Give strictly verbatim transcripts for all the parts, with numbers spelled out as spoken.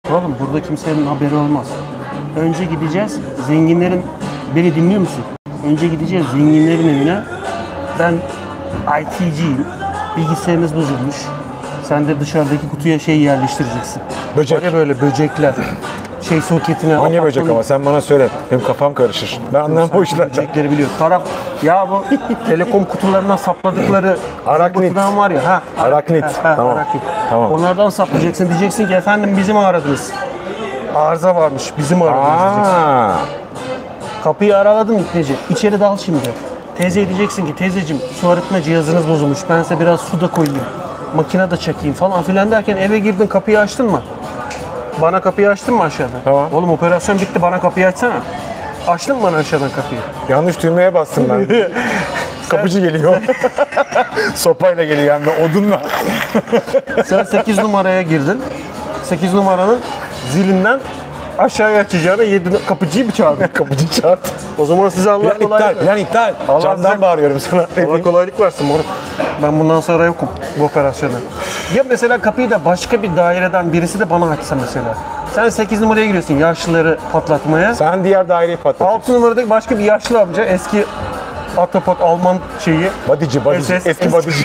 Oğlum burada kimsenin haberi olmaz. Önce gideceğiz zenginlerin, beni dinliyor musun? Önce gideceğiz zenginlerin evine. Ben I T'ciyim. Bilgisayarınız bozulmuş. Sen de dışarıdaki kutuya şey yerleştireceksin. Böcek. Böyle böyle böcekler. Şey soketine. Hangi böcek ama sen bana söyle. Benim kafam karışır. Ben anlamam bu işlerden. Böcekleri biliyor. Taraf ya bu telekom kutularından sapladıkları Araknit. kutudan var ya. Ha. Araknit. Ha, ha, Tamam. araknit. Tamam. Onlardan saplayacaksın. Diyeceksin ki efendim bizi mi aradınız? Arıza varmış. Bizi mi aradınız diyeceksin. Aa. Kapıyı araladım İpneci. İçeri dal şimdi. Teyzeye diyeceksin ki teyzeciğim su arıtma cihazınız bozulmuş. Ben size biraz su da koyayım. Makine de çekeyim falan filan derken eve girdin kapıyı açtın mı? Bana kapıyı açtın mı aşağıdan? Tamam. Oğlum operasyon bitti bana kapıyı açsana. Açtın mı bana aşağıdan kapıyı? Yanlış düğmeye bastım ben. Kapıcı geliyor. Sopayla geliyor hem de odunla. Sen sekiz numaraya girdin. sekiz numaranın zilinden aşağıya açacağına yedi kapıcıyı mı çağırdın? Kapıcı çağırdı. O zaman size Allah Plan kolaylık iptal, plan iptal. Allah Camdan size- bağırıyorum sana. Allah kolaylık versin moruk. Ben bundan sonra yokum bu operasyona. Ya mesela kapıyı da başka bir daireden birisi de bana açsa mesela. Sen sekiz numaraya giriyorsun yaşlıları patlatmaya. Sen diğer daireyi patlat. altı numaradaki başka bir yaşlı amca eski Atopot Alman şeyi. Badici, badici. S S, Eski badici.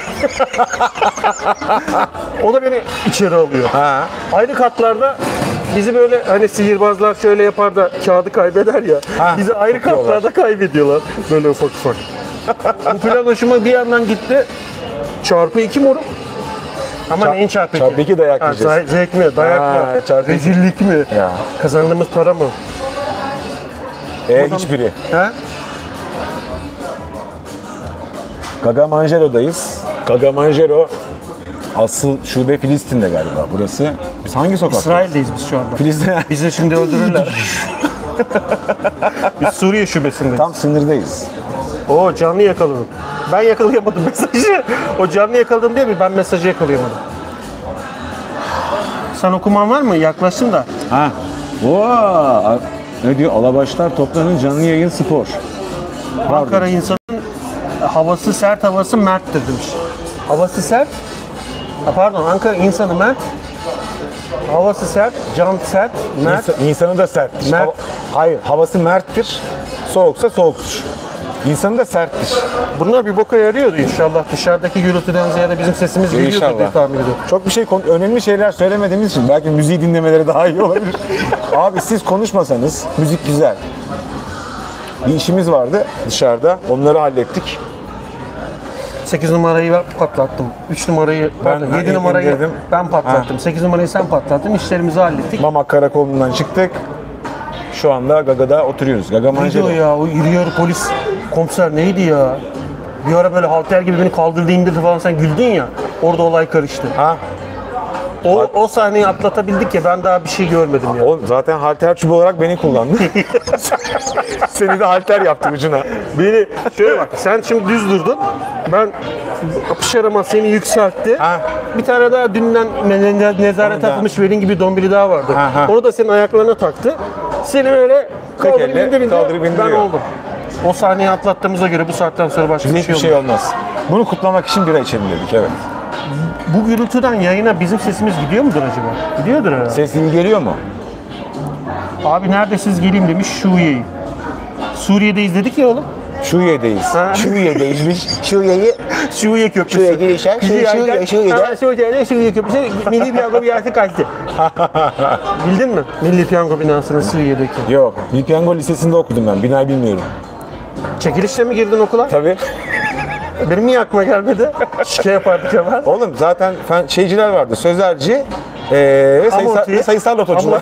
O da beni içeri alıyor. Ha. Aynı katlarda bizi böyle hani sihirbazlar şöyle yapar da kağıdı kaybeder ya. Ha, bizi ayrı bakıyorlar. katlarda kaybediyorlar. Böyle ufak ufak. Bu plan hoşuma bir yandan gitti. Çarpı iki moruk. Ama Çar- neyin çarpı iki? çarpı iki dayak Ha, yiyeceğiz. zay- Zevk mi? Dayak Ha, mı? çarpı iki. Rezillik mi? Ya. Kazandığımız para mı? E hiçbiri. Ha? Gagamanjero'dayız. Gagamanjero asıl şube Filistin'de galiba burası. Biz hangi sokakta? İsrail'deyiz biz şu anda. Filistin. Bizi şimdi öldürürler. Biz Suriye şubesindeyiz. Tam sınırdayız. Oo canlı yakaladım. Ben yakalayamadım mesajı. O canlı yakaladım diye mi? Ben mesajı yakalayamadım. Sen okuman var mı? Yaklaştın da. Ha. Oo. Ne diyor? Alabaşlar toplanın canlı yayın spor. Ankara insanın havası sert, havası merttir demiş. Havası sert. Ha, pardon, Ankara insanı mert. Havası sert, can sert, mert. İnsan, insanı da serttir. Mert. Hava- hayır, havası merttir. Soğuksa soğuktur. İnsanı da serttir. Bunlar bir boka yarıyordu inşallah. Dışarıdaki gürültüden ziyade bizim sesimiz gidiyordu diye İnşallah. tahmin ediyorum. Çok bir şey, konu- önemli şeyler söylemediğimiz için belki müziği dinlemeleri daha iyi olabilir. Abi siz konuşmasanız, müzik güzel. Bir işimiz vardı dışarıda, onları hallettik. sekiz numarayı ben patlattım. üç numarayı, pardon, ben yedi numarayı indirdim. ben patlattım. sekiz numarayı sen patlattın. İşlerimizi hallettik. Mamak Karakolu'ndan çıktık. Şu anda Gaga'da oturuyoruz. Gaga Neydi o Manjaro. ya? O iri yarı polis komiser neydi ya? Bir ara böyle halter gibi beni kaldırdı indirdi falan sen güldün ya. Orada olay karıştı. Ha? O, o sahneyi atlatabildik ya ben daha bir şey görmedim ya. O zaten halter çubuğu olarak beni kullandı. Seni de halter yaptı ucuna. Beni şöyle bak sen şimdi düz durdun. Ben kapış arama seni yükseltti. Ha. Bir tane daha dünden ne- ne- nezaret Onu da- takılmış velin gibi dombili daha vardı. Ha, ha. Onu da senin ayaklarına taktı. Seni böyle kaldırıp elle indirince kaldırıp ben indiriyor. oldum. O sahneyi atlattığımıza göre bu saatten sonra başka bir Hiçbir şey şey olmaz. olmaz. Bunu kutlamak için bira içelim dedik, evet. Bu gürültüden yayına bizim sesimiz gidiyor mudur acaba? Gidiyordur herhalde. Ses iyi geliyor mu? Abi neredesiniz geleyim demiş Şuye'yi. Suriye'deyiz dedik ya oğlum. Şuye'deyiz. Ha. Şuye'deyizmiş. Şuye'yi Şuye Köprüsü. Şuye girişen, Şuye, Şuye, Şuye'de. Ha, Şuye'de Şuye Köprüsü. Milli Piyango binası kaçtı. Bildin mi? Milli Piyango binasının Suriye'deki. Yok. Milli Piyango Lisesi'nde okudum ben. Binayı bilmiyorum. Çekilişle mi girdin okula? Tabii. Benim niye aklıma gelmedi? Şike yapardık hemen. Oğlum zaten fen, şeyciler vardı. Sözelci eee ve sayısal, Amorti. ve sayısal lotocular.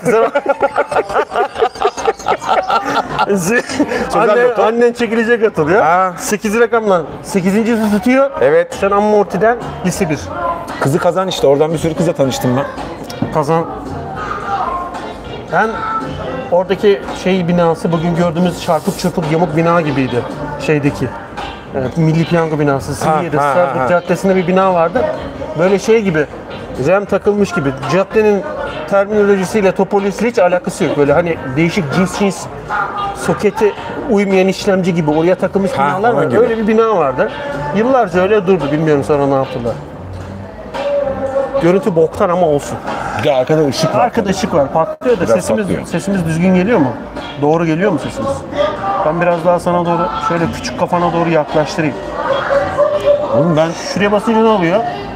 Anne, loto. annen çekilişe katılıyor. Ha. sekiz rakamla sekizincisi tutuyor. Evet. Sen amortiden lise bir. Kızı kazan işte. Oradan bir sürü kızla tanıştım ben. Kazan. Ben oradaki şey binası bugün gördüğümüz çarpık çırpık yamuk bina gibiydi. Şeydeki. Evet, Milli Piyango binası. Suriye'de ha, Sardık ha. Caddesi'nde bir bina vardı. Böyle şey gibi. Rem takılmış gibi. Caddenin terminolojisiyle topolojisiyle hiç alakası yok. Böyle hani değişik cins cins soketi uymayan işlemci gibi oraya takılmış Ha, binalar onun var. gibi. Öyle bir bina vardı. Yıllarca öyle durdu. Bilmiyorum sonra ne yaptılar. Görüntü boktan ama olsun. Bir de arkada ışık var. Arkada ışık var. Patlıyor da Biraz sesimiz patlıyor. sesimiz düzgün geliyor mu? Doğru geliyor mu sesimiz? Ben biraz daha sana doğru şöyle küçük kafana doğru yaklaştırayım. Oğlum ben Şuraya basınca ne oluyor?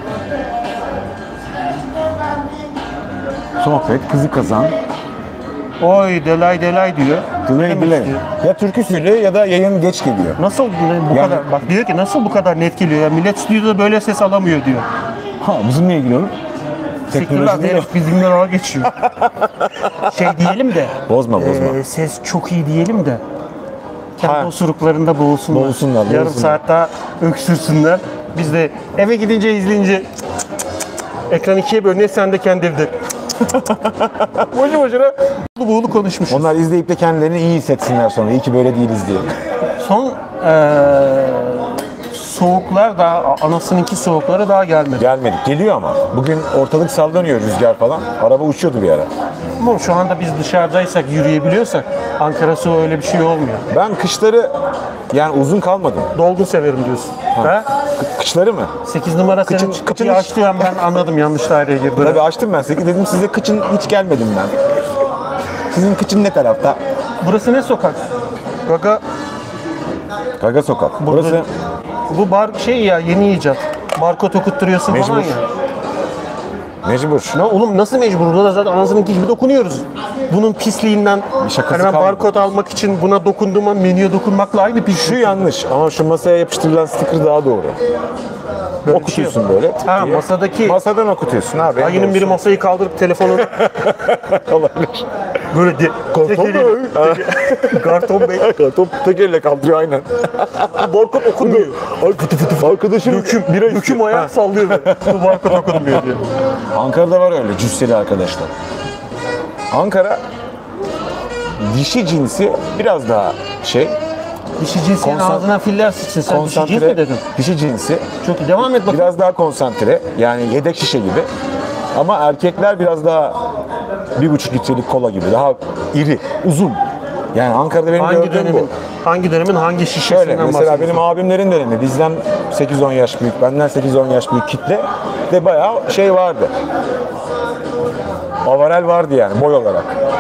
sohbet, kızı kazan, Oy delay delay diyor. delay Demek delay. istiyor. Ya türkü söylüyor ya da yayın geç geliyor. Nasıl bu Yani- kadar? Bak diyor ki nasıl bu kadar net geliyor ya? Millet stüdyoda böyle ses alamıyor diyor. Ha bizimle ilgili oğlum. Teknoloji Teknoloji herif bizimle dalga geçiyor. Şey diyelim de. Bozma, bozma. e, ses çok iyi diyelim de. Kendi Ha. osuruklarında boğulsunlar. Boğulsunlar, Yarım boğulsunlar. saat daha öksürsünler. Biz de eve gidince izleyince ekran ikiye bölünüyor, sen de kendi evde. Boşu boşuna buğulu buğulu konuşmuş. Onlar izleyip de kendilerini iyi hissetsinler sonra. İyi ki böyle değiliz diye. Son eee soğuklar daha, anasınınki soğukları daha gelmedi. Gelmedik. Geliyor ama. Bugün ortalık sallanıyor rüzgar falan. Araba uçuyordu bir ara. Ama şu anda biz dışarıdaysak, yürüyebiliyorsak Ankara soğuğu öyle bir şey olmuyor. Ben kışları yani uzun kalmadım. Dolgun severim diyorsun. Ha? Kışları mı? sekiz numara senin Kıçın- kapıyı kıçın- açtı ben anladım yanlış daireye girdi. Tabii açtım ben size. Dedim size kıçın hiç gelmedim ben. Sizin kıçın ne tarafta? Burası ne sokak? Gaga, Gaga Sokak. Burada- Burası bu bar şey ya yeni icat. Barkod okutturuyorsun falan Mecbur. ya. mecbur. Ne oğlum nasıl mecbur? Burada da zaten anasınınki gibi dokunuyoruz. Bunun pisliğinden şakası hani ben kalmadı. barkod almak için buna dokunduğuma menüye dokunmakla aynı pis. Şu yanlış ama şu masaya yapıştırılan sticker daha doğru. Böyle bir Okutuyorsun şey yok. böyle. Ha diye. masadaki Masadan okutuyorsun abi. ayının biri masayı kaldırıp telefonunu olabilir. böyle de Karton Bey. Karton Bey. Karton tek elle kaldırıyor aynen. Barkod okunmuyor. Ay fıtı fıtı arkadaşım. Döküm, bira döküm ayak sallıyor. Bu barkod okunmuyor diyor. Ankara'da var öyle cüsseli arkadaşlar. Ankara dişi cinsi biraz daha şey Dişi cinsiyenin Konsan- ağzına filler sıçsın. Sen dişi cins mi konsantre dedin? dişi cinsi Çok iyi. Devam et bakalım. biraz daha konsantre yani yedek şişe gibi ama erkekler biraz daha bir buçuk litrelik kola gibi daha iri uzun yani Ankara'da benim Hangi gördüğüm dönemin, bu. hangi dönemin hangi şişesinden Şöyle mesela bahsediyorsun? benim abimlerin dönemi bizden sekiz on yaş büyük benden sekiz on yaş büyük kitle de bayağı şey vardı. Avarel vardı yani boy olarak.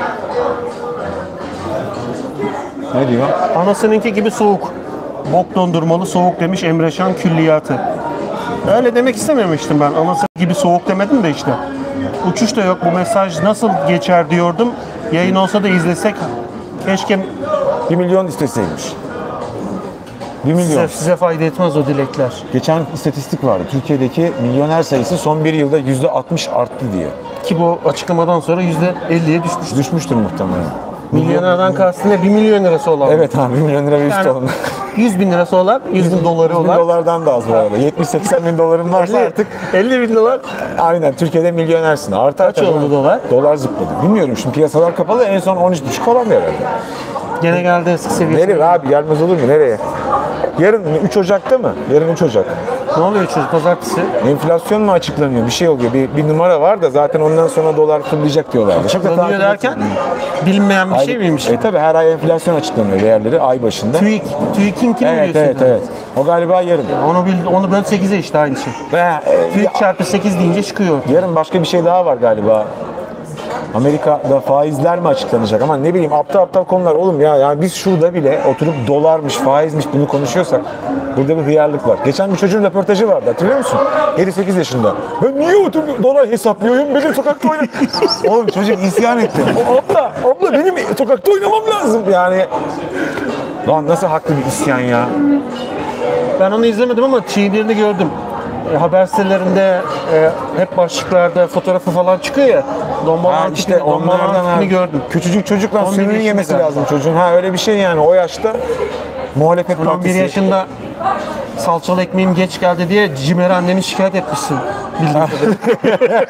Ne diyor? Anasınınki gibi soğuk. Bok dondurmalı soğuk demiş Emre Şan külliyatı. Öyle demek istememiştim ben. Anası gibi soğuk demedim de işte. Uçuş da yok. Bu mesaj nasıl geçer diyordum. Yayın olsa da izlesek. Keşke Bir milyon isteseymiş. Bir milyon. size, size fayda etmez o dilekler. Geçen istatistik vardı. Türkiye'deki milyoner sayısı son bir yılda yüzde altmış arttı diye. Ki bu açıklamadan sonra yüzde elliye düşmüş. Düşmüştür muhtemelen. Milyonerden kastı ne? bir milyon lirası olan. Evet abi bir milyon lira bir üstü Yani oldu. yüz bin lirası olan, yüz bin doları yüz bin olan. dolardan da az bu arada. yetmiş seksen bin doların varsa artık elli bin dolar. aynen Türkiye'de milyonersin. Artar Kaç tabii. oldu dolar? Dolar zıpladı. Bilmiyorum şimdi piyasalar kapalı en son on üç buçuk falan herhalde. Gene geldi eski seviyesine. Nereye abi gelmez olur mu nereye? Yarın üç Ocak'ta mı? Yarın üç Ocak. Ne oluyor çocuk pazartesi? Enflasyon mu açıklanıyor? Bir şey oluyor. Bir, bir numara var da zaten ondan sonra dolar fırlayacak diyorlardı. Açıklanıyor derken bilinmeyen bir şey miymiş? E tabi her ay enflasyon açıklanıyor değerleri ay başında. TÜİK. TÜİK'in kim Evet biliyorsun? evet evet. O galiba yarın. Onu, bil, onu böl sekize işte aynı şey. Ve e, TÜİK çarpı sekiz deyince çıkıyor. yarın başka bir şey daha var galiba. Amerika'da faizler mi açıklanacak ama ne bileyim aptal aptal konular oğlum ya yani biz şurada bile oturup dolarmış faizmiş bunu konuşuyorsak burada bir hıyarlık var. Geçen bir çocuğun röportajı vardı hatırlıyor musun? yedi sekiz yaşında. Ben niye oturup dolar hesaplıyorum benim sokakta oynayayım. Oğlum çocuk isyan etti. O, abla abla benim sokakta oynamam lazım yani. Lan nasıl haklı bir isyan ya. Ben onu izlemedim ama şeylerini gördüm. E, haber sitelerinde e, hep başlıklarda fotoğrafı falan çıkıyor ya. Dombalan Ha işte onlardan ha, gördüm. küçücük çocukla on bir suyunu yaşında yemesi galiba. lazım çocuğun. Ha öyle bir şey yani o yaşta muhalefet on bir partisi. yaşında salçalı ekmeğim geç geldi diye Cimer'e anneni şikayet etmişsin. Bildiğim kadarıyla.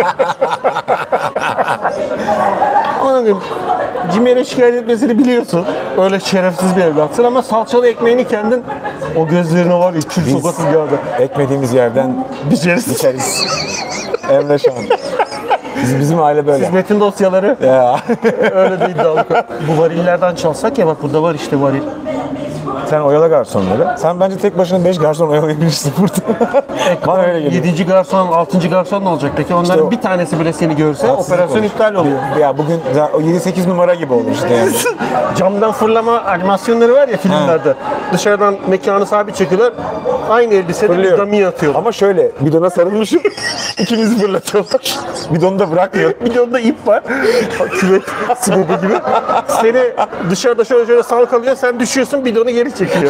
Anladım. Cimer'e şikayet etmesini biliyorsun. Öyle şerefsiz bir evlatsın ama salçalı ekmeğini kendin o gözlerine var ya kül Biz sokasın geldi. ekmediğimiz yerden Biçeriz. içeriz. Emre Şan. Biz, bizim aile böyle. Hizmetin dosyaları Ya. öyle de iddialı. Bu varillerden çalsak ya bak burada var işte varil. Sen oyala garsonları. Sen bence tek başına beş garson oyalayabilirsin burada. Bana öyle geliyor. Yedinci garson, altıncı garson ne olacak peki? Onların o- bir tanesi bile seni görse Haksızlık operasyon olur. iptal oluyor. Ya bugün o yedi sekiz numara gibi olur işte yani. Camdan fırlama animasyonları var ya filmlerde. Dışarıdan mekanı sabit çekiyorlar. Aynı elbisede bir Fırlıyor. dummy atıyorlar. Ama şöyle bidona sarılmışım. İkimizi fırlatıyorlar. Bidonu da bırakmıyor. Bidonda ip var. Küvet sibobu gibi. Seni dışarıda şöyle şöyle salkalıyor. Sen düşüyorsun, bidonu geri çekiyor.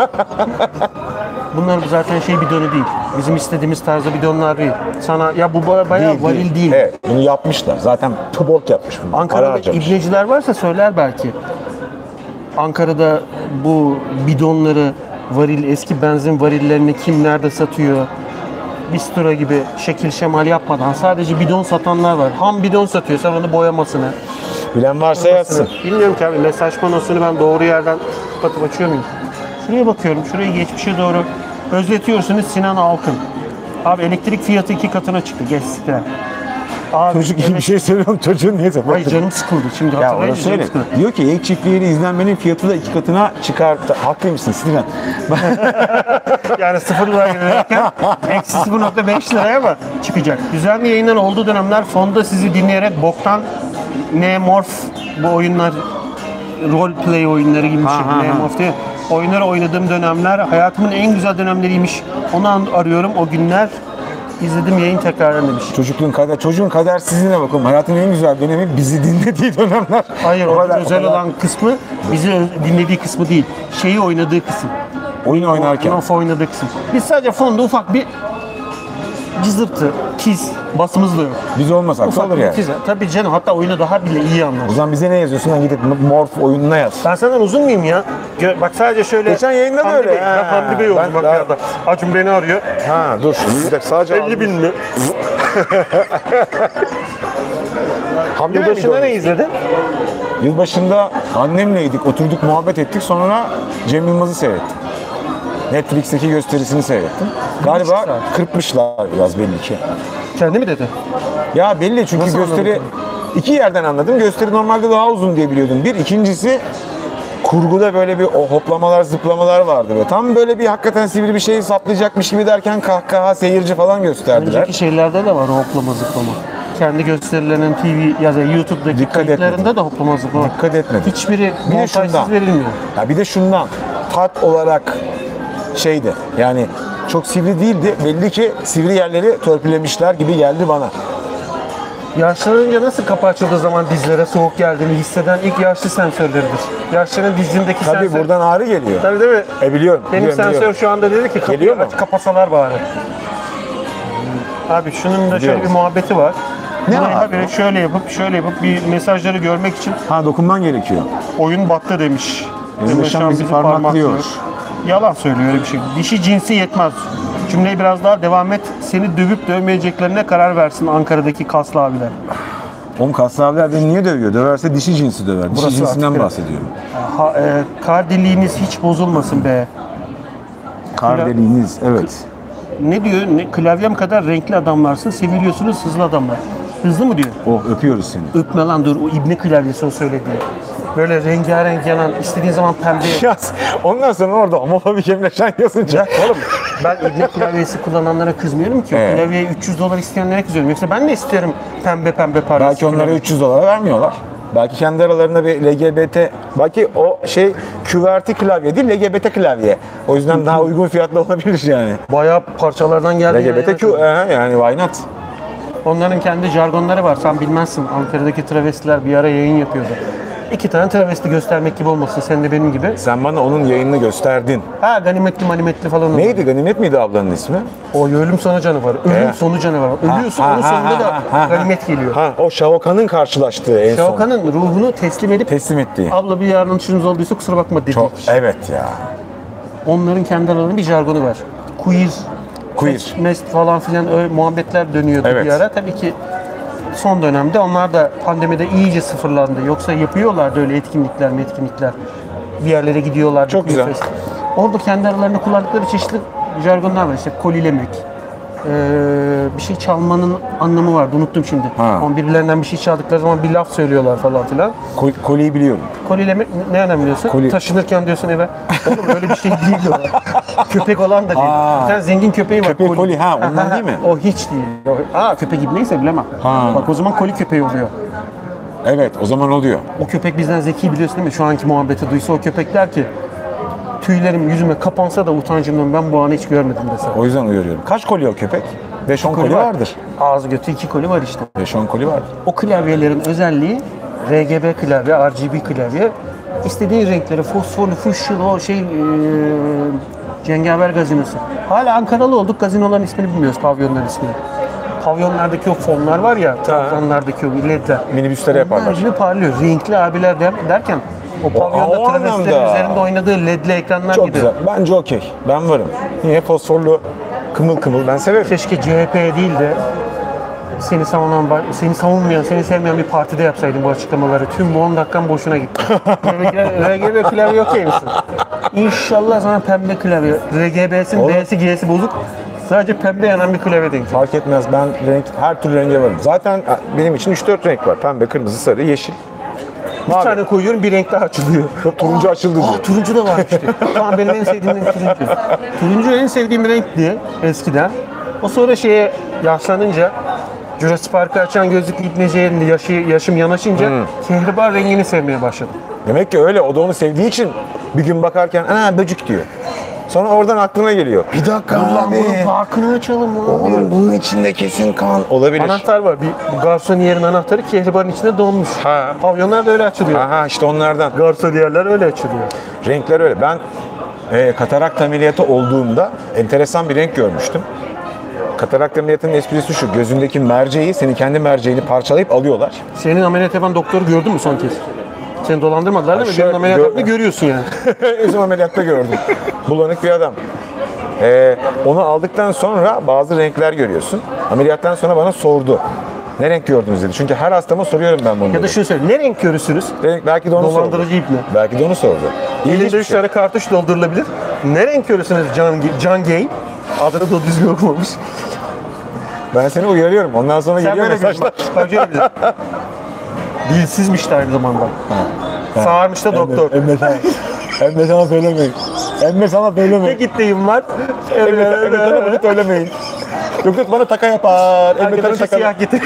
Bunlar zaten şey bidonu değil. Bizim istediğimiz tarzda bidonlar değil. Sana ya bu ba- bayağı Değil, varil değil. değil. Evet, bunu yapmışlar. Zaten tuborg yapmış bunu. Para Ankara'da harcamış. ibneciler varsa söyler belki. Ankara'da bu bidonları, varil, eski benzin varillerini kim nerede satıyor? Bistro gibi şekil şemal yapmadan sadece bidon satanlar var. Ham bidon satıyor. Sen onu boyamasını. Bilen varsa yazsın. Bilmiyorum ki abi. Mesaj panosunu ben doğru yerden kapatıp açıyor muyum? Şuraya bakıyorum. Şuraya geçmişe doğru özletiyorsunuz Sinan Alkın. Abi elektrik fiyatı iki katına çıktı. Geç siktir. Abi, Çocuk iyi bir şey söylüyorum. Çocuğun niye sapıttı? Ay canım sıkıldı. Şimdi Ya hatırlayınca orası canım öyle. sıkıldı. Diyor ki ilk çiftliğini izlenmenin fiyatı da iki katına çıkarttı. Haklıymışsın Sinan. Yani sıfır liraya gelirken eksi sıfır nokta beş liraya mı çıkacak? Düzenli yayınlar olduğu dönemler fonda sizi dinleyerek boktan Neomorph bu oyunlar role play oyunları gibi bir Ha, şey. ha, ha. Neomorph diye. Oyunları oynadığım dönemler hayatımın en güzel dönemleriymiş. Onu an- arıyorum o günler. İzledim yayın tekrarını demiş. Çocukluğun kader, çocuğun kadersizliğine bakın. Hayatın en güzel dönemi bizi dinlediği dönemler. Hayır O o kadar- özel o kadar- olan kısmı bizi ö- dinlediği kısmı değil. Şeyi oynadığı kısım. oyun oynarken. Off oynadığı kısım. Biz sadece fonda ufak bir cızırtı, tiz, basımız da yok. Biz olmasak da Ufak olur bir yani. tiz. Tabii canım hatta oyunu daha bile iyi anlar. O zaman bize ne yazıyorsun? Lan gidip Morph oyununa yaz. Ben senden uzun muyum ya? Gö- bak sadece şöyle... Geçen yayında da Hamdi öyle. Bey, Ha, ben Hamdi Bey oldum ben bak daha- bir anda. Acun beni arıyor. Ha dur. Bir dakika sadece elli bin mi? Hamdi Bey Yılbaşında miydi o? ne izledin? Yılbaşında annemleydik, oturduk, muhabbet ettik. Sonra Cem Yılmaz'ı seyrettim. Netflix'teki gösterisini seyrettim. Galiba saat. kırpmışlar biraz belli ki. Kendi mi dedi? Ya belli çünkü Nasıl gösteri anladın? iki yerden anladım. Gösteri normalde daha uzun diye biliyordum. Bir, ikincisi kurguda böyle bir o hoplamalar, zıplamalar vardı. Böyle. Tam böyle bir hakikaten sivri bir şey saplayacakmış gibi derken kahkaha, seyirci falan gösterdiler. Önceki şeylerde de var o hoplama zıplama. Kendi gösterilerinin T V ya da YouTube'daki Dikkat kayıtlarında etmedim. da hoplama zıplama. Dikkat etmedim. Hiçbiri Bir de şundan. montajsız verilmiyor. Ya bir de şundan, tat olarak şeydi yani çok sivri değildi. Belli ki sivri yerleri törpülemişler gibi geldi bana. Yaşlanınca nasıl kapı açıldığı zaman dizlere soğuk geldiğini hisseden ilk yaşlı sensörleridir. Yaşlının dizindeki Tabii sensör. buradan ağrı geliyor. Tabii değil mi? E biliyorum. Benim biliyorum, sensör biliyorum. şu anda dedi ki kapıyı Geliyor mu? aç kapasalar bari. Abi şunun da şöyle Biliyorum. bir muhabbeti var. Ne Burayı var? böyle şöyle yapıp şöyle yapıp bir mesajları görmek için Ha dokunman gerekiyor. oyun battı demiş. Emre Emre Şan Şan bizi bizi parmaklıyor. Yalan söylüyor öyle bir şey. Dişi cinsi yetmez. Cümleyi biraz daha devam et. Seni dövüp dövmeyeceklerine karar versin Ankara'daki kaslı abiler. Oğlum kaslı abiler beni niye dövüyor? Döverse dişi cinsi döver. Dişi Burası cinsinden artık- bahsediyorum. Ha, e, kar deliğiniz hiç bozulmasın be. Kar deliğiniz, evet. Ne diyor? Ne, klavyem kadar renkli adamlarsın, seviliyorsunuz hızlı adamlar. Hızlı mı diyor? Oh öpüyoruz seni. Öpme lan dur, o ibne klavyesi o söylediği. Böyle rengarenk yanan, istediğin zaman pembe. Yaz. Ondan sonra orada homofobik Emre Şan yazınca. Ya oğlum ben ibne klavyesi kullananlara kızmıyorum ki. Evet. Klavyeye üç yüz dolar isteyenlere kızıyorum. Yoksa ben de isterim pembe pembe parası. Belki onlara üç yüz dolara vermiyorlar. Belki kendi aralarında bir L G B T, belki o şey küverti klavye değil L G B T klavye. O yüzden daha uygun fiyatlı olabilir yani. Bayağı parçalardan geldi. L G B T Q, yani. he, yani why not? Onların kendi jargonları var. Sen bilmezsin. Ankara'daki travestiler bir ara yayın yapıyordu. İki tane travesti göstermek gibi olmasın. Sen de benim gibi. Sen bana onun yayınını gösterdin. Ha ganimetli manimetli falan. Neydi? Ganimet miydi ablanın ismi? O ölüm sonu canavarı. Ölüm He. sonu canavarı. Ölüyorsun Ha, onun ha, sonunda ha, da ha, ha, ganimet geliyor. Ha, o Şavoka'nın karşılaştığı en son. Şavkan'ın ruhunu teslim edip Teslim ettiği. abla bir yanlışınız olduysa kusura bakma dedi. Çok, evet ya. Onların kendi aralarında bir jargonu var. Queer, Queer. Nest falan filan öyle muhabbetler dönüyordu Evet. bir ara. Tabii ki son dönemde onlar da pandemide iyice sıfırlandı. Yoksa yapıyorlardı öyle etkinlikler, etkinlikler. Bir yerlere gidiyorlardı. Çok Queer güzel. Fest. Orada kendi aralarında kullandıkları çeşitli jargonlar var. İşte kolilemek, Ee, bir şey çalmanın anlamı vardı. Unuttum şimdi. Ha. Ama birilerinden bir şey çaldıkları zaman bir laf söylüyorlar falan filan. Kol, koliyi biliyorum. Kolilemek ne önemli diyorsun? Koli. Taşınırken diyorsun eve. Oğlum öyle bir şey değil o. Köpek olan da değil. Aa. Bir tane zengin köpeği var. Köpek koli, ha, ondan değil mi? O hiç değil. O- Aa köpek gibi neyse bilemem. Ha. Bak o zaman koli köpeği oluyor. Evet, o zaman oluyor. O köpek bizden zeki biliyorsun değil mi? Şu anki muhabbeti duysa o köpek der ki tüylerim yüzüme kapansa da utancımdan ben bu anı hiç görmedim dese. O yüzden uyarıyorum. Kaç koli o köpek? beş on koli, Koli var. vardır. Ağzı götü iki koli var işte. beş on koli vardır. O klavyelerin özelliği R G B klavye, R G B klavye. İstediğin renkleri, fosforlu, fışılı o şey e, cengaver gazinosu. Hala Ankaralı olduk, gazinoların ismini bilmiyoruz, pavyonların ismini. Pavyonlardaki o fonlar var ya, tavranlardaki o ledler. Minibüslere yaparlar. Onlar gibi parlıyor. Renkli abiler der, derken o pavyonda o travestilerin anlamda. üzerinde oynadığı ledli ekranlar Çok gibi. güzel. Bence okey. Ben varım. Niye? Fosforlu kımıl kımıl. Ben severim. Keşke C H P değil de seni savunan, seni savunmayan, seni sevmeyen bir partide yapsaydın bu açıklamaları. Tüm bu on dakikan boşuna gitti. R G B klavye okey misin? İnşallah sana pembe klavye. R G B'sin, Oğlum. B'si, G'si bozuk. Sadece pembe yanan bir klavye denk. Fark etmez. Ben renk, her türlü renge varım. Zaten benim için üç dört renk var. Pembe, kırmızı, sarı, yeşil. Bir Mavi. tane koyuyorum, bir renk daha açılıyor. Turuncu açıldı diyor. Aa, turuncu da var işte. Tamam benim en sevdiğim renk turuncu. Turuncu en sevdiğim renkti eskiden. O sonra şeye yaşlanınca Jurassic Park'ı açan gözlüklü İbnece'nin yaşı, yaşım yanaşınca kehribar rengini sevmeye başladım. Demek ki öyle. O da onu sevdiği için bir gün bakarken aa böcük diyor. Sonra oradan aklına geliyor. Bir dakika Ulan abi. bunun farkını açalım mı? Oğlum bunun içinde kesin kan olabilir. Anahtar var. Bir garsoniyerin anahtarı kehribarın içinde donmuş. Ha. Pavyonlar da öyle açılıyor. Aha işte onlardan. Garsoniyerler öyle açılıyor. Renkler öyle. Ben e, katarakt ameliyatı olduğumda enteresan bir renk görmüştüm. Katarakt ameliyatının esprisi şu. Gözündeki merceği, senin kendi merceğini parçalayıp alıyorlar. Senin ameliyat yapan doktoru gördün mü son kez? Seni dolandırmadılar değil mi? Şöyle Benim ameliyat gör- yaptığını görüyorsun yani. Üzüm ameliyatta gördüm. Bulanık bir adam. Ee, onu aldıktan sonra bazı renkler görüyorsun. Ameliyattan sonra bana sordu. Ne renk gördünüz dedi. Çünkü her hastama soruyorum ben bunu. Ya da dedi. şunu söyle. Ne renk görürsünüz? Renk, belki de onu sordu. Dolandırıcı ipne. Belki de onu sordu. İlginç Elinde bir üç şey. tane kartuş doldurulabilir. Ne renk görürsünüz Can, Can Gay? Adını da düzgün okumamış. Ben seni uyarıyorum. Ondan sonra Sen geliyor böyle mesajlar. bir bak. Böyle bir dilsizmiş de aynı zamanda. Sağırmış da doktor. Emre sana, Emre sana söylemeyin. Emre sana Ne söylemeyin. gittiğim var. Emre, Emre sana bunu söylemeyin. Yok yok bana taka yapar. Emre sana Arkadaşa taka siyah getir.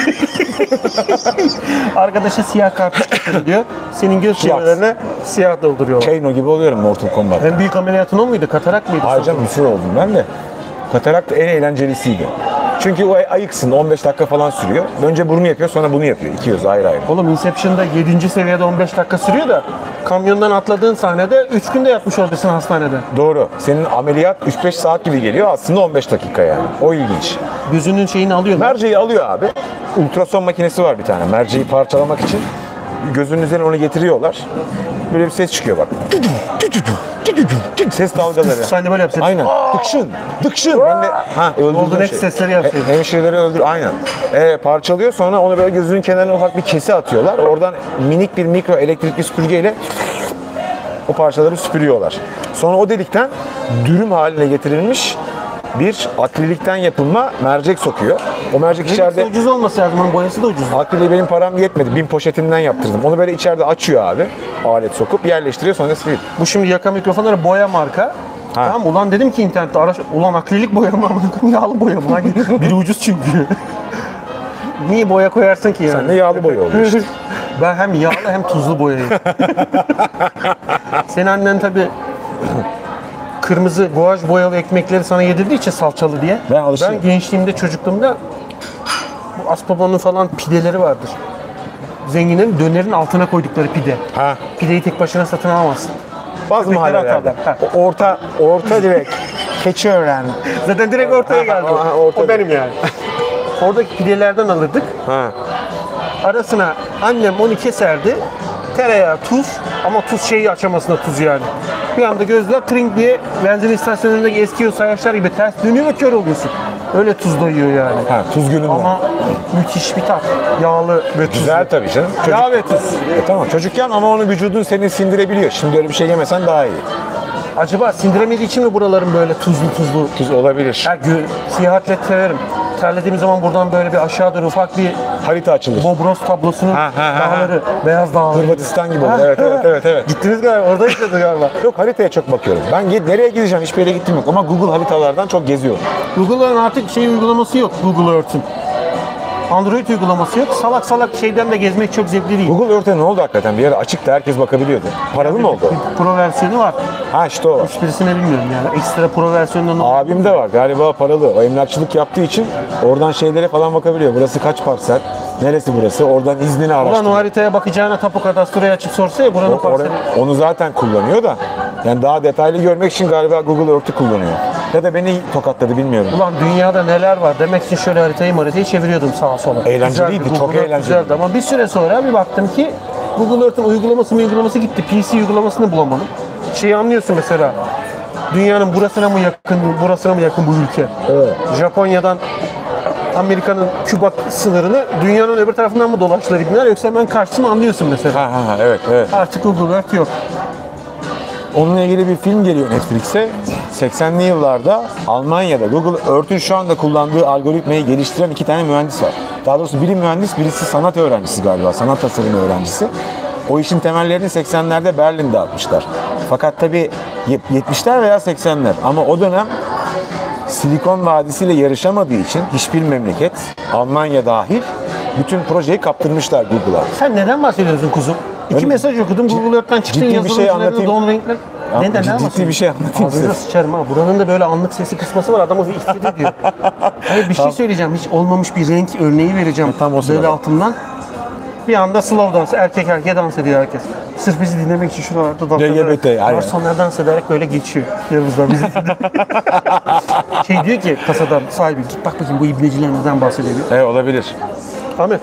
Arkadaşa siyah kartuş getir diyor. Senin göz Siyah. çevrelerine siyah dolduruyorlar. Kano gibi oluyorum Mortal Kombat. En büyük ameliyatın o muydu? Katarak mıydı? Hayır canım bir sürü oldum ben de. Katarakt en eğlencelisiydi. Çünkü o ayıksın on beş dakika falan sürüyor. Önce burnu yapıyor sonra bunu yapıyor. İki göz ayrı ayrı. Oğlum Inception'da yedinci seviyede on beş dakika sürüyor da kamyondan atladığın sahnede üç günde yatmış olabilirsin hastanede. Doğru. Senin ameliyat üç beş saat gibi geliyor. Aslında on beş dakika yani. O ilginç. Gözünün şeyini alıyor. Merceği alıyor abi. Ultrason makinesi var bir tane. Merceği parçalamak için. Gözünün üzerine onu getiriyorlar. Böyle bir ses çıkıyor bak. Ses dalgaları. Sen de böyle yapacaksın. Aynen. Dıkşın. Dıkşın. Ben de ha öldürdüm Golden Axe sesleri yapsaydın. He- Hemşireleri öldür. Aynen. Ee, parçalıyor sonra onu böyle gözünün kenarına ufak bir kese atıyorlar. Oradan minik bir mikro elektrikli süpürgeyle o parçaları süpürüyorlar. Sonra o delikten dürüm haline getirilmiş bir akrilikten yapılma mercek sokuyor. O mercek İçeride içeride ucuz olması lazım. Onun boyası da ucuz. akriliğe benim param yetmedi. Bin poşetinden yaptırdım. Onu böyle içeride açıyor abi. Alet sokup yerleştiriyor sonra siliyor. Bu şimdi yaka mikrofonları boya marka. Tamam ulan dedim ki internette araç ulan akrilik boya mı amına yağlı boya mı? Hangi? Biri ucuz çünkü. Niye boya koyarsın ki yani? Sen de yağlı boya oluyor işte. Ben hem yağlı hem tuzlu boyayım. Senin annen tabii kırmızı guaj boyalı ekmekleri sana yedirdiği için salçalı diye. Ben alıştım. Ben gençliğimde çocukluğumda bu Aspava'nın falan pideleri vardır. Zenginlerin dönerin altına koydukları pide. Ha. Pideyi tek başına satın alamazsın. Bazı Köpekleri mahallelerde. atarlar. O Orta, orta direkt. Keçiören. Zaten direkt ortaya geldi. Ha, ha, orta O benim yani. Oradaki pidelerden alırdık. Ha. Arasına annem onu keserdi. Tereyağı, tuz ama tuz şeyi açamasına tuz yani. Bir anda gözler tring diye benzin istasyonundaki eski o sayaçlar gibi ters dönüyor ve kör oluyorsun. Öyle tuz doyuyor yani. Ha, tuz gölü var. Ama müthiş bir tat. Yağlı ve tuzlu. Güzel tabii canım. Çocuk... Yağ ve tuz. E, tamam çocukken ama onu vücudun senin sindirebiliyor. Şimdi öyle bir şey yemesen daha iyi. Acaba sindiremediği için mi buraların böyle tuzlu tuzlu? Tuz olabilir. Ha, gö- seyahatle severim. Terlediğim zaman buradan böyle bir aşağı doğru ufak bir Harita açılır. Bobros tablosunun Ha, ha, ha, dağları, beyaz dağları. Hırvatistan gibi oldu. Evet, evet, evet, evet. Gittiniz galiba, orada gitmediniz galiba. Yok, haritaya çok bakıyorum. Ben ge- nereye gideceğim hiçbir yere gittim yok ama Google haritalardan çok geziyorum. Google'ın artık şey uygulaması yok, Google Earth'ün. Android uygulaması yok. Salak salak şeyden de gezmek çok zevkli değil. Google Earth'e ne oldu hakikaten? Bir yere açıktı, herkes bakabiliyordu. Paralı mı oldu? Pro versiyonu var. Ha işte o. Hiçbirisini bilmiyorum yani. Ekstra pro versiyonunda ne Abim de var galiba, paralı. O emlakçılık yaptığı için oradan şeylere falan bakabiliyor. Burası kaç parsel? Neresi burası? Oradan iznini Ulan o araştırıyor. haritaya bakacağına tapu kadastroyu açıp sorsa ya buranın O- parseli. oraya- onu zaten kullanıyor da. Yani daha detaylı görmek için galiba Google Earth'ü kullanıyor. Ya da beni tokatladı, bilmiyorum. Ulan dünyada neler var demek için şöyle haritayı haritayı çeviriyordum sağa sola. Eğlenceliydi, Güzeldi, çok Google Earth eğlenceliydi. güzeldi ama bir süre sonra bir baktım ki Google Earth'ın uygulaması mı uygulaması gitti. P C uygulamasını bulamadım. Şeyi anlıyorsun mesela. Dünyanın burasına mı yakın, burasına mı yakın bu ülke? Evet. Japonya'dan Amerika'nın Küba sınırını dünyanın öbür tarafından mı dolaştılar ibneler yoksa hemen karşısına anlıyorsun mesela. Ha ha ha, evet evet. Artık Google Earth yok. Onunla ilgili bir film geliyor Netflix'e. seksenli yıllarda Almanya'da Google Earth'ün şu anda kullandığı algoritmayı geliştiren iki tane mühendis var. Daha doğrusu biri mühendis, birisi sanat öğrencisi galiba, sanat tasarımı öğrencisi. O işin temellerini seksenlerde Berlin'de atmışlar. Fakat tabii yetmişler veya seksenler ama o dönem Silikon Vadisi ile yarışamadığı için hiçbir memleket, Almanya dahil, bütün projeyi kaptırmışlar Google'a. Sen neden bahsediyorsun kuzum? İki Öyle- mesaj okudum Google Earth'ten çıktın ciddi bir yazılım şey üzerine anlatayım. don renkler. Ya, Neden? ciddi bahsediyorsun? bir şey anlatayım size. Ağzınıza sıçarım ha. Buranın da böyle anlık sesi kısması var. Adamı bir ifrit ediyor. Hayır bir şey söyleyeceğim. Hiç olmamış bir renk örneği vereceğim. Tam o böyle sırada. altından. Bir anda slow dans. Erkek erkeğe dans ediyor herkes. Sırf bizi dinlemek için şuralarda dans L G B T, ederek. aynen. Garsonlar dans ederek böyle geçiyor. Yanımızdan bizi Şey diyor ki kasadan sahibi git bak bakayım bu ibneciler neden bahsediyor. Evet, olabilir. Ahmet.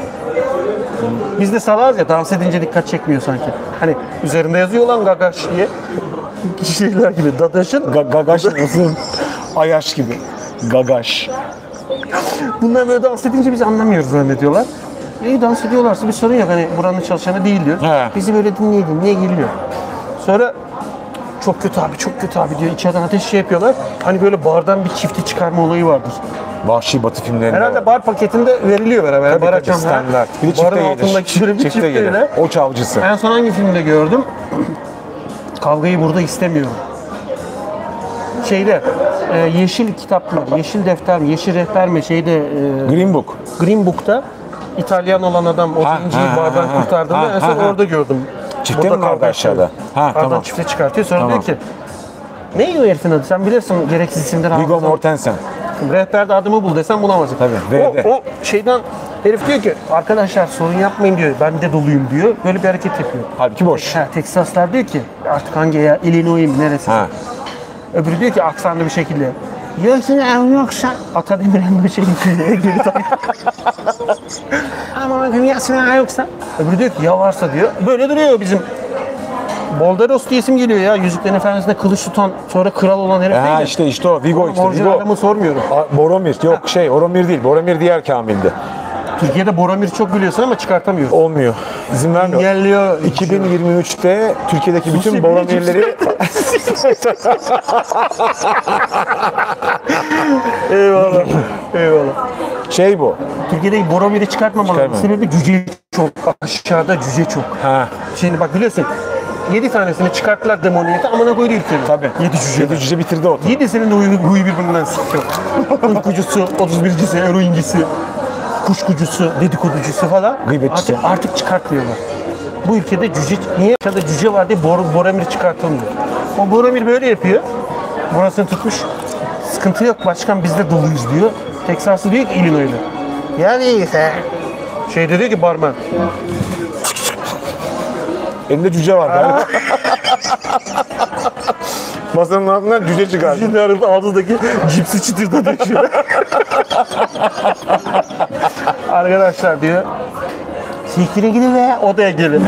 Biz de salağız ya dans edince dikkat çekmiyor sanki. Hani üzerinde yazıyor lan gagaş diye. Şeyler gibi dadaşın. Ga- Gagaş nasıl? Ayaş gibi. Gagaş. Bunlar böyle dans edince biz anlamıyoruz zannediyorlar. İyi dans ediyorlarsa bir sorun yok. Hani buranın çalışanı değil diyor. He. Bizi böyle dinleye dinleye geliyor. Sonra çok kötü abi çok kötü abi diyor. İçeriden ateş şey yapıyorlar. Hani böyle bardan bir çifti çıkarma olayı vardır. Vahşi Batı filmlerinde Herhalde var. bar paketinde veriliyor beraber. Tabii, bar tabii, açanlar. standart. Bir de çifte Barın gelir. altındaki şöyle bir Çifte çifteyle. gelir. O çavcısı. En son hangi filmde gördüm? Kavgayı burada istemiyorum. Şeyde e, yeşil kitap mı, yeşil defter mi, yeşil rehber mi şeyde e, Green Book. Green Book'ta İtalyan olan adam o Ha, zenciyi ha, bardan ha, kurtardığında ha, en son ha, ha. orada gördüm. Çifte Burada mi vardı kavga aşağıda? yaşıyor. Ha, Bardan tamam. çifte çıkartıyor sonra Tamam. diyor ki neydi o herifin adı sen bilirsin gereksiz isimleri Viggo hafızam. Mortensen. Rehberde adımı bul desem bulamazsın. Tabii, V'de. O, o şeyden herif diyor ki arkadaşlar sorun yapmayın diyor ben de doluyum diyor. Böyle bir hareket yapıyor. Halbuki boş. Ha, Teksaslar diyor ki artık hangi ya Illinois'im neresi? Ha. Öbürü diyor ki aksanlı bir şekilde yoksa yoksa Atademir'in bir şey geri tak. Ama bakın yoksa yoksa. Öbürü diyor ki ya varsa diyor. Böyle duruyor bizim. Bolderos diye isim geliyor ya. Yüzüklerin Efendisi'nde kılıç tutan sonra kral olan herif Ha değil mi? işte işte o Viggo işte Orijinal Viggo. adamı sormuyorum. A- Boromir yok şey Boromir değil. Boromir diğer Kamil'di. Türkiye'de Boromir çok biliyorsun ama çıkartamıyoruz. Olmuyor. İzin vermiyor. Engelliyor. iki bin yirmi üçte Türkiye'deki bütün Susi, Boromirleri Eyvallah. Eyvallah. şey bu. Türkiye'de Boromir'i çıkartmamalı. Çıkarmam. Sebebi cüce çok. Aşağıda cüce çok. Ha. Şimdi bak biliyorsun yedi tanesini çıkarttılar demoniyete amına koydu ülkenin. Tabii. Yedi cüce. Yedi cüce bitirdi ortalığı. Yedisinin de huyu, huyu birbirinden sikiyor. Uykucusu, otuz bircisi, eroincisi, kuşkucusu, dedikoducusu falan. Gıybetçisi. Artık, artık çıkartmıyorlar. Bu ülkede cüce, niye ülkede cüce var diye Bor, Boromir çıkartılmıyor. O Boromir böyle yapıyor. Burasını tutmuş. Sıkıntı yok başkan biz de doluyuz diyor. Teksaslı diyor ki Illinois'da. Yani ise. Şey diyor ki barman. Elinde cüce var galiba. Masanın altından cüce çıkardı. Şimdi arada ağzındaki cipsi çıtırdadı düşüyor. Arkadaşlar diyor. Siktirin gidin ve odaya gelin.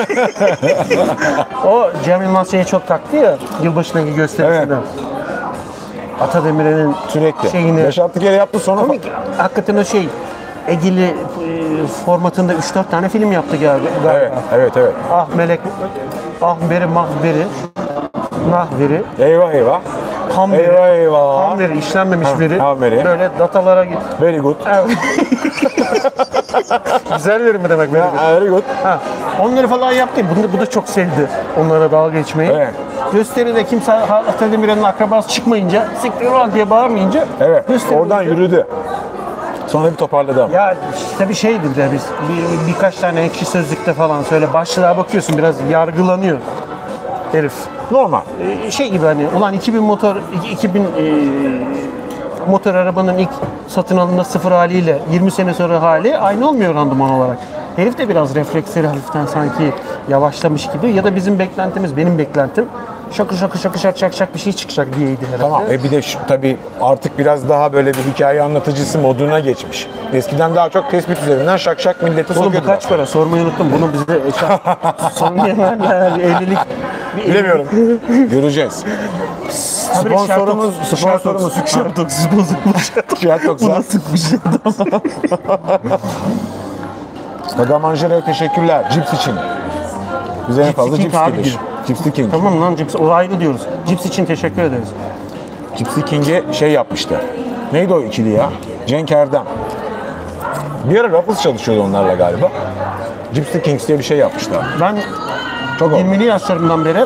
O Cem Yılmaz şeyi çok taktı ya yılbaşındaki gösterisinde. Atademir'in Sürekli. şeyini. beş altı kere yaptı sonra. Komik. Hakikaten o şey Egili e, formatında üç dört tane film yaptı galiba. Evet, evet, evet. Ah Melek, Ah Beri, Mah Beri. nah veri, Eyvah eyvah. ham veri, Eyvah eyvah. ham veri, işlenmemiş Ha, veri, ham veri. böyle datalara git. Very good. Güzel veri mi demek? Very good. Very good. Ha, onları falan yaptım. Bu, bu da çok sevdi onlara dalga geçmeyi. Evet. Gösteride kimse Atatürk Demirel'in akrabası çıkmayınca, siktir ulan diye bağırmayınca Evet. gösteri Oradan boyunca- yürüdü. Sonra bir toparladı ama. Ya işte bir şeydir de biz bir, birkaç tane ekşi sözlükte falan söyle başlığa bakıyorsun biraz yargılanıyor herif. Normal. Ee, Şey gibi hani ulan iki bin motor iki bin e, motor arabanın ilk satın alındığında sıfır haliyle yirmi sene sonra hali aynı olmuyor randıman olarak. Herif de biraz refleksleri hafiften sanki yavaşlamış gibi ya da bizim beklentimiz benim beklentim şakır şakır şakır şak şak şak bir şey çıkacak diyeydi herhalde. Tamam. E bir de şu, tabii artık biraz daha böyle bir hikaye anlatıcısı moduna geçmiş. Eskiden daha çok tespit üzerinden şak şak milleti Oğlum bu sokuyordular. kaç para? Sormayı unuttum. Bunu bize sormayanlarla bir evlilik... Bir Bilemiyorum. Göreceğiz. Sponsorumuz, sponsorumuz Şartok sponsorumuz. Şuat yoksa. Bu nasıl bir şey? Gaga Manjaro'ya teşekkürler. Cips için. Bize en Cips fazla King cips abi gelir. diyor. Cipsli King. Tamam lan cips. O ayrı diyoruz. Cips için teşekkür ederiz. Cipsli King'e şey yapmıştı. Neydi o ikili ya? Cenk Erdem. Bir ara Ruffles çalışıyordu onlarla galiba. Cipsli Kings diye bir şey yapmışlar. Ben Çok oldu. yirmili yaşlarımdan beri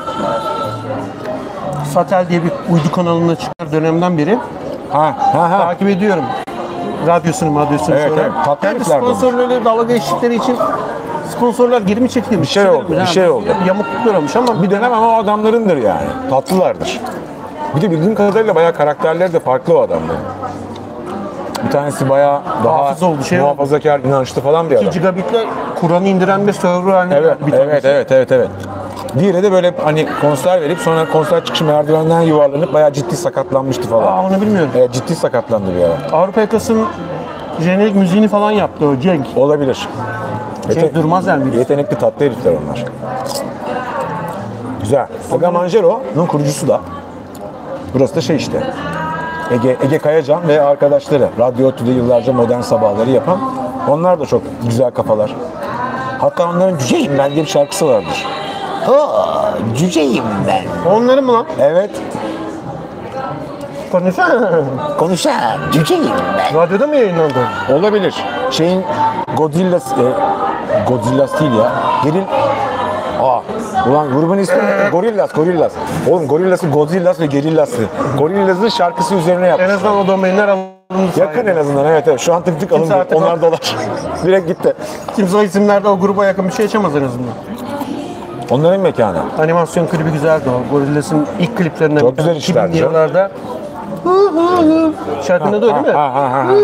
Satel diye bir uydu kanalına çıkar dönemden beri Ha ha ha. takip ediyorum. Radyosunu, radyosunu Evet, sonra. evet. Tatlı Yani herifler bunlar. sponsorlarla dalga geçtikleri için sponsorlar geri mi çekti? Bir şey oldu, bir şey oldu. Yamukluk olmuş ama Bir dönem ama o adamlarındır yani. Tatlılardır. Bir de bildiğim kadarıyla bayağı karakterleri de farklı o adamların. Bir tanesi bayağı daha Hafız oldu, şey oldu. muhafazakar, inançlı falan bir adam. iki gigabitle Kur'an'ı indiren bir server haline Evet, geldi bir evet, tanesi. evet, evet, evet. Diğeri de böyle hani konser verip sonra konser çıkışı merdivenden yuvarlanıp bayağı ciddi sakatlanmıştı falan. Aa, onu bilmiyorum. Evet, ciddi sakatlandı bir ara. Avrupa Yakası'nın jenerik müziğini falan yaptı o Cenk. Olabilir. Cenk Durmaz yani. Yetenekli tatlı herifler onlar. Güzel. Gaga Manjaro'nun kurucusu da. Burası da şey işte. Ege, Ege Kayacan ve arkadaşları. Radyo Otü'de yıllarca modern sabahları yapan. Onlar da çok güzel kafalar. Hatta onların Cüceyim Ben diye bir şarkısı vardır. Oo, cüceyim ben. Onların mı lan? Evet. Konuşsana. Konuşan cüceyim ben. Radyoda mı yayınlandı? Olabilir. Şeyin Godzilla's, e, Godzilla's değil ya. Geril... Aa, ulan grubun ismi Gorillaz, Gorillaz. Oğlum Gorillas'ı Godzilla's ve Gerilla's'ı. Gorillas'ın şarkısı üzerine En yapmış. azından o domainler alındı. Yakın en azından, evet evet. Şu an tık tık alındı. artık Onlar o- dolar. Direkt gitti. Kimse o isimlerde o gruba yakın bir şey açamaz en azından. Onların mekanı. Animasyon klibi güzeldi o. Gorillaz'ın ilk kliplerinden Çok bir tane. güzel işlerdi iki binli yıllarda. Şarkının adı o değil mi? Ha, ha, ha, ha.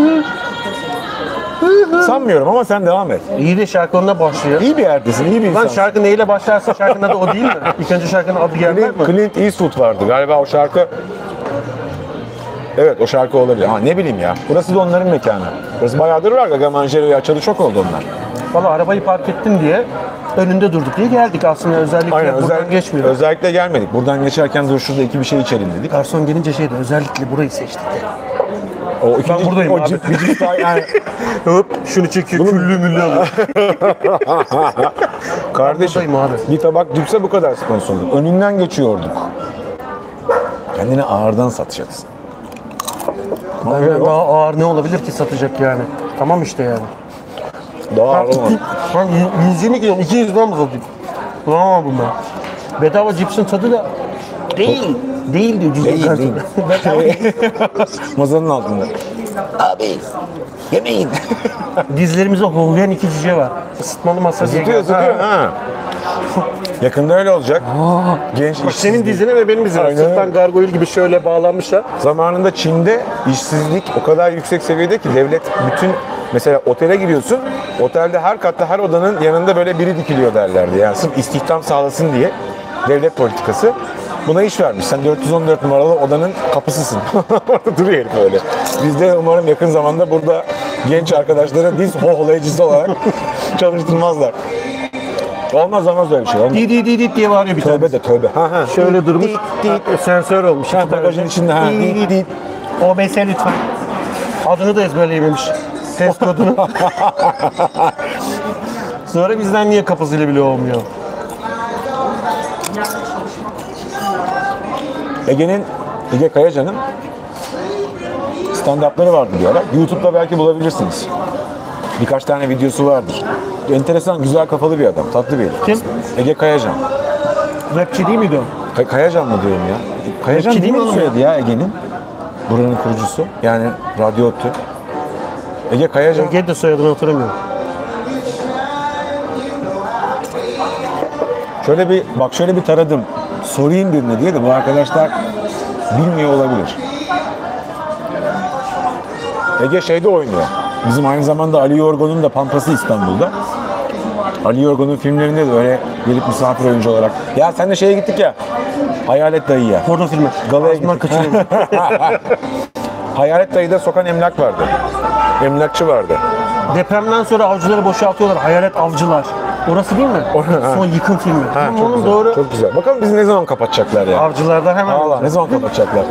Sanmıyorum ama sen devam et. İyi de şarkı onunla başlıyor. İyi bir yerdesin, iyi bir Lan insansın. şarkı neyle başlarsa şarkının adı o değil mi? İlk önce şarkının adı gelmez mi? Clint, Clint Eastwood vardı galiba o şarkı. Evet o şarkı olabilir. Ha ne bileyim ya. Burası da onların mekanı. Burası bayağıdır var. Gaga Manjaro'yu açalı çok oldu onlar. Valla arabayı park ettim diye önünde durduk diye geldik aslında özellikle Aynen buradan özellikle, geçmiyor. özellikle gelmedik. Buradan geçerken dur şurada iki bir şey içelim dedik. Garson gelince şeydi özellikle burayı seçtik. O ikinci, buradayım o abi. cip- bir cip daha- yani, Hop şunu çekiyor küllü müllü alıyor. kardeşim buradayım abi. bir tabak cipse bu kadar sponsorluk. Önünden geçiyorduk. Kendini ağırdan satacaksın. Benden daha ağır ne olabilir ki satacak yani? Tamam işte yani. Daha ağır olmaz. Ben yüz yirmi kilo, iki yüz gram mı satayım? Kullanamam bunu ben. Bedava cipsin tadı da değil. Değil diyor cüce. Değil, değil. Masanın altında. Abi yemeyin. Dizlerimize hohlayan iki cüce var. Isıtmalı masa diye Sıkıyor geldi. sıkıyor. Ha. Ha. Yakında öyle olacak. Genç Bak senin işsizlik. dizine ve benim dizime. Aynen. Sırttan gargoyle gibi şöyle bağlanmışlar. Zamanında Çin'de işsizlik o kadar yüksek seviyede ki devlet bütün mesela otele giriyorsun. Otelde her katta her odanın yanında böyle biri dikiliyor derlerdi. Yani sırf istihdam sağlasın diye devlet politikası. Buna iş vermiş. Sen dört yüz on dört numaralı odanın kapısısın. Orada duruyor herif öyle. Biz de umarım yakın zamanda burada genç arkadaşlara diz hohlayıcısı olarak çalıştırmazlar. Olmaz olmaz öyle bir şey. Olmaz. Di di di di diye bağırıyor bir tane. Tövbe de tövbe. Ha ha. Şöyle durmuş. Sensör olmuş. Ha, İki tane. bagajın içinde ha. Di, di, di. O B S lütfen. Adını da ezberleyememiş. Test kodunu. Sonra bizden niye kapısıyla bile olmuyor? Ege'nin, Ege Kayacan'ın stand-up'ları vardı bir ara. YouTube'da belki bulabilirsiniz. Birkaç tane videosu vardır. Enteresan, güzel kafalı bir adam, tatlı bir herif. Kim? Ege Kayacan. Rapçi değil miydi o? Kay- Kayacan mı diyorum ya? Kayacan Rapçi değil mi değil mi soyadı ya Ege'nin? Buranın kurucusu. Yani Radyo Ottu. Ege Kayacan. Ege de soyadını hatırlamıyorum. Şöyle bir, bak şöyle bir taradım. Sorayım birine diye de bu arkadaşlar bilmiyor olabilir. Ege şeyde oynuyor. Bizim aynı zamanda Ali Yorgun'un da Pampası İstanbul'da. Ali Yorgun'un filmlerinde de öyle gelip misafir oyuncu olarak. Ya sen de şeye gittik ya. Hayalet Dayı'ya. Porno filmi. Galaya Ağzımdan gittik. kaçırıyorum. Hayalet Dayı'da sokan emlak vardı. Emlakçı vardı. Depremden sonra avcıları boşaltıyorlar. Hayalet avcılar. Orası değil mi? Son yıkım filmi. Ha, Tamam, çok onun güzel, doğru. Çok güzel. Bakalım bizi ne zaman kapatacaklar ya. Avcılardan hemen. Allah ne zaman kapatacaklar.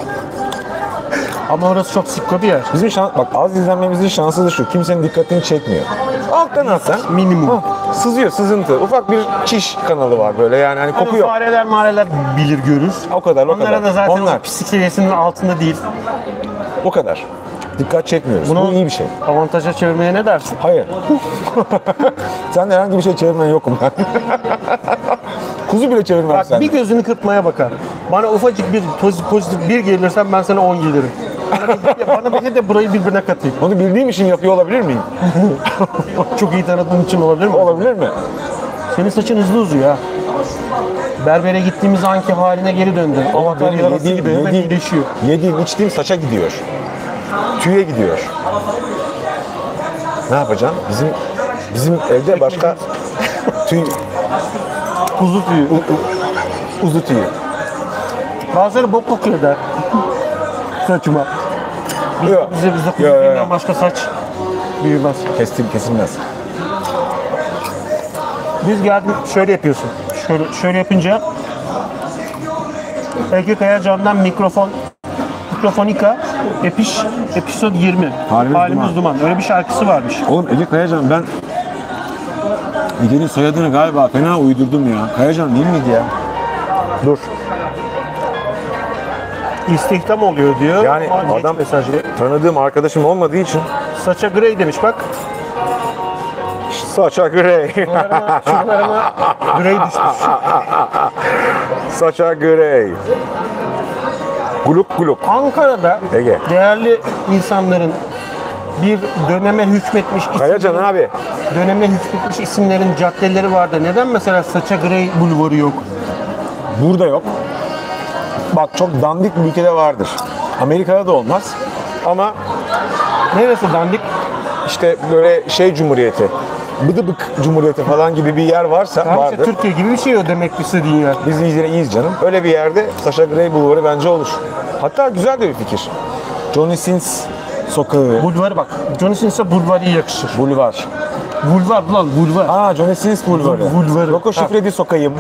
Ama orası çok sikko bir yer. Bizim şans, bak az izlenmemizin şansı da şu. Kimsenin dikkatini çekmiyor. Alttan alttan. Minimum. Hah, sızıyor, sızıntı. Ufak bir çiş kanalı var böyle yani hani koku Hani yok. fareler mareler bilir görür. O kadar, o Onlara kadar. da zaten Onlar. o pislik seviyesinin altında değil. O kadar. Dikkat çekmiyoruz. Bunu Bu iyi bir şey. avantaja çevirmeye ne dersin? Hayır. Sen de herhangi bir şey çevirmen yokum ben. Kuzu bile çevirmem Bak sen. bir gözünü kırpmaya bakar. Bana ufacık bir pozitif, pozitif bir gelirsen ben sana on gelirim. Bana bir, bana bir de burayı birbirine katayım. Onu bildiğim için yapıyor olabilir miyim? Çok iyi tanıdığım için olabilir mi? Olabilir mi? Senin saçın hızlı uzuyor ha. Berbere gittiğimiz anki haline geri döndün. Avatar Benim yarası yediğim- gibi hemen yediğim- iyileşiyor. Yediğim, içtiğim saça gidiyor. Tüye gidiyor. Ne yapacaksın? Bizim bizim evde başka tüy, Kuzu tüyü. uzu tüyü. Bazıları bok kokuyor der. Saçıma. Yok. Bize bize kuzu Yok, yok, tüyünden yok. başka saç büyümez. Kestim, kesilmez. Biz geldik şöyle yapıyorsun. Şöyle, şöyle yapınca Ege Kayacan'dan mikrofon Mikrofonika Epiş Episod yirmi. Halimiz Duman. Öyle bir şarkısı varmış. Oğlum Ege Kayacan ben Ege'nin soyadını galiba fena uydurdum ya. Kayacan değil miydi ya? Dur. İstihdam oluyor diyor. Yani Ama geç adam mesajı. tanıdığım arkadaşım olmadığı için Saça grey demiş bak. saça grey. Şuralarıma, şuralarıma grey düşmüş. Saça grey. Guluk guluk. Ankara'da Ege. değerli insanların bir döneme hükmetmiş Kayacan isimlerin- abi. döneme hükmetmiş isimlerin caddeleri vardı. Neden mesela Saça Grey bulvarı yok? Burada yok. Bak çok dandik bir ülkede vardır. Amerika'da da olmaz. Ama Neresi dandik? işte böyle şey cumhuriyeti, bıdıbık cumhuriyeti falan gibi bir yer varsa Tam işte vardır. Türkiye gibi bir şey o demek istediğin yer. Biz iyice iyiyiz canım. Öyle bir yerde Sacha Grey Bulvarı bence olur. Hatta güzel de bir fikir. Johnny Sins sokağı, Bulvarı bak. Johnny Sins'e bulvarı iyi yakışır. bulvar. Bulvar lan bulvar. Aa Johnny Sins Bulvarı. Bulvarı. Rocco Şifredi sokayım.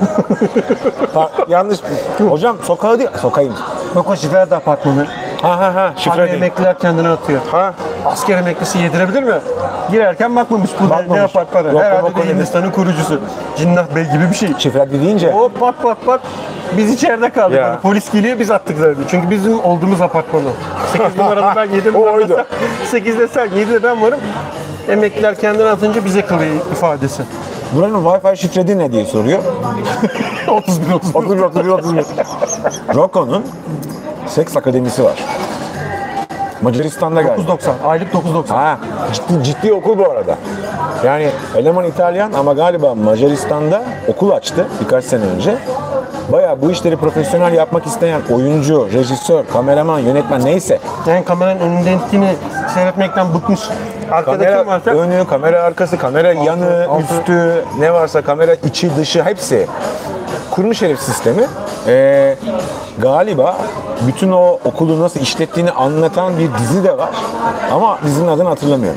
Ha, yanlış. Hocam sokağı değil, sokayım. Bak o Şifredi apartmanı. Ha ha ha Anne Şifredi. emekliler kendine atıyor. Ha. Asker emeklisi yedirebilir mi? Girerken bakmamış bu Bakmamış. ne apartmanı. Yok, Herhalde yok, de öyle Hindistan'ın kurucusu. Cinnah Bey gibi bir şey. Şifredi deyince O bak bak bak. Biz içeride kaldık. Ya. Hani polis geliyor biz attık zaten. Çünkü bizim olduğumuz apartmanı. sekiz numaralı ben yedi O oydu. numaralı sen. sekizde sen yedide ben varım. Emekliler kendini atınca bize kalıyor ifadesi. buranın Wi-Fi şifredi ne diye soruyor. otuz bir otuz bir. otuz bir otuz bir otuz bir. Rocco'nun seks akademisi var. Macaristan'da galiba. dokuz doksan. Aylık dokuz doksan. Ha, ciddi, ciddi okul bu arada. Yani eleman İtalyan ama galiba Macaristan'da okul açtı birkaç sene önce. Bayağı bu işleri profesyonel yapmak isteyen oyuncu, rejisör, kameraman, yönetmen neyse. Yani kameranın önündekini seyretmekten bıkmış. Arkada kim Kamera varsa önü, kamera arkası, kamera yanı, altı. üstü, ne varsa kamera içi, dışı hepsi. Kurmuş herif sistemi. Ee, galiba bütün o okulu nasıl işlettiğini anlatan bir dizi de var. Ama dizinin adını hatırlamıyorum.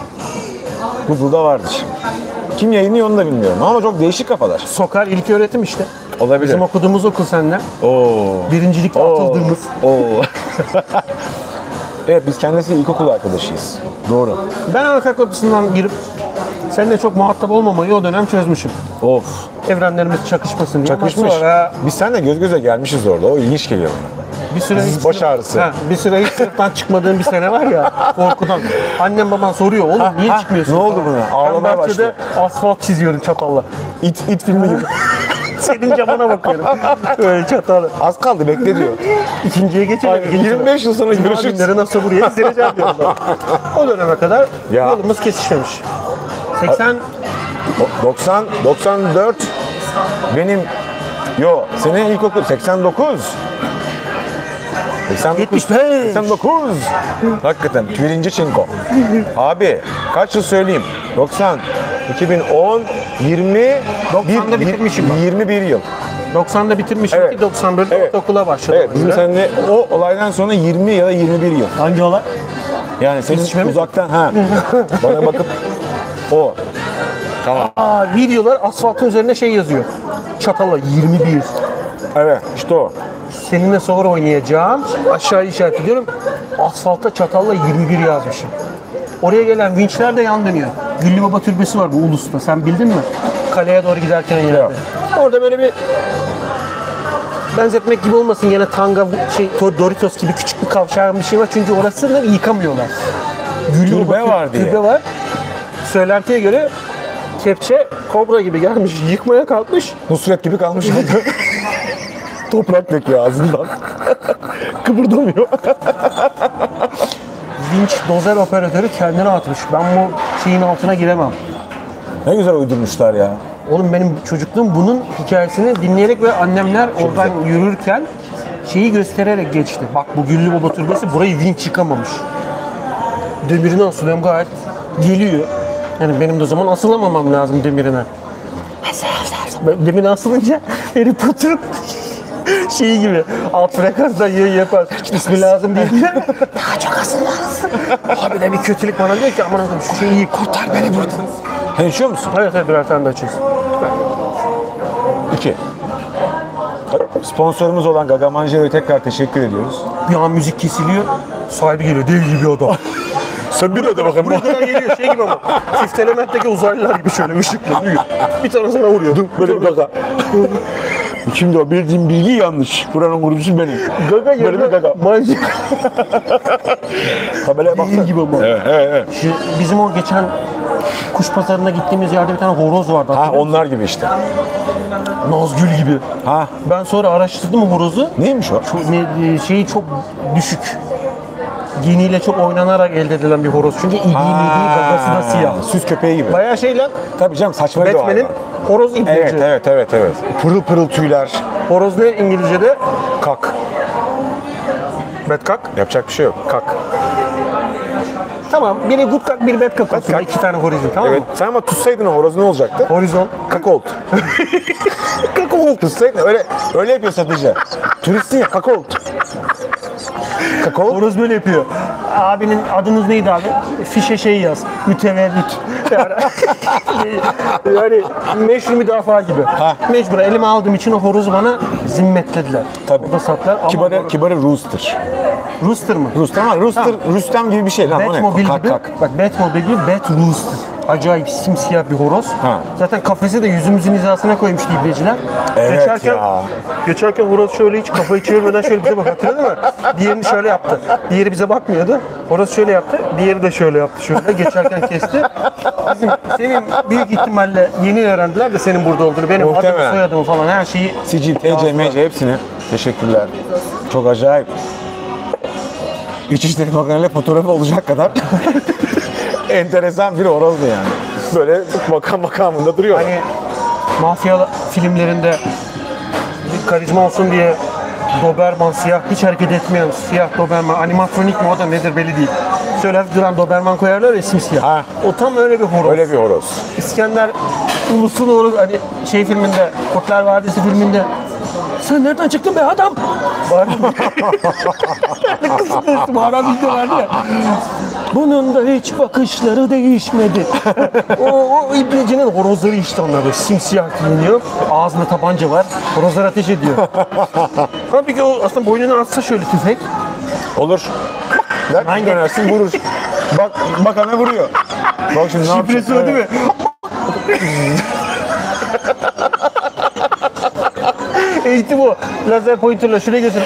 Google'da vardır. Kim yayınlıyor onu da bilmiyorum ama çok değişik kafalar. Sokar ilköğretim işte. Olabilir. Bizim okuduğumuz okul seninle. Oo. Birincilikte Oo. atıldığımız. Oo. Evet, biz kendisiyle ilkokul arkadaşıyız. Doğru. Ben arka kapısından girip seninle çok muhatap olmamayı o dönem çözmüşüm. Of. Evrenlerimiz çakışmasın diye. Ama Çakışmış. sonra Biz seninle göz göze gelmişiz orada. O ilginç geliyor bana. bir süre hiç Baş ağrısı. Ha, bir süre hiç sınıftan çıkmadığım bir sene var ya korkudan. Annem baban soruyor oğlum Ha, niye ha, çıkmıyorsun? ne oldu falan. buna? Ben Ağlamaya bahçede asfalt çiziyorum çatalla. İt, it filmi gibi. Senin camına bakıyorum. Öyle çatalla. Az kaldı, bekle diyor. İkinciye geçelim. Aynen, yirmi beş yıl sonra görüşürüz. Abimleri nasıl buraya izleyeceğim diyorum ben. O döneme kadar Ya. yolumuz kesişmemiş. seksen O- doksan, doksan dört benim, yo senin ilkokul seksen dokuz. seksen dokuz. yetmiş beş. seksen dokuz. Hakikaten birinci çinko. Abi kaç yıl söyleyeyim? doksan, iki bin on, yirmi, doksan'da bitirmişim ben. yirmi bir yıl. doksanda bitirmişim Evet. ki doksan birde Evet. ortaokula başladım. Evet, bizim seninle o olaydan sonra yirmi ya da yirmi bir yıl. Hangi olay? Yani senin Kesişme mi? uzaktan ha bana bakıp o. Tamam. Aa, videolar asfaltın üzerine şey yazıyor. Çatala yirmi bir. Evet, işte o. Seninle sonra oynayacağım. Aşağıya işaret ediyorum. Asfalta çatalla yirmi bir yazmışım. Oraya gelen vinçler de yan dönüyor. Güllü Baba Türbesi var bu Ulus'ta. Sen bildin mi? Kaleye doğru giderken yerde. Yok. Orada böyle bir benzetmek gibi olmasın yine Tanga şey Doritos gibi küçük bir kavşağın bir şey var. Çünkü orasını yıkamıyorlar. Güllü Türbe Baba var diye. Türbe var. Söylentiye göre kepçe kobra gibi gelmiş, yıkmaya kalkmış. Nusret gibi kalmış. Toprak döküyor ağzından. Kıpırdamıyor. Vinç dozer operatörü kendine atmış. Ben bu şeyin altına giremem. Ne güzel uydurmuşlar ya. Oğlum benim çocukluğum bunun hikayesini dinleyerek ve annemler oradan yürürken şeyi göstererek geçti. Bak bu Güllü Baba Türbesi burayı vinç yıkamamış. Demirine asılıyorum gayet geliyor. Yani benim de o zaman asılamamam lazım demirine. Ben demirine asılınca Harry Potter'ın şeyi gibi alt frekanstan yayın yapar. İsmi lazım değil. Daha çok asılmalısın. Abi de bir kötülük bana diyor ki aman Allah'ım şu şeyi iyi kurtar beni buradan. Sen içiyor musun? Evet evet birer tane de açıyorsun. İki. Sponsorumuz olan Gaga Manjero'ya tekrar teşekkür ediyoruz. Bir an müzik kesiliyor. Sahibi geliyor. Dev gibi adam. Sen bir öde bakalım. Buraya kadar geliyor şey gibi ama. Fifth Element'teki uzaylılar gibi şöyle ışıkla büyüyor. Bir tane sana vuruyor. Böyle bir gaga. Şimdi o bildiğim bilgi yanlış. Buranın kurucusu benim. Gaga Böyle bir yerine gaga. manyak. Tabelaya baksana. Değil gibi ama. Evet, evet, evet. Şu, bizim o geçen kuş pazarına gittiğimiz yerde bir tane horoz vardı. Ha hatırlıyor musun? onlar gibi işte. Nazgül gibi. Ha Ben sonra araştırdım o horozu. neymiş o? Çok, ne, şeyi çok düşük. Geniyle çok oynanarak elde edilen bir horoz. Çünkü idiği midiği gagası da siyah. Süs köpeği gibi. Bayağı şey lan. Tabii canım saçma bir Batman'in hayvan. horoz iplici. Evet, evet, evet, evet. Pırıl pırıl tüyler. Horoz ne İngilizce'de? Kak. Bedkak. Yapacak bir şey yok. Kak. Tamam. Biri good kak, biri bad kak olsun. kak. İki tane horizon tamam Evet. mı? Sen ama tutsaydın o horoz ne olacaktı? Horizon. Kak oldu. Kak oldu. Tutsaydın öyle öyle yapıyor satıcı. Turistsin ya kak oldu. Kak oldu. Horoz böyle yapıyor. Abinin adınız neydi abi? Fişe şey yaz. Mütevellit. Yani, yani meşru müdafaa gibi. Ha. Mecbur elime aldığım için o horozu bana zimmetlediler. Tabii. O da sattılar. Ama Kibarı, kibarı rooster. Rooster mı? Rooster ama rooster, Rüstem gibi bir şey lan. O ne? Batmobile Kak gibi. kak. Bak Batmobile gibi Bat Rooster. Acayip simsiyah bir horoz. Ha. Zaten kafesi de yüzümüzün hizasına koymuştu ibleciler. Evet geçerken, ya. Geçerken horoz şöyle hiç kafayı çevirmeden şöyle bize bak hatırladın mı? Diğerini şöyle yaptı. Diğeri bize bakmıyordu. Horoz şöyle yaptı. Diğeri de şöyle yaptı şöyle. Geçerken kesti. Bizim, senin büyük ihtimalle yeni öğrendiler de senin burada olduğunu. Benim Muhtemelen. adımı soyadımı falan her şeyi Sicil, T C, M C hepsini. Teşekkürler. Çok acayip. İçişleri Bakanı'yla fotoğrafı olacak kadar enteresan bir horozdu yani. Böyle makam makamında duruyor. hani mafya filmlerinde bir karizma olsun diye Doberman siyah hiç hareket etmeyen siyah Doberman animatronik mi o da nedir belli değil. Şöyle hafif duran Doberman koyarlar ya simsiyah. Ha. O tam öyle bir horoz. Öyle bir horoz. İskender Ulus'un horoz hani şey filminde Kurtlar Vadisi filminde sen nereden çıktın be adam? Var. Kısmı bağıran video vardı ya. Bunun da hiç bakışları değişmedi. o, o iblecinin horozları işte onlar böyle simsiyah giyiniyor. Ağzında tabanca var. Horozlar ateş ediyor. Halbuki o aslında boynuna atsa şöyle tüfek. Olur. der, Hangi- dönersin vurur. Bak bakana vuruyor. Bak şimdi ne Şifresi yapacak? o değil mi? Eğitim o. Lazer pointerla şuraya götür.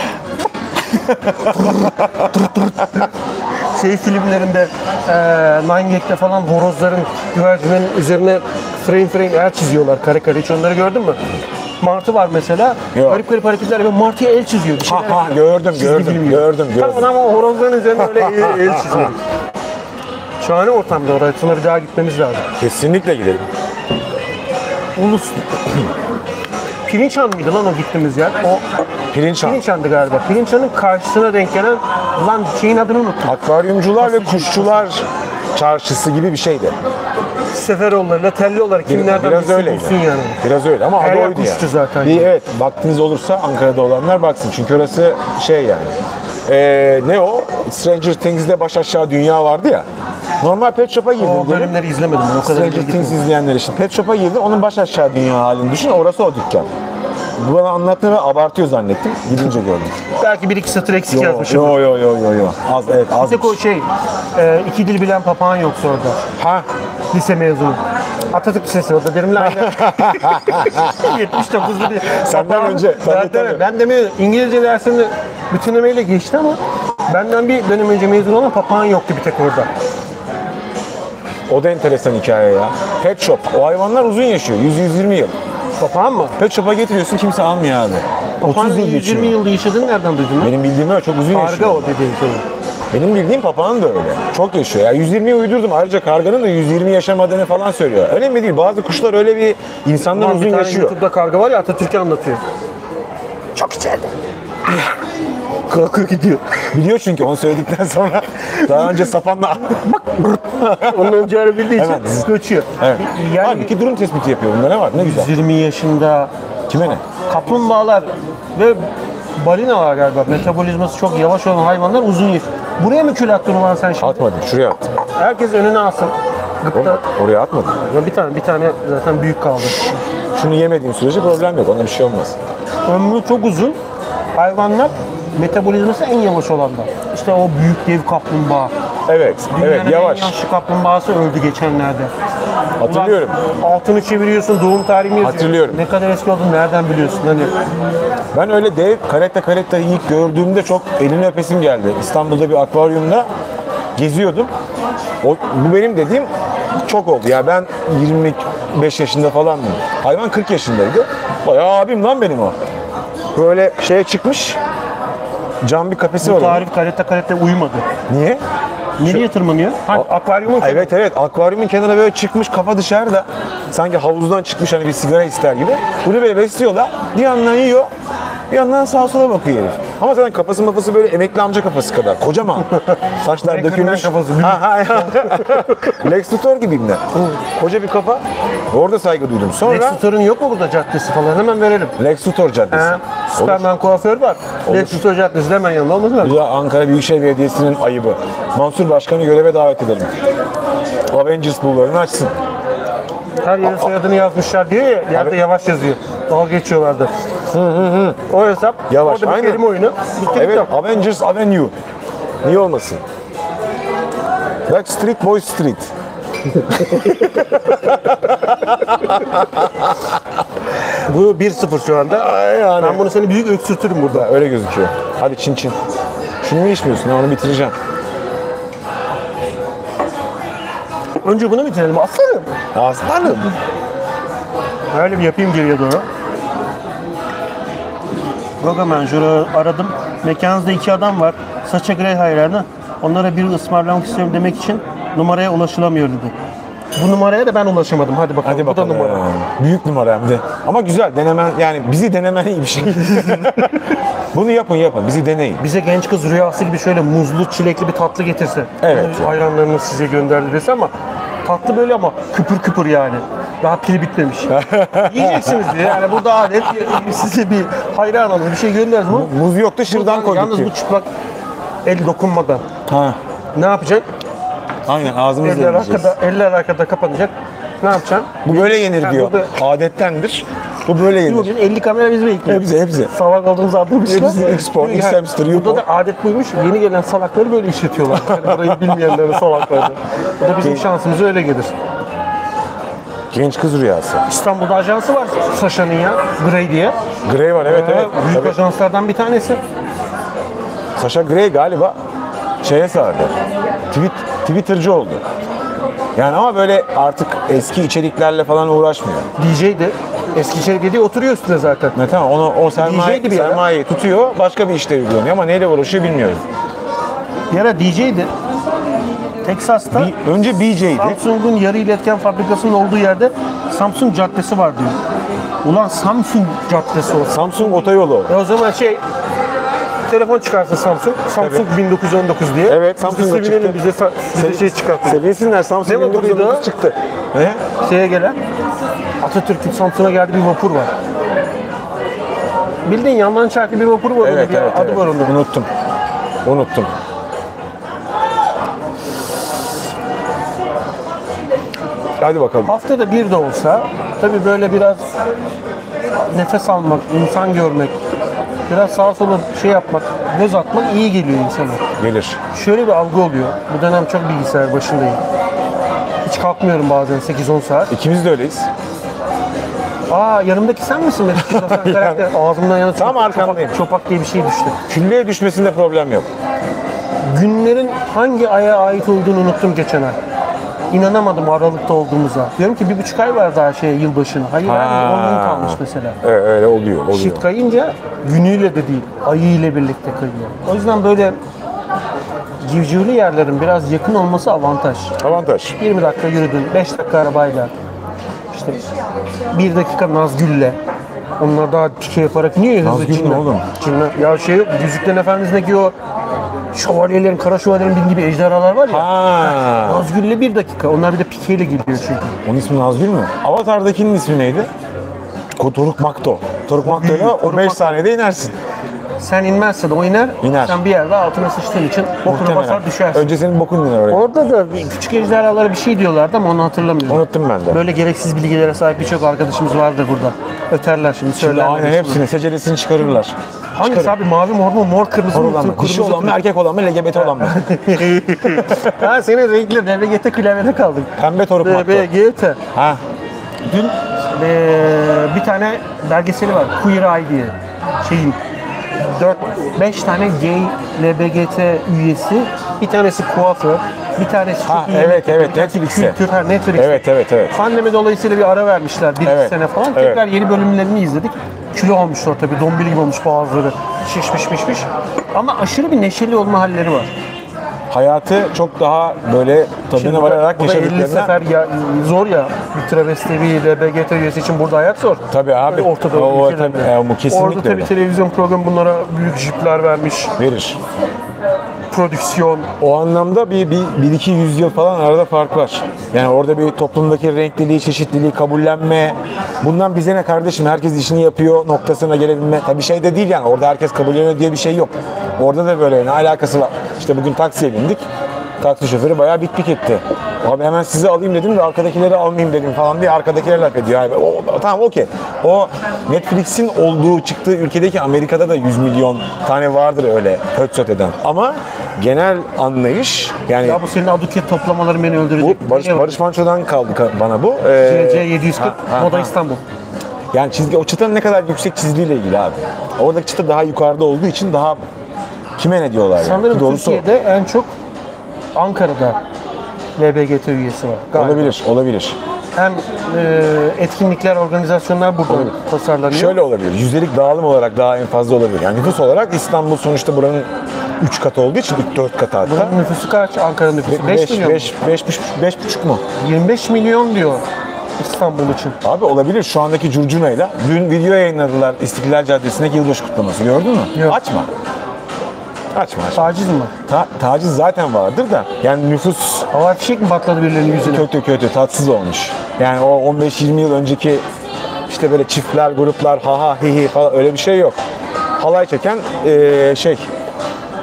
şey filmlerinde e, Nine Gag'de falan horozların güvercinlerin üzerine frame frame el çiziyorlar kare kare. Hiç onları gördün mü? Martı var mesela. Yok. Garip garip hareketler ve Martı'ya el çiziyor. Bir şeyler Ha ha yapıyor. gördüm Çizgi gördüm film gibi. gördüm gördüm. Tamam ama horozların üzerine öyle el, el çiziyor. Şahane ortamda oraya. Sonra bir daha gitmemiz lazım. Kesinlikle gidelim. Ulus. Pirinçhan mıydı lan o gittiğimiz yer? O Pirinçhan. Pirinçhan'dı galiba. Pirinçhan'ın karşısına denk gelen lan şeyin adını unuttum. Akvaryumcular ve kuşçular çarşısı gibi bir şeydi. Seferoğullarıyla Tellioğulları kimlerden Biraz birisi öyleydi. bulsun yani. Biraz öyle ama Her adı yer oydu yani. kuşçu zaten. Bir, evet vaktiniz olursa Ankara'da olanlar baksın. Çünkü orası şey yani. Ee, ne o? Stranger Things'de baş aşağı dünya vardı ya. Normal Pet Shop'a girdim. O dedim. bölümleri izlemedim ben o kadar. Stranger Things izleyenler için. Pet Shop'a girdim. Onun baş aşağı dünya halini düşün. Orası o dükkan. Bu bana anlattığını ve abartıyor zannettim. Gidince gördüm. Belki bir iki satır eksik Yo yazmışım. yo yo yo yo. yo. Az evet az. Bir tek o şey, e, iki dil bilen papağan yoksa orada. Ha. Lise mezunu. Atatürk Lisesi orada derim lan. yetmiş dokuzlu diye. Senden Papağan- önce, tabii, Zaten tabii. ben de mi İngilizce dersini bütünlemeyle geçti ama benden bir dönem önce mezun olan papağan yoktu bir tek orada. O da enteresan hikaye ya. Pet Shop. O hayvanlar uzun yaşıyor. yüz yüz yirmi yıl. Papağan mı? Pet Shop'a getiriyorsun kimse almıyor abi. Papağanın otuz yıl yüz geçiyor. yirmi yılda yaşadığını nereden duydun lan? Benim bildiğim öyle çok uzun Karga yaşıyor. o dediğin şey. Benim bildiğim papağan da öyle. Çok yaşıyor. Ya yüz yirmiye uydurdum. Ayrıca karganın da yüz yirmi yaşamadığını falan söylüyor. Önemli değil. Bazı kuşlar öyle bir insandan Lan bir uzun tane yaşıyor. YouTube'da karga var ya Atatürk'ü anlatıyor. Çok içeride. Kalkıyor gidiyor. Biliyor çünkü onu söyledikten sonra daha önce sapanla Onun önce bildiği için Evet. kaçıyor. Evet. Yani Halbuki durum tespiti yapıyor. Bunda ne var? Ne güzel. yirmi yaşında Kime ne? kaplumbağalar ve balinalar galiba metabolizması çok yavaş olan hayvanlar uzun yaşıyor. Buraya mı kül attın ulan sen şimdi? Atmadım. Şuraya attım. Herkes önüne alsın. Gıpta. Oraya atmadım. Ya bir tane bir tane zaten büyük kaldı. Şunu yemediğin sürece problem yok. Ona bir şey olmaz. Ömrü çok uzun. Hayvanlar metabolizması en yavaş olanlar. İşte o büyük dev kaplumbağa. Evet. Dünyanın Evet. Yavaş. en yaşlı kaplumbağası öldü geçenlerde. Hatırlıyorum. Ulan altını çeviriyorsun, doğum tarihini yazıyor. Hatırlıyorum. Ne kadar eski olduğunu nereden biliyorsun? Hani Ben öyle dev karetta karettayı ilk gördüğümde çok elini öpesim geldi. İstanbul'da bir akvaryumda geziyordum. O, bu benim dediğim çok oldu. Ya ben yirmi beş yaşında falandım. Hayvan kırk yaşındaydı. Bayağı abim lan benim o. Böyle şeye çıkmış. Cam bir kafesi var. onun. tarif karette karette uyumadı. Niye? Nereye tırmanıyor? Ha, akvaryumun Evet evet akvaryumun kenarına böyle çıkmış kafa dışarıda. Sanki havuzdan çıkmış hani bir sigara ister gibi. Bunu böyle besliyorlar. Bir yandan yiyor. Bir yandan sağa sola bakıyor herif. Ama zaten kafası mafası böyle emekli amca kafası kadar. Kocaman. Saçlar Frank dökülmüş. Kafası, büyük. Ha, ha, ha. Lex Luthor gibiyim ben. Koca bir kafa. Orada saygı duydum. Sonra Lex Luthor'un yok mu burada caddesi falan? Hemen verelim. Lex Luthor Caddesi. He, Superman kuaför var. Lex Luthor caddesi de hemen yanında olması lazım. Bu da Ankara Büyükşehir Belediyesi'nin ayıbı. Mansur Başkan'ı göreve davet edelim. Avengers bulvarını açsın. Her yerin soyadını yazmışlar diyor ya, yerde Abi- yavaş yazıyor. Dalga geçiyorlardı. O hesap, Yavaş, orada bir aynen. kelime oyunu. Bitti Evet, bitti. Avengers Avenue. Niye olmasın? Backstreet Boys Street. Bu bir sıfır şu anda. yani. Ben bunu seni büyük öksürtürüm burada. Öyle gözüküyor. Hadi çin çin. Şunu mu içmiyorsun? Ha, onu bitireceğim. Önce bunu bitirelim. Aslanım. Aslanım. Öyle bir yapayım geriye doğru. Gogaman şurada aradım. Mekanınızda iki adam var. Saça Grey hayranı. Onlara bir ısmarlamak istiyorum demek için numaraya ulaşılamıyor dedi. Bu numaraya da ben ulaşamadım. Hadi bakalım. Hadi Bu da bakalım. numara. Büyük numara hem de. Ama güzel. Denemen yani bizi denemen iyi bir şey. Bunu yapın yapın. Bizi deneyin. Bize genç kız rüyası gibi şöyle muzlu, çilekli bir tatlı getirse. Evet. Bunu hayranlarını size gönderdi dese ama tatlı böyle ama küpür küpür yani. Daha pili bitmemiş. Yiyeceksiniz diye. Yani burada adet size bir hayranınız bir şey göndersin. Bu Muz yoktu şırdan koyduk Yalnız diyor. bu çıplak el dokunmadan. Ha. Ne yapacaksın? Aynen ağzımızla Eller yiyeceğiz. arkada, eller arkada kapanacak. Ne yapacaksın? Bu böyle yenir Ha, diyor. burada- Adettendir. Bu böyle yenir. Bugün elli kamera bizi bekliyor. Hepsi hepsi. Salak olduğumuzu anlamışlar. Hepsi X-Sport, Yani X-Hamster, Burada Yupo. da adet buymuş. Yeni gelen salakları böyle işletiyorlar. Yani burayı bilmeyenlerin salakları. Bu da bizim şansımıza öyle gelir. Genç kız rüyası. İstanbul'da ajansı var Sasha'nın ya. Grey diye. Grey var evet Ee, evet. Büyük Tabii. ajanslardan bir tanesi. Sasha Grey galiba şeye sardı. Tweet, Twitter'cı oldu. Yani ama böyle artık eski içeriklerle falan uğraşmıyor. D J'di. Eskişehir dediği oturuyor üstüne zaten. Ne tamam onu o sermaye, D J'ydi bir ara. sermayeyi tutuyor başka bir işte uyguluyor ama neyle uğraşıyor bilmiyoruz. Bir ara D J'di. Texas'ta Bir, önce B J'ydi. Samsung'un yarı iletken fabrikasının olduğu yerde Samsung Caddesi var diyor. Ulan Samsung Caddesi olsa. Samsung otoyolu. E o zaman şey telefon çıkarsın Samsung. Samsung bin dokuz yüz on dokuz diye. Evet, Biz Samsung de da sevinelim, çıktı. bize, bize şey çıkartıyor. Sevinsinler Samsung Ne bin dokuz yüz on vapuruydu dokuz o? çıktı. Ne? Şeye gelen Atatürk'ün Samsun'a geldiği bir vapur var. Bildiğin yandan çarkı bir vapur var. Evet bir evet. adı evet. var onun. Unuttum. Unuttum. Hadi bakalım. Haftada bir de olsa tabii böyle biraz nefes almak, insan görmek, biraz sağa sola şey yapmak, göz atmak iyi geliyor insana. Gelir. Şöyle bir algı oluyor. Bu dönem çok bilgisayar başındayım. Hiç kalkmıyorum bazen sekiz on saat. İkimiz de öyleyiz. Aa yanımdaki sen misin Mesut? Sen karakter ağzımdan yana Tam çopak, arkandayım. çopak diye bir şey düştü. Külleye düşmesinde problem yok. Günlerin hangi aya ait olduğunu unuttum geçen ay. İnanamadım Aralık'ta olduğumuza. Diyorum ki bir buçuk ay var daha şey yılbaşına. Hayır abi on gün kalmış mesela. Evet, öyle oluyor. oluyor. Shift kayınca günüyle de değil, ayıyla birlikte kayıyor. O yüzden böyle civcivli yerlerin biraz yakın olması avantaj. Avantaj. yirmi dakika yürüdün, beş dakika arabayla, işte bir dakika Nazgül'le. Onlar daha pike yaparak niye hızlı Nazgül ne Çin'le? oğlum? Çin'le. Ya şey yok, Yüzüklerin Efendisi'ndeki o şövalyelerin, kara şövalyelerin bindiği bir ejderhalar var ya. Ha. Nazgül'le bir dakika. Onlar bir de pikeyle geliyor çünkü. Onun ismi Nazgül mü? Avatar'dakinin ismi neydi? Ko- Toruk Makto. Toruk Makto'yla o beş saniyede inersin. Sen inmezsen o iner. İner. Sen bir yerde altına sıçtığın için bokunu basar düşersin. Önce senin bokun iner oraya. Orada da bir küçük ejderhalara bir şey diyorlardı ama onu hatırlamıyorum. Unuttum ben de. Böyle gereksiz bilgilere sahip birçok arkadaşımız vardır burada. Öterler şimdi, Şimdi söylerler. aynen hepsini, seceresini çıkarırlar. Hangisi abi? Mavi mor mu? Mor kırmızı Mor mı? olan mı? Kırmızı Dişi olan mı? Erkek olan mı? L G B T olan mı? Ha senin renkli R B G T klavyede kaldık. Pembe Toruk R Makto. B G T. Ha. Dün eee, bir tane belgeseli var. Queer Eye diye. Şeyin dört beş tane gay L B G T üyesi. Bir tanesi kuaför. Bir tanesi Ha, çok iyi evet, yemek evet, yapıyor. Netflix'te. Kültür, ha, Netflix'te. Evet, evet, evet. Pandemi dolayısıyla bir ara vermişler. Bir Evet, sene falan. evet. Tekrar yeni bölümlerini izledik. Kilo olmuşlar tabii. Dombili gibi olmuş bazıları. Şişmiş mişmiş. Ama aşırı bir neşeli olma halleri var. Hayatı çok daha böyle tadına bu da- vararak bu da elli yaşadıklarına. sefer ya, zor ya. Bir travesti, bir L B G T üyesi için burada hayat zor. Tabii abi. Böyle Ortada O- o ülkelerde. tabii, e, bu kesinlikle Orada tabii öyle. televizyon programı bunlara büyük jipler vermiş. Verir. Prodüksiyon. O anlamda bir, bir, bir iki yüzyıl falan arada fark var. Yani orada bir toplumdaki renkliliği, çeşitliliği, kabullenme. Bundan bize ne kardeşim, herkes işini yapıyor noktasına gelebilme. Tabii şey de değil yani, orada herkes kabulleniyor diye bir şey yok. Orada da böyle ne alakası var. İşte bugün taksiye bindik. Taksi şoförü bayağı bik bik etti. Abi hemen sizi alayım dedim de arkadakileri almayayım dedim falan diye arkadakiler laf ediyor. Yani o, tamam okey. O Netflix'in olduğu çıktığı ülkedeki Amerika'da da yüz milyon tane vardır öyle höt eden. Ama genel anlayış yani Ya bu senin aduket toplamaların beni bu öldürecek. Barış, Barış Manço'dan kaldı ka- bana bu. C Ee, C yedi yüz kırk ha, ha, Moda ha. İstanbul. Yani çizgi, o çıtanın ne kadar yüksek çizdiğiyle ilgili abi. Oradaki çıta daha yukarıda olduğu için daha kime ne diyorlar yani. Sanırım Doğrusu o. Türkiye'de en çok Ankara'da L B G T üyesi var. Galiba. Olabilir, olabilir. Hem e, etkinlikler, organizasyonlar burada Olabilir. tasarlanıyor. Şöyle olabilir, yüzdelik dağılım olarak daha en fazla olabilir. Yani nüfus olarak İstanbul sonuçta buranın üç katı olduğu için dört katı hatta. Buranın nüfusu kaç? Ankara nüfusu beş milyon. beş buçuk mu? yirmi beş milyon diyor İstanbul için. Abi olabilir şu andaki curcunayla. Dün video yayınladılar İstiklal Caddesi'ndeki yılbaşı kutlaması. Gördün mü? Yok. Açma. Açma açma. Taciz mi? Ta- taciz zaten vardır da yani nüfus Hava fişek mi patladı birilerinin yüzüne? kötü kötü tatsız olmuş. Yani o on beş yirmi yıl önceki işte böyle çiftler, gruplar, ha ha hi hi falan öyle bir şey yok. Halay çeken eee, şey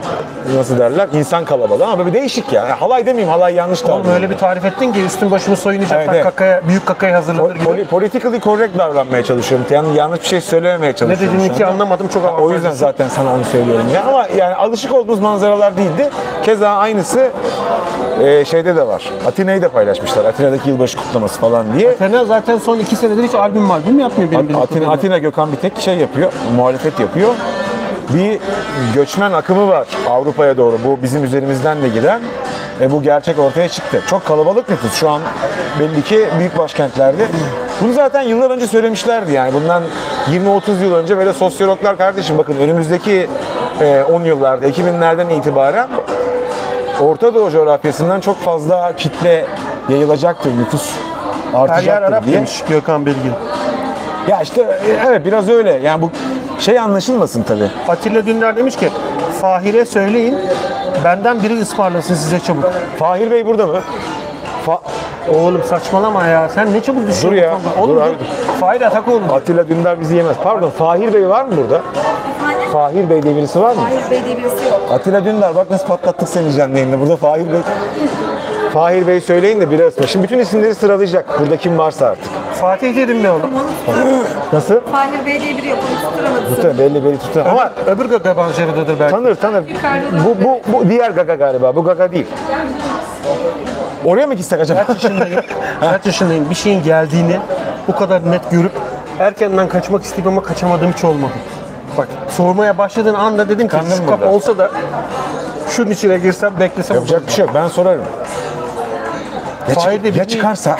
nasıl derler insan kalabalığı ama böyle değişik ya. Yani halay demeyeyim, halay yanlış da. Oğlum öyle bir tarif ettin ki üstün başımı soyunacaklar, Evet, evet. kakaya, büyük kakaya hazırlanır gibi. Poli- politically correct davranmaya çalışıyorum. Yani yanlış bir şey söylememeye Ne çalışıyorum. dediğini şu ki anda. anlamadım, çok Ha, O yüzden avantajlısın. zaten sana onu söylüyorum ya. Ama yani alışık olduğumuz manzaralar değildi. Keza aynısı e, şeyde de var. Atina'yı da paylaşmışlar. Atina'daki yılbaşı kutlaması falan diye. Fena zaten son iki senedir hiç albüm albüm yapmıyor benim bildiğim Atina, kadarıyla. Atina Gökhan bir tek şey yapıyor, muhalefet yapıyor. Bir göçmen akımı var Avrupa'ya doğru. Bu bizim üzerimizden de giden. E bu gerçek ortaya çıktı. Çok kalabalık nüfus şu an belli ki büyük başkentlerde. Bunu zaten yıllar önce söylemişlerdi yani. Bundan yirmi otuz yıl önce böyle sosyologlar kardeşim bakın önümüzdeki e, on yıllarda, iki binlerden itibaren Orta Doğu coğrafyasından çok fazla kitle yayılacaktır, nüfus Her yer artacaktır Arap diye. demiş Gökhan Belgin. Ya işte e, evet biraz öyle. Yani bu şey anlaşılmasın tabii. Atilla Dündar demiş ki Fahir'e söyleyin benden biri ısmarlasın size çabuk. Fahir Bey burada mı? Fa- Oğlum saçmalama ya. Sen ne çabuk düşüyorsun. Dur ya, kafamda. Oğlum dur dur. abi. Fahir atak oğlum. Atilla Dündar bizi yemez. Pardon Fahir Bey var mı burada? Fahir Bey diye birisi var mı? Hayır Bey diye birisi yok. Atilla Dündar bak nasıl patlattık seni canlı yayında. Burada Fahir Bey. Fahir Bey söyleyin de biri ısma. Şimdi bütün isimleri sıralayacak. Burada kim varsa artık. Fatih dedim ben oğlum. Nasıl? Fahir Bey diye biri yok. Onu tutturamadı. Tutar, belli belli tutar. Ama Öbür gaga banjeridedir belki. tanır tanır. Bu, bu, bu diğer Gaga galiba. Bu Gaga değil. Oraya mı gitsek acaba? Kaç yaşındayım? Kaç yaşındayım? Bir şeyin geldiğini bu kadar net görüp erkenden kaçmak isteyip ama kaçamadığım hiç olmadı. Bak sormaya başladığın anda dedim ki Kandım şu kapı burada. olsa da şunun içine girsem beklesem. Yapacak bir şey yok. Ben sorarım. Ya, çık- Fahir de ya bir- çıkarsa?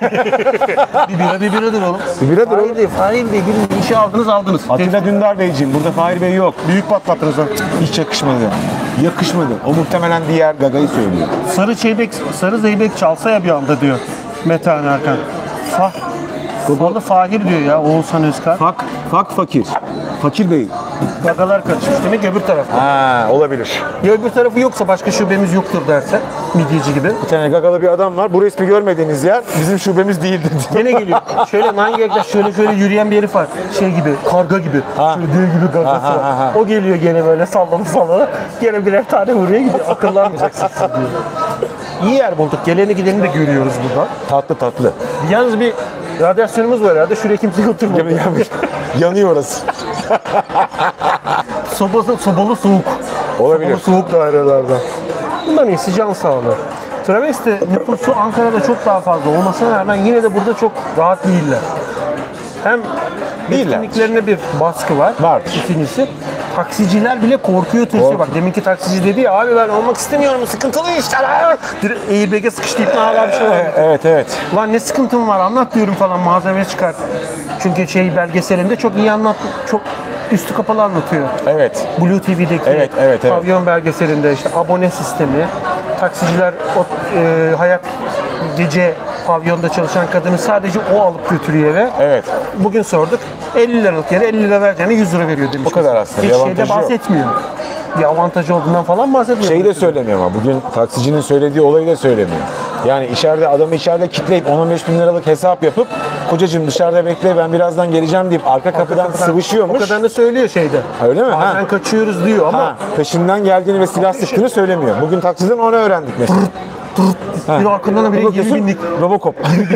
Bir bira bir biradır oğlum. Bir biradır oğlum. Fahir değil, Fahir değil. Gidin işi aldınız aldınız. Atilla Dündar Beyciğim burada Fahir Bey yok. Büyük patlattınız lan. Hiç yakışmadı. Yakışmadı. O muhtemelen diğer Gaga'yı söylüyor. Sarı çeybek, sarı zeybek çalsa ya bir anda diyor Metehan Erkan. Fah. Babalı Fahir diyor ya Oğuzhan Özkan. Fak, fak fakir. Fakir Bey. Gagalar karışmış demek öbür tarafta. Ha olabilir. Ya öbür tarafı yoksa başka şubemiz yoktur derse midyeci gibi. Bir tane Gagalı bir adam var. Bu resmi görmediğiniz yer bizim şubemiz değildir. Gene geliyor. Şöyle manyaklar şöyle şöyle yürüyen bir herif var. Şey gibi, karga gibi. Ha. Şöyle dev gibi gagası Ha, ha, var. ha, ha. O geliyor gene böyle sallana sallana. Gene birer tane vuruyor gidiyor. Akıllanmayacaksınız siz diyor. İyi yer bulduk. Geleni gideni de görüyoruz burada. Tatlı tatlı. Yalnız bir radyasyonumuz var herhalde. Şuraya kimse oturmadı. Yanıyor orası. Sobası, sobalı soğuk. Olabilir. Sobalı soğuk dairelerden. Bundan iyisi can sağlığı. Travesti nüfusu Ankara'da çok daha fazla olmasına rağmen yine de burada çok rahat değiller. Hem Değiller. etkinliklerine bir baskı var. Var. İkincisi taksiciler bile korkuyor, tırsıyor. Bak deminki taksici dedi ya abi ben olmak istemiyorum sıkıntılı işler. Direkt airbag'e sıkıştı ipne hala bir şey var. Evet evet. Lan ne sıkıntım var anlat diyorum falan malzeme çıkar. Çünkü şey belgeselinde çok iyi anlat, çok üstü kapalı anlatıyor. Evet. Blue T V'deki Evet, evet, evet. pavyon belgeselinde işte abone sistemi, taksiciler o e, hayat gece pavyonda çalışan kadını sadece o alıp götürüyor eve. Evet. Bugün sorduk elli liralık yere elli lira vereceğine yüz lira veriyor demiş. O kadar aslında, Hiç bir şeyde avantajı yok. bahsetmiyor. Bir avantajı olduğundan falan bahsetmiyor. Şeyi de söylemiyor ama bugün taksicinin söylediği olayı da söylemiyor. Yani içeride adamı içeride kitleyip on on beş bin liralık hesap yapıp kocacığım dışarıda bekle ben birazdan geleceğim deyip arka kapıdan O sıvışıyormuş. kadarını söylüyor şeyde. Öyle mi? Bazen Ha. kaçıyoruz diyor ama Ha, peşinden geldiğini ve silah sıktığını söylemiyor. Bugün taksiden onu öğrendik mesela. bir arkadan da biri yirmi Bakıyorsun, binlik. Robocop.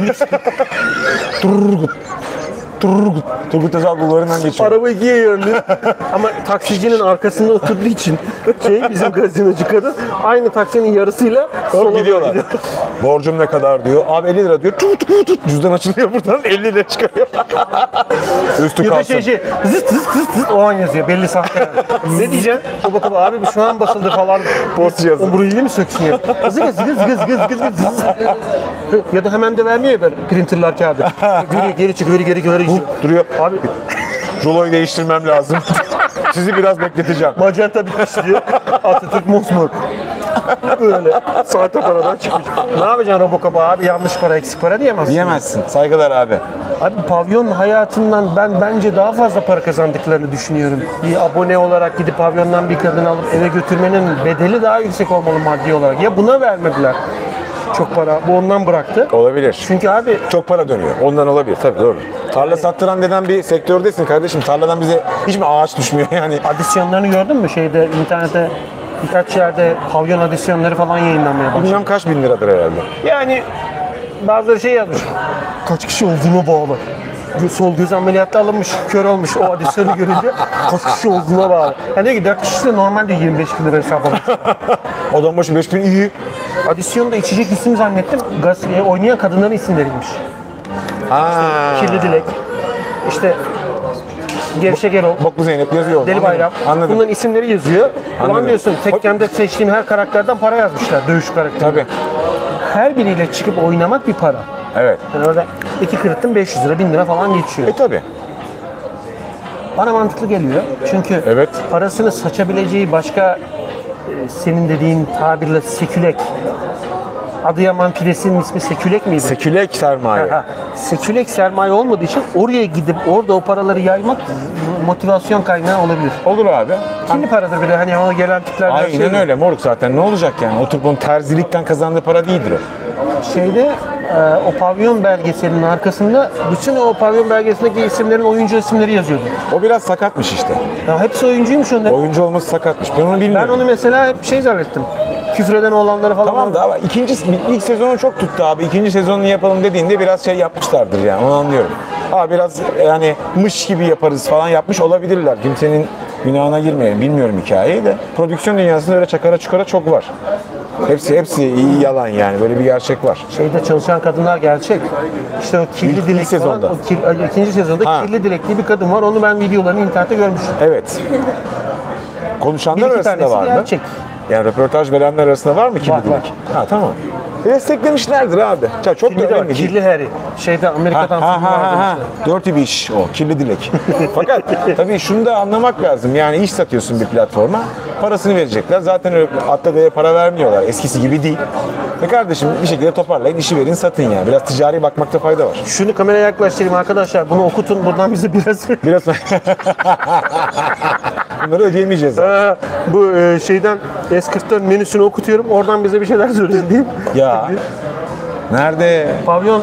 Turgut. Turgut. Turgut Özal bulvarından geçiyor. Araba ikiye yönlü ama taksicinin arkasında oturduğu için şey bizim gazinocu kadın aynı taksinin yarısıyla sola gidiyorlar. gidiyor. Borcum ne kadar diyor. Abi elli lira diyor. Tut tut tut. Cüzdan açılıyor buradan elli lira çıkarıyor. Üstü Ya da kalsın. şey şey zıt zıt zıt zıt o an yazıyor belli sahte. Ne diyeceksin? O bakıp abi bu şu an basıldı falan. Post yazın. Omuriliği mi söksün ya? Gız gız gız gız gız gız gız gız. Ya da hemen de vermiyor ya böyle printerlar kağıdı. Geri geri çık geri geri geri çık. Duruyor. Abi Ruloyu değiştirmem lazım. Sizi biraz bekleteceğim. magenta bitmiş diyor. Atatürk mosmor. Böyle sahte paradan çıkmış. Ne yapacaksın Robocop abi yanlış para eksik para diyemezsin. Diyemezsin. Saygılar abi. Abi pavyon hayatından ben bence daha fazla para kazandıklarını düşünüyorum. Bir abone olarak gidip pavyondan bir kadın alıp eve götürmenin bedeli daha yüksek olmalı maddi olarak. Ya buna vermediler çok para. Bu ondan bıraktı. Olabilir. Çünkü abi Çok para dönüyor. Ondan olabilir. Tabii doğru. Tarla sattıran deden bir sektördesin kardeşim. Tarladan bize hiç mi ağaç düşmüyor yani? adisyonlarını gördün mü şeyde internete birkaç yerde pavyon adisyonları falan yayınlanmaya başladı. Bilmem kaç bin liradır herhalde. Yani bazıları şey yazmış. Kaç kişi olduğuna bağlı. Sol göz ameliyatı alınmış, kör olmuş o adisyonu görünce kaç kişi olduğuna bağlı. Yani diyor ki dört kişi de normalde yirmi beş bin lira hesap alır. Adam başı beş bin iyi. Adisyonda içecek isim zannettim. Gazeteye oynayan kadınların isimleriymiş. Ha. Kirli Dilek, işte Gevşek Erol, Boklu Zeynep yazıyor orada. Deli Bayram. Anladım. Bunların isimleri yazıyor. Ulan Anladım. diyorsun Tekken'de seçtiğim her karakterden para yazmışlar. Dövüş karakteri. Tabii. Her biriyle çıkıp oynamak bir para. Evet. Yani orada iki kırıttın beş yüz lira, bin lira falan geçiyor. E tabii. Bana mantıklı geliyor. Çünkü Evet. parasını saçabileceği başka e, senin dediğin tabirle sekülek. Adıyaman pidesinin ismi sekülek miydi? Sekülek sermaye. Ha, sekülek sermaye olmadığı için oraya gidip orada o paraları yaymak motivasyon kaynağı olabilir. Olur abi. Kirli paradır bir de hani ona gelen tiplerden Aynen şey- öyle moruk zaten. Ne olacak yani? Oturup onun terzilikten kazandığı para değildir o. Şeyde e, o pavyon belgeselinin arkasında bütün o pavyon belgeselindeki isimlerin oyuncu isimleri yazıyordu. O biraz sakatmış işte. Ya hepsi oyuncuymuş onların. Oyuncu olması sakatmış. Ben onu Ben bilmiyorum. onu mesela hep şey zannettim. Küfreden oğlanları falan. Tamam da ama ikinci, ilk sezonu çok tuttu abi. İkinci sezonunu yapalım dediğinde biraz şey yapmışlardır yani onu anlıyorum. Ama biraz yani mış gibi yaparız falan yapmış olabilirler. Kimsenin günahına girmeyelim. Bilmiyorum hikayeyi de. Prodüksiyon dünyasında öyle çakara çukara çok var. Hepsi hepsi iyi yalan yani. Böyle bir gerçek var. Şeyde çalışan kadınlar gerçek. İşte o kirli İlk- dilek ilk sezonda. falan. O kir, ikinci sezonda Ha. kirli dilek diye bir kadın var. Onu ben videolarını internette görmüştüm. Evet. Konuşanlar Bir iki arasında tanesi var mı? gerçek. Yani röportaj verenler arasında var mı kirli Var, var. dilek? Ha tamam. Desteklemişlerdir abi. Ya çok da Bir de var, önemli değil. kirli Harry. Şeyde Ha Amerika'dan ha filmi ha vardı ha. işte. Dirty Wish o. Kirli dilek. Fakat tabii şunu da anlamak lazım. Yani iş satıyorsun bir platforma. Parasını verecekler. Zaten öyle atla daya para vermiyorlar. Eskisi gibi değil. Ve kardeşim bir şekilde toparlayın, işi verin, satın yani. Biraz ticari bakmakta fayda var. Şunu kameraya yaklaştırayım arkadaşlar. Bunu okutun. Buradan bize biraz... Biraz bunları ödeyemeyeceğiz. Ee, bu e, şeyden S kırk dört menüsünü okutuyorum. Oradan bize bir şeyler söyleyin diyeyim. Ya. Nerede? Pavyon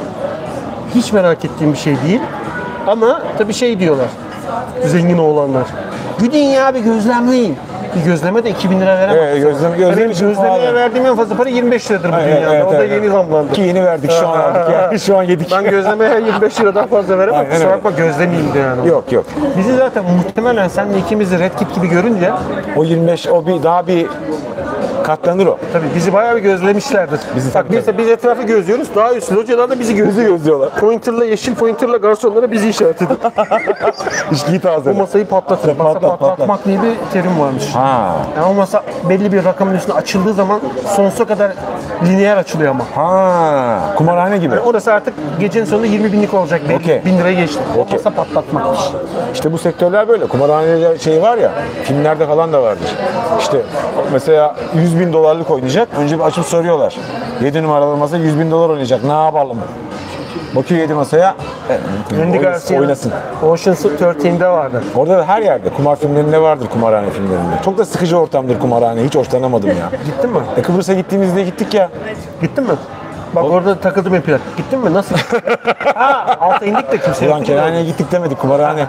hiç merak ettiğim bir şey değil. Ama tabii şey diyorlar. Zengin oğlanlar. Gidin ya bir gözlemleyin. Bir gözleme de iki bin lira veremem. Evet, gözlem- gözlem Benim için gözlemeye pahalı. verdiğim en fazla para yirmi beş liradır bu Evet, dünyada. evet, o da evet. yeni zamlandı. Ki yeni verdik şu an aldık ya. Şu an yedik. Ben gözlemeye yirmi beş liradan fazla veremem. Aynen Kusura öyle. bakma gözlemeyeyim de yani. Yok yok. Bizi zaten muhtemelen senle ikimizi Red Kit gibi görünce O yirmi beş o bir daha bir katlanır o. tabii bizi bayağı bir gözlemişlerdir. Bizi Bak tabii, biz, de- biz etrafı gözlüyoruz. Daha üst localar da bizi gözlüyor. Bizi gözlüyorlar. Pointer'la, yeşil pointer'la garsonlara bizi işaret ediyor. İçkiyi O taze. masayı patlatır. Masa Patlat, patlatmak diye bir terim varmış. Ha. Yani o masa belli bir rakamın üstüne açıldığı zaman sonsuza kadar lineer açılıyor ama. Ha. Kumarhane gibi. Orası artık gecenin sonunda yirmi binlik olacak. Belli, Okey. bin liraya geçti. O Okey. masa patlatmakmış. İşte bu sektörler böyle. Kumarhanede şey var ya, filmlerde falan da vardır. İşte mesela yüz bin dolarlık oynayacak. Önce bir açıp soruyorlar. yedi numaralı masa yüz bin dolar oynayacak. Ne yapalım? Bakıyor yedi masaya. E, Andy oynasın, Garcia'nın oynasın. Ocean's on üç'de vardı. Orada da her yerde. Kumar filmlerinde vardır kumarhane filmlerinde. Çok da sıkıcı ortamdır kumarhane. Hiç hoşlanamadım ya. Gittin mi? E Kıbrıs'a gittiğimizde gittik ya. Gittin mi? Bak orada takıldım hep. Gittin mi? Nasıl? ha, alta indik de kimse Ulan yok. kerhaneye gittik demedik kumarhane.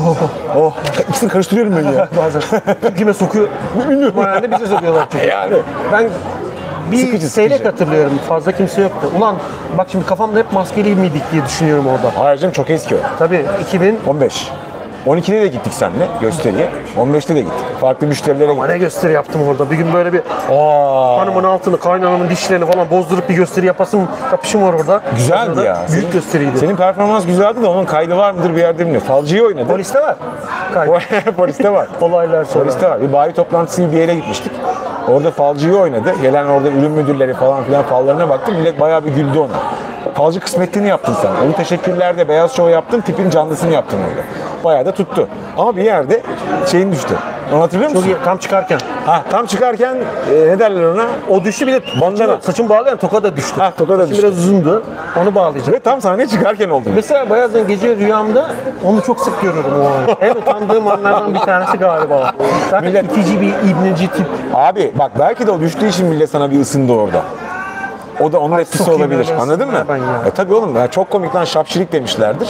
Oh. İkisini karıştırıyorum ben ya. Bazen kim kime sokuyor? Bilmiyorum. Kumarhanede bize sokuyorlar çünkü. Yani. Ben bir Sıkıcı, seyrek sıkıcı. hatırlıyorum. Fazla kimse yoktu. Ulan bak şimdi kafamda hep maskeli miydik diye düşünüyorum orada. Hayır canım çok eski o. Tabii iki bin on beş. on ikide de gittik seninle gösteriye. on beşte de gittik. Farklı müşterilere ama gittik. ne gösteri yaptım orada. Bir gün böyle bir Aa, hanımın altını, kaynanamın dişlerini falan bozdurup bir gösteri yapasım, yapışım var orada. güzeldi Orada ya. Büyük Senin- gösteriydi. Senin performans güzeldi de onun kaydı var mıdır bir yerde bilmiyorum. Falcı'yı oynadı. Poliste var. Kaydı. Poliste var. Olaylar sonra. Poliste var. Bir bayi toplantısı gibi bir yere gitmiştik. Orada falcıyı oynadı. Gelen orada ürün müdürleri falan filan fallarına baktım. Millet bayağı bir güldü ona. Falcı kısmetini yaptın sen. Onu teşekkürlerde beyaz şov yaptın. Tipin canlısını yaptın orada. Bayağı da tuttu. Ama bir yerde şeyin düştü. Onu hatırlıyor Çok musun? iyi. Tam çıkarken. Ha, tam çıkarken e, ne derler ona? O düştü bir de Bandana. saçım bağlayan toka da düştü. Ha, toka da Saçım düştü. biraz uzundu. Onu bağlayacağım. Ve tam sahneye çıkarken oldu. Mesela bazen gece rüyamda onu çok sık görüyorum o an. En utandığım anlardan bir tanesi galiba. Zaten Millet- itici bir ibneci tip. Abi bak belki de o düştüğü için millet sana bir ısındı orada. O da onun etkisi sokayım olabilir. öyle Anladın mı? ısınma ben ya. E tabii oğlum ya çok komik lan şapşirik demişlerdir.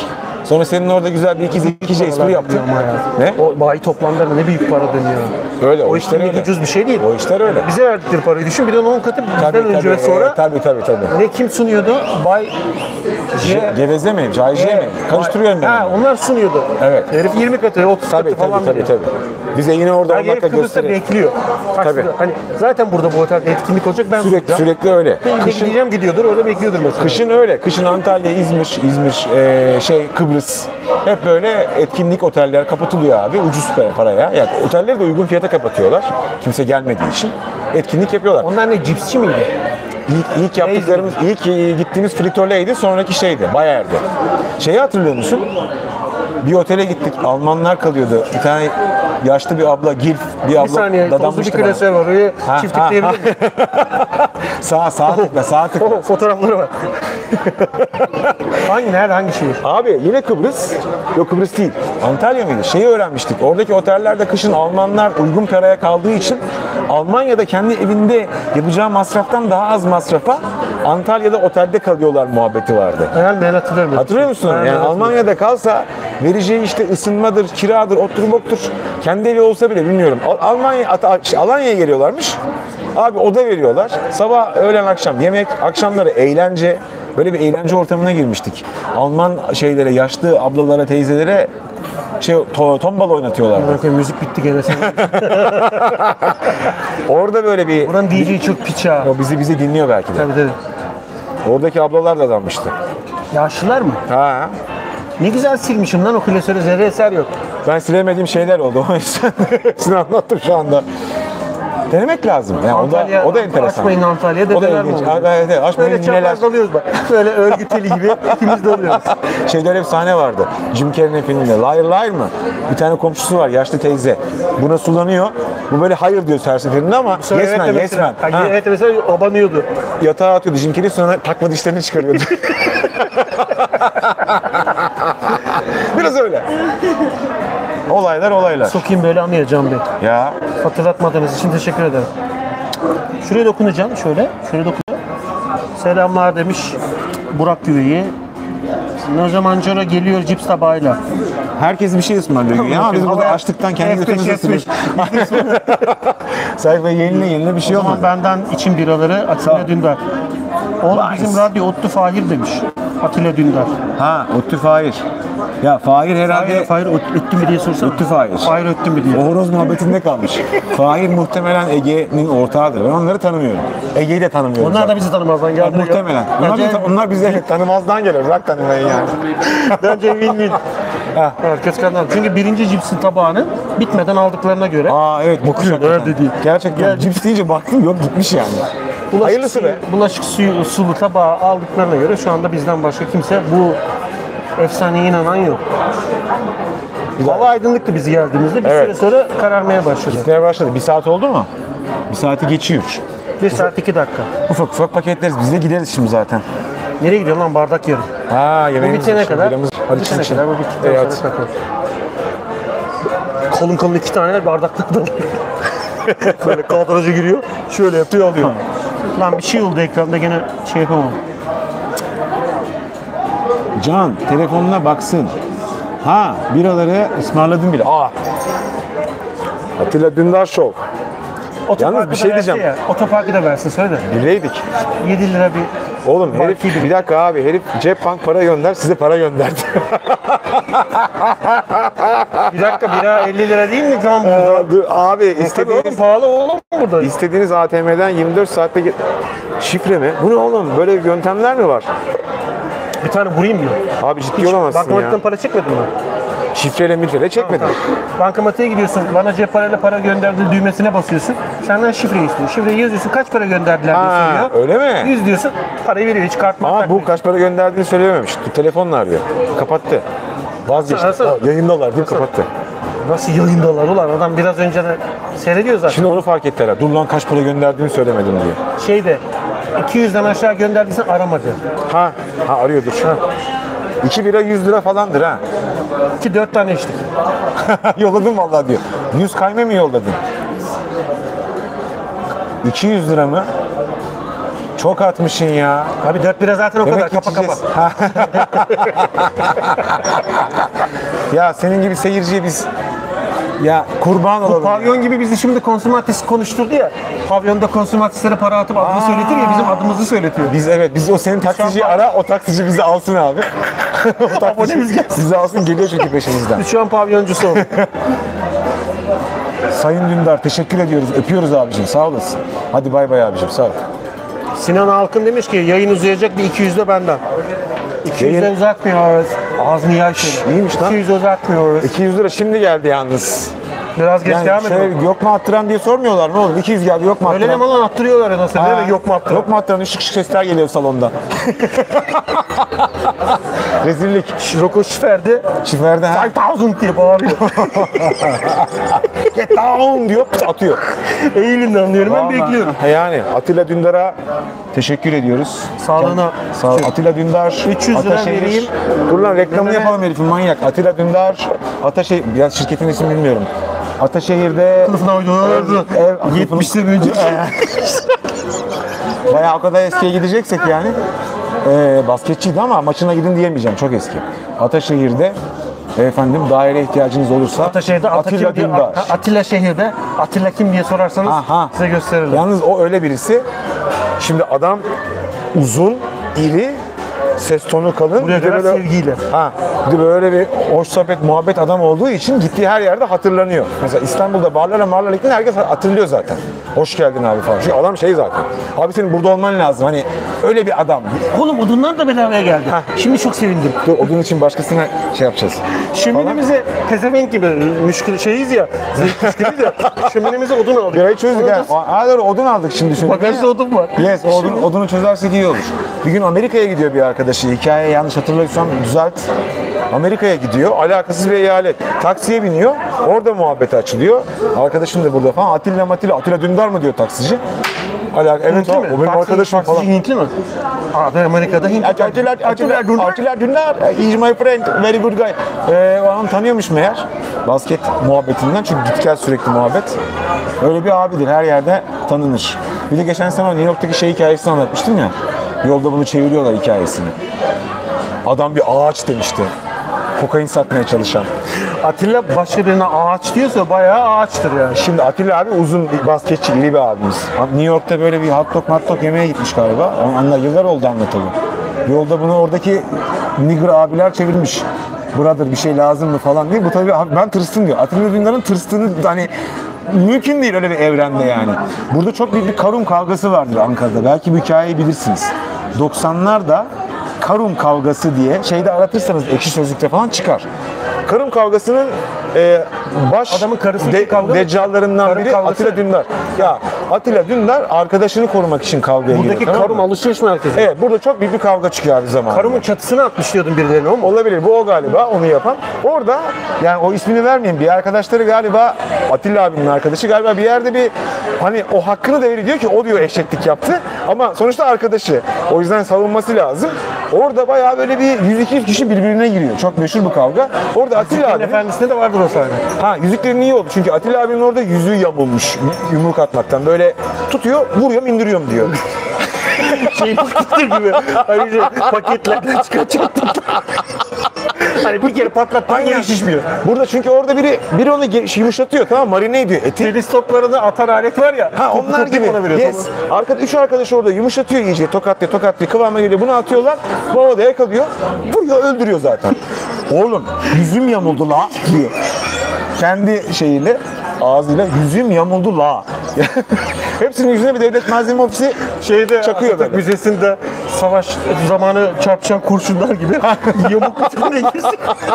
Sonra senin orada güzel bir iki zekice espri yaptın. Ama ya. Ne? O bayi toplamlarında ne büyük para dönüyor. Öyle, o O işler işler öyle. ucuz bir şey değil. O işler öyle. Bize verdikleri parayı düşün. Bir de onun on katı bizden Tabii, önce tabii, ve sonra. e, tabii tabii tabii. Ne kim sunuyordu? Bay Ce- Geveze mi? Cahiciye mi? Karıştırıyorum ben. Ha, onlar sunuyordu. Evet. Herif yirmi katı, otuz Tabii katı tabii falan tabii veriyor. tabii. Bize yine orada Yani on dakika herif Kıbrıs'ta gösteriyor. bekliyor. Takside. Tabii. Hani zaten burada bu otelde etkinlik olacak. Ben Sürekli tutacağım. sürekli öyle. Ben de Kışın, gideceğim gidiyordur, orada bekliyordur mesela. kışın öyle. Kışın Antalya, İzmir, İzmir, eee, şey Kıbrıs. Hep böyle etkinlik oteller kapatılıyor abi ucuz paraya. Yani otelleri de uygun fiyata kapatıyorlar. Kimse gelmediği için. Etkinlik yapıyorlar. Onlar ne, cipsçi miydi? İlk, ilk yaptıklarımız, ilk gittiğimiz Fritole'ydi, sonraki şeydi, Bayer'di. Şeyi hatırlıyor musun? Bir otele gittik, Almanlar kalıyordu. Bir tane yaşlı bir abla, Gilf bir abla Bir saniye, tozlu bir dadanmıştı bana. klasör var. Oraya Ha, çift ha, tıklayabilir ha. miyim? Sağ, sağ tıkla, sağ tıkla. Oh, fotoğrafları var. Hangi, nerede, hangi şehir? Abi yine Kıbrıs, yok Kıbrıs değil, Antalya mıydı? Şeyi öğrenmiştik, oradaki otellerde kışın Almanlar uygun paraya kaldığı için Almanya'da kendi evinde yapacağı masraftan daha az masrafa Antalya'da otelde kalıyorlar muhabbeti vardı. Hayal ben hatırlıyorum. Hatırlıyor musun? Ben Yani hatırlıyorum. Almanya'da kalsa vereceği işte ısınmadır, kiradır, otur boktur. Kendi evi olsa bile bilmiyorum. Al- Almanya, At- şey, Alanya'ya geliyorlarmış. Abi oda veriyorlar. Sabah, öğlen, akşam yemek, akşamları eğlence. Böyle bir eğlence ortamına girmiştik. Alman şeylere, yaşlı ablalara, teyzelere şey to- tombala oynatıyorlardı. Bakın müzik bitti gene sen. Orada böyle bir Buranın D J'yi çok piç ha. o bizi bizi dinliyor belki de. Tabii tabii. Oradaki ablalar da danmıştı. Yaşlılar mı? Ha. Ne güzel silmişim lan, o klasörü, zerre eser yok. Ben silemediğim şeyler oldu. O yüzden hepsini anlattım şu anda. Denemek lazım. Yani o da Antalya, o da enteresan. Açmayın Antalya'da O da dedeler mi ilginç. oldu? Ha, evet, evet. Açmayın Böyle nineler. çapraz dalıyoruz bak. Böyle örgü teli gibi ikimiz dalıyoruz. Şeyde öyle bir sahne vardı. Jim Carrey'nin filminde. Liar Liar mı? Bir tane komşusu var, yaşlı teyze. Buna sulanıyor. Bu böyle hayır diyor her seferinde ama Sonra yes man, evet yes mesela- man. Ha, Ha, evet mesela abanıyordu. yatağa atıyordu Jim Carrey, sonra takma dişlerini çıkarıyordu. Biraz öyle. Olaylar olaylar. Sokayım böyle anlıyor Can Bey. Ya Hatırlatmadığınız için teşekkür ederim. Şuraya dokunacağım şöyle. Şöyle dokunacağım. Selamlar demiş Burak Güveyi. Ne zaman Cora geliyor cips tabağıyla. herkes bir şey ısmarlıyor. Ya ama biz burada Ama açlıktan kendi F beş, götümüzü F beş. ısırıyoruz. Sayfa yenile yenile bir şey O zaman olmadı. benden için biraları Atilla Dündar. Oğlum bizim radyo Ottu Fahir demiş. Atilla Dündar. Ha, Ottu Fahir. Ya Fahir herhalde Fahir, Fahir ot- öttü mü diye sorsana. Ottu Fahir. Fahir öttü mü diye. O horoz muhabbetinde kalmış. Fahir muhtemelen Ege'nin ortağıdır. Ben onları tanımıyorum. Ege'yi de tanımıyorum. Onlar da zaten. bizi tanımazdan Ya, geldi. muhtemelen. Onlar, Bence, bizi- onlar bize tanımazdan gelir. Bırak tanımayı yani. bence win-win. Ha. Herkes kazanır. Çünkü birinci cipsin tabağını bitmeden aldıklarına göre Aa evet, bakıyor. Nerede diye. Gerçekten. Gel. Cips deyince baktım, yok gitmiş yani. bulaşık Hayırlısı suyu, be. bulaşık suyu sulu tabağı aldıklarına göre şu anda bizden başka kimse bu efsaneye inanan yok. Hava aydınlıktı biz geldiğimizde. Bir Evet. süre sonra kararmaya başladı. Gitmeye başladı. Bir saat oldu mu? Bir saati geçiyor. Bir saat iki dakika. Ufak ufak paketleriz. Biz de gideriz şimdi zaten. Nereye gidiyor lan, bardak yarım. Ha, Bu yemeğimiz bitene var. Şimdi kadar, biramız- bu Hadi bitene çıkın. kadar bu bittikten Evet. sonra takarız. Kalın kalın iki tane bardaklardan böyle kadraja giriyor, şöyle yapıyor alıyor. Lan bir şey oldu ekranda, gene şey yapamam. Can telefonuna baksın. Ha, biraları ısmarladım bile. Aa. Atilla Dündar Show. Otoparkı bir şey da verse diyeceğim. Ya, otoparkı da versin söyle. Bireydik. yedi lira bir. Oğlum herif, Bakiydi. bir dakika abi, herif cep bank para gönder, size para gönderdi. Bir dakika, bira elli lira değil mi tam burada? Aa, dur, abi Tabii oğlum, istediğiniz, pahalı oğlum burada. istediğiniz A T M'den yirmi dört saatte ge- şifre mi? Bu ne oğlum? Böyle yöntemler mi var? Bir tane vurayım mı? Abi ciddi olamazsın Bankamatikten ya. para çekmedin mi? Şifreyle milfreyle çekmedim. Bankamatiğe gidiyorsun, bana cep parayla para gönderdi düğmesine basıyorsun. Senden şifre istiyor. Şifreyi yazıyorsun, kaç para gönderdiler diye Ha, soruyor. öyle mi? yüz diyorsun, parayı veriyor, hiç kartma. Ama bu kaç para gönderdiğini söylememiş. Telefonla arıyor. Kapattı. Vazgeçti. Nasıl? Aa, yayındalar değil mi? Kapattı. Nasıl yayındalar ulan, adam biraz önce de seyrediyor zaten. Şimdi onu fark ettiler. Dur lan, kaç para gönderdiğini söylemedim diye. Şeyde iki yüzden aşağı gönderdiysen aramadı. Ha, ha arıyordur. Ha. iki bira yüz lira falandır ha. İki dört tane içtik. Yolladım vallahi diyor. yüz kayme mi yolladın? iki yüz lira mı? Çok atmışsın ya. Abi dört bira zaten o Demek kadar. Kapa kapa. içeceğiz. Ya senin gibi seyirciye biz ya kurban Bu olalım. pavyon gibi bizi şimdi konsumatris konuşturdu ya. Pavyonda konsumatrislere para atıp adını söyletir ya, bizim adımızı söyletiyor. Biz evet biz o senin taksiciyi ara, o taksici bizi alsın abi. O taksici Abonemiz gelsin. bizi alsın, geliyor çünkü peşimizden. Biz şu an pavyoncusu olduk. Sayın Dündar teşekkür ediyoruz. Öpüyoruz abicim. Sağ olasın. Hadi bay bay abicim. Sağ ol. Sinan Alkın demiş ki yayın uzayacak, bir iki yüz de benden. iki yüz de Yayın- uzatmıyoruz. Ağzını yay şöyle. İyiymiş lan. iki yüz uzatmıyoruz. iki yüz lira şimdi geldi yalnız. Biraz geç Yani devam şöyle edelim. yok mu attıran diye sormuyorlar mı oğlum? iki yüz geldi yok mu Öyle attıran? mi lan, attırıyorlar ya nasıl, değil mi? Yok mu attıran? Yok mu attıran? Işık ışık sesler geliyor salonda. Rezillik. Roko Şifer'de Şifrede ha. five thousand diye bağırıyor. Get down diyor atıyor. Eğilin anlıyorum, ben Vallahi. bekliyorum. Yani Atilla Dündar'a teşekkür ediyoruz. Sağlığına. Sağ ol. Atilla Dündar. üç yüz lira Ataşehir. vereyim. Dur lan reklamını Önüne- yapalım herifin manyak. Atilla Dündar. Ataşehir. Biraz şirketin ismini bilmiyorum. Ataşehir'de Kılıfına uydurdu. ev- yetmiş sene önce. bayağı o kadar eskiye gideceksek yani. Ee, basketçiydi ama maçına gidin diyemeyeceğim. Çok eski. Ataşehir'de efendim daire ihtiyacınız olursa Ataşehir'de Atilla Atilla, Dündar. At- Atilla şehirde Atilla kim diye sorarsanız Aha. size gösterirler. Yalnız o öyle birisi. Şimdi adam uzun, iri, ses tonu kalın. Buraya bir de kadar böyle- sevgiyle. Ha, bir de böyle bir hoş sohbet, muhabbet adam olduğu için gittiği her yerde hatırlanıyor. Mesela İstanbul'da barlara marlara gittiğinde herkes hatırlıyor zaten. Hoş geldin abi falan. Çünkü adam şey zaten. Abi senin burada olman lazım. Hani öyle bir adam. Oğlum odunlar da bedavaya geldi. Şimdi çok sevindim. Dur odun için başkasına şey yapacağız. Şöminemize pezevenk gibi müşkül şeyiz ya, zevk müşküliyiz ya. Şöminemize odun aldık. Birayı çözdük Onu ha. da- Aa, doğru odun aldık şimdi. şimdi. Bagajda odun var. Yes, o odun, odunu çözersek iyi olur. Bir gün Amerika'ya gidiyor bir arkadaşı. Hikaye yanlış hatırlıyorsam düzelt. Amerika'ya gidiyor. Alakasız bir eyalet. Taksiye biniyor. Orada muhabbeti açılıyor. Arkadaşım da burada falan. Atilla Matilla. Atilla Dündar mı diyor taksici. Alak evet Hintli o, mi? o benim Taksi- arkadaşım taksici falan. Hintli mi? Abi Amerika'da Hintli. Atilla, Atilla, Atilla, Atilla Dündar. He's my friend. Very good guy. Ee, o adam tanıyormuş meğer. Basket muhabbetinden. Çünkü git gel sürekli muhabbet. Öyle bir abidir. Her yerde tanınır. Bir de geçen sene o New York'taki şey hikayesini anlatmıştım ya. Yolda bunu çeviriyorlar hikayesini. Adam bir ağaç demişti. Kokain satmaya çalışan. Atilla başka birine ağaç diyorsa bayağı ağaçtır yani. Şimdi Atilla abi uzun bir basketçi, iri bir abimiz. New York'ta böyle bir hot dog hot dog yemeye gitmiş galiba. Onunla yıllar oldu anlatalı. Yolda bunu oradaki nigger abiler çevirmiş. Brother bir şey lazım mı falan diye. Bu tabii abi ben tırstım diyor. Atilla Dündar'ın tırstığını hani mümkün değil öyle bir evrende yani. Burada çok büyük bir Karun kavgası vardır Ankara'da. Belki bu hikayeyi bilirsiniz. doksanlarda Karun kavgası diye şeyde aratırsanız Ekşi Sözlük'te falan çıkar. Karun kavgasının e, baş Adamın karısı de, için kavga mı? deccallarından Karın biri kavgası. Atilla Dündar. Ya Atilla Dündar arkadaşını korumak için kavgaya Buradaki giriyor. tamam Karum mı? alışveriş merkezi. Evet burada çok büyük bir kavga çıkıyor abi zamanında. Karum'un çatısına atmış diyordum birilerine ama. Olabilir. Bu o galiba onu yapan. Orada yani o ismini vermeyeyim. Bir arkadaşları galiba Atilla abinin arkadaşı galiba bir yerde bir hani o hakkını devri diyor ki o diyor eşeklik yaptı. Ama sonuçta arkadaşı. O yüzden savunması lazım. Orada bayağı böyle bir yüz iki yüz kişi birbirine giriyor. Çok meşhur bir kavga. Orada Atilla Yüzüklerin abi Efendisi'nde de vardır o sahne. ha yüzüklerin iyi oldu. Çünkü Atilla abinin orada yüzüğü yamulmuş yumruk atmaktan. Böyle tutuyor, vuruyorum, indiriyorum diyor. Şey patlatır gibi. Hani şey, paketlerden çıkacak. Hani bir kere patlatman geri şişmiyor. Burada çünkü orada biri biri onu ge- yumuşatıyor tamam marine ediyor eti. Tenis toplarını atan alet var ya. Ha topu onlar toplayıp gibi. ona veriyor. Yes. Arkada üç arkadaş orada yumuşatıyor iyice. Tokatlıyor, tokatlıyor. Kıvama geliyor. Bunu atıyorlar. Baba da yakalıyor. Vuruyor, öldürüyor zaten. Oğlum yüzüm yamuldu la diyor. Kendi şeyiyle ağzıyla yüzüm yamuldu la. Hepsinin yüzüne bir devlet malzeme ofisi Şeyde çakıyor Atatürk böyle. Müzesi'nde savaş zamanı çarpışan kurşunlar gibi yamuk üstünde girsin.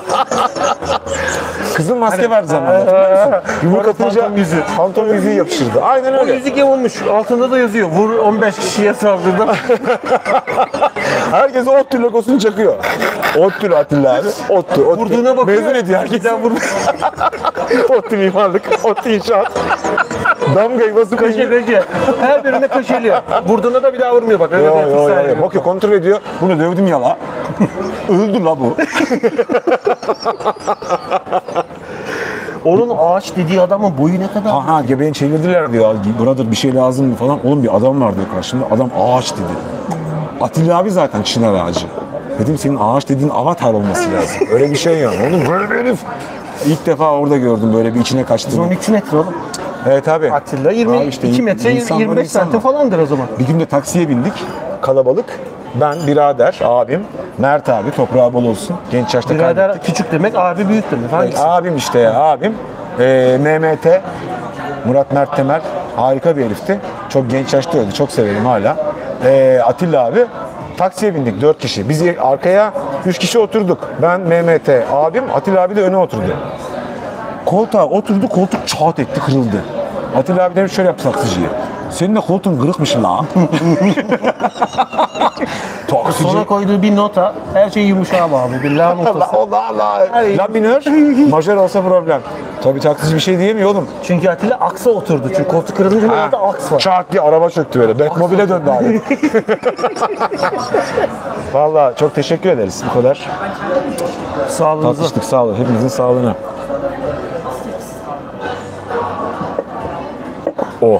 Kızıl maske vardı zamanında. Yumruk Orada atınca fantom yüzüğü. fantom yüzüğü yapıştırdı. Aynen O öyle. yüzük yamulmuş. Altında da yazıyor. Vur on beş kişiye saldırdım. Herkes ODTÜ logosunu çakıyor. ODTÜ Atilla abi. ODTÜ. ODTÜ. Vurduğuna bakıyor. Mezun ediyor herkes. Giden vurmuş. ODTÜ mimarlık, ODTÜ inşaat. Damgayı basıp Köşe köşe. Her birine köşeliyor. Vurduğuna da bir daha vurmuyor bak. Öyle Yo bir yo yo. efsane. yo. Bakıyor kontrol ediyor. Bunu dövdüm ya la. Öldü la bu. Onun ağaç dediği adamın boyu ne kadar? Ha ha göbeğini çevirdiler diyor. Brother bir şey lazım mı falan. Oğlum bir adam var diyor karşımda. Adam ağaç dedi. Atilla abi zaten çınar ağacı. Dedim senin ağaç dediğin avatar olması lazım. Öyle bir şey yani. Oğlum böyle bir herif. İlk defa orada gördüm böyle bir içine kaçtığını. on üç metre oğlum. Evet abi. Atilla yirmi Abi işte iki metre insanlar yirmi beş santim insanlar. falandır o zaman. Bir gün de taksiye bindik. Kalabalık. Ben, birader, abim, Mert abi, toprağı bol olsun. Genç yaşta Birader kaybettik. küçük demek, abi büyük demek. Hangisi? Abim işte ya, abim. Ee, M M T, Murat Mert Temel. Harika bir herifti. Çok genç yaşta öldü. Çok severim hala. Ee, Atilla abi. Taksiye bindik dört kişi. Biz arkaya üç kişi oturduk. Ben, M M T, abim, Atilla abi de öne oturdu. Koltuğa oturdu, koltuk çat etti, kırıldı. Atilla abi demiş şöyle yaptı taksiciye. Senin de koltuğun kırıkmış la. Taksici. Sonra koyduğu bir nota, her şey yumuşağa bağlı. Bir la Allah notası. Allah Allah. La minör, majör olsa problem. Tabii taksici bir şey diyemiyor oğlum. Çünkü Atilla aksa oturdu. Çünkü koltuk kırılınca Ha, orada aks var. Çat diye araba çöktü böyle. Batmobile'e döndü abi. Vallahi çok teşekkür ederiz bu kadar. Sağlığınıza. Tatlıştık sağ olun. Hepinizin sağlığına. Oh.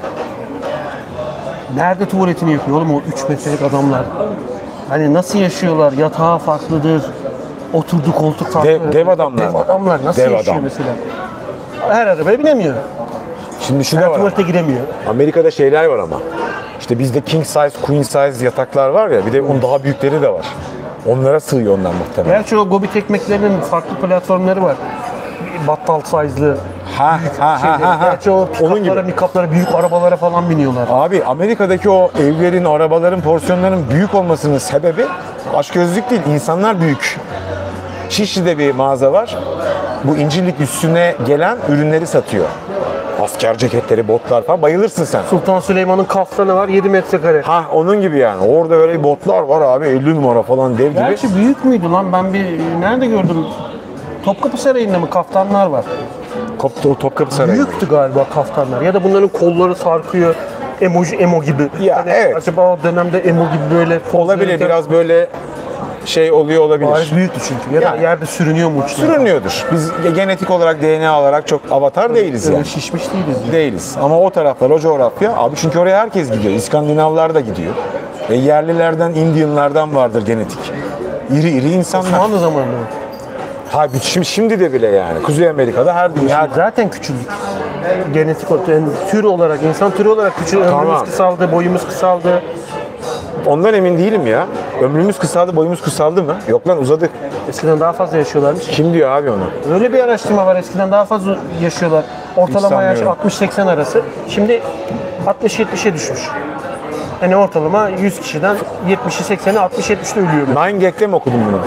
Nerede tuvaletini yapıyor oğlum o üç metrelik adamlar? Hani nasıl yaşıyorlar? Yatağı farklıdır. Oturduğu koltuk farklı. Dev- dev adamlar. Dev adamlar nasıl Dev yaşıyor adam. mesela? Her arabaya binemiyor. Şimdi şu Her da var. tuvalete giremiyor. Amerika'da şeyler var ama. İşte bizde king size, queen size yataklar var ya. Bir de onun daha büyükleri de var. Onlara sığıyor onlar muhtemelen. Gerçi o Gobit ekmeklerinin farklı platformları var. Battal size'lı. Ha ha ha ha. ha. Gerçi o Onun gibi. pikaplara, mikaplara, büyük arabalara falan biniyorlar. Abi Amerika'daki o evlerin, arabaların porsiyonlarının büyük olmasının sebebi açgözlük değil, insanlar büyük. Şişli'de bir mağaza var. Bu İncirlik üstüne gelen ürünleri satıyor. Asker ceketleri, botlar falan. Bayılırsın sen. Sultan Süleyman'ın kaftanı var yedi metrekare. Ha onun gibi yani. Orada öyle botlar var abi. elli numara falan dev gibi. Gerçi büyük müydü lan? Ben bir nerede gördüm? Topkapı Sarayı'nda mı kaftanlar var? Top, Topkapı Sarayı. Büyüktü galiba kaftanlar. Ya da bunların kolları sarkıyor. Emoji emo gibi. Ya, Hani evet. acaba o dönemde emo gibi böyle Olabilir, biraz böyle şey oluyor olabilir. Bariz büyüktü çünkü. Ya da Yani. yerde sürünüyor mu uçları? Sürünüyordur. Biz genetik olarak, D N A olarak çok avatar değiliz Öyle yani. şişmiş değiliz. ya. Değiliz. Ama o taraflar, o coğrafya, abi çünkü oraya herkes gidiyor. İskandinavlar da gidiyor. E, yerlilerden, Indianlardan vardır genetik. İri iri insanlar. Osmanlı zamanında mı? Ha, şimdi, şimdi de bile yani. Kuzey Amerika'da her dünya... Zaten küçüldük. Genetik olarak, yani tür olarak, insan türü olarak küçüldü. Tamam. Ömrümüz kısaldı, boyumuz kısaldı. Ondan emin değilim ya. Ömrümüz kısaldı, boyumuz kısaldı mı? Yok lan uzadık. Eskiden daha fazla yaşıyorlarmış. Kim diyor abi onu? Öyle bir araştırma var. Eskiden daha fazla yaşıyorlar. Ortalama yaş sanmıyorum. altmış seksen arası. Şimdi altmış yetmişe düşmüş. Yani ortalama yüz kişiden yetmişi sekseni altmış yetmişte ölüyor. Nine Gag'de mi okudun bunu?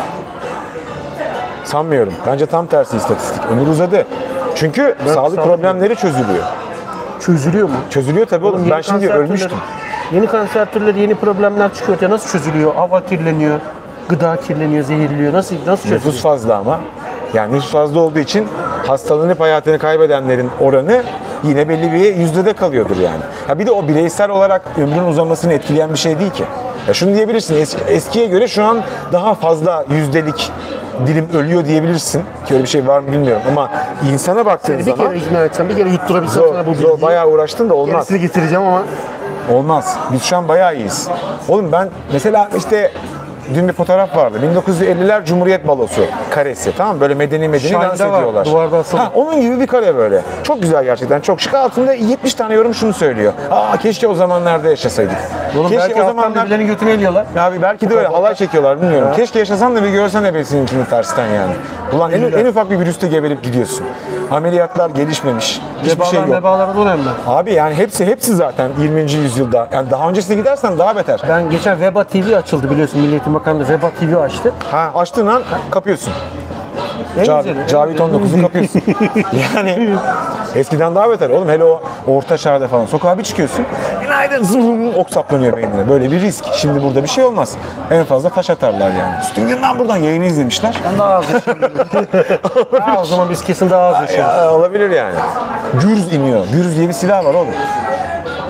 Sanmıyorum. Bence tam tersi istatistik. Ömür uzadı. Çünkü sağlık sağlık problemleri çözülüyor. Çözülüyor mu? Çözülüyor tabii oğlum. Yeni Ben şimdi kanser ölmüştüm. türleri- Yeni kanser türleri, yeni problemler çıkıyor. Ya nasıl çözülüyor? Hava kirleniyor, gıda kirleniyor, zehirliyor. Nasıl nasıl çözülüyor? Nüfus fazla ama. Yani nüfus fazla olduğu için hastalanıp hayatını kaybedenlerin oranı yine belli bir yüzdede kalıyordur yani. Ha bir de o bireysel olarak ömrün uzamasını etkileyen bir şey değil ki. Ya şunu diyebilirsin, eski, eskiye göre şu an daha fazla yüzdelik dilim ölüyor diyebilirsin. Ki öyle bir şey var mı bilmiyorum ama insana baktığın Bir zaman kere ikna etsem, bir kere yutturabilsem zor, sana bu zor, bilgiyi. bayağı uğraştın da olmaz. Gerisini getireceğim ama Olmaz. Biz şu an bayağı iyiyiz. Oğlum ben mesela işte dün bir fotoğraf vardı. bin dokuz yüz elliler Cumhuriyet Balosu karesi. Tamam mı? Böyle medeni medeni Şahin'de dans var, ediyorlar. duvarda asılı. Ha, onun gibi bir kare böyle. Çok güzel gerçekten. Çok şık. Altında yetmiş tane yorum şunu söylüyor. Aa keşke o zamanlarda yaşasaydık. oğlum keşke belki o alttan zamanlar... birbirlerinin götünü eliyorlar. Ya abi belki de öyle halay çekiyorlar bilmiyorum. Keşke yaşasan da bir görsen ebesininkini tersten yani. Ulan en, en ufak bir virüste geberip gidiyorsun. Ameliyatlar gelişmemiş. Hiçbir şey Vebalar yok. mebalara dönemler. Abi yani hepsi hepsi zaten yirminci yüzyılda. Yani daha öncesine gidersen daha beter. Ben geçen Veba T V açıldı biliyorsun. Milli Eğitim Bakanlığı Veba T V açtı. Ha açtığın an kapıyorsun. En Cav- güzeli. Cavit on dokuzu kapıyorsun. Yani eskiden daha beter oğlum. Hele o orta çağda falan. Sokağa bir çıkıyorsun. Günaydın zırhım ok saplanıyor beynine. Böyle bir risk. Şimdi burada bir şey olmaz. En fazla taş atarlar yani. Stüdyodan buradan yayını izlemişler. Ben daha az yaşıyorum. Ha, o zaman biz kesin daha az yaşıyoruz. Ya, olabilir yani. Gürz iniyor. Gürz diye bir silah var oğlum.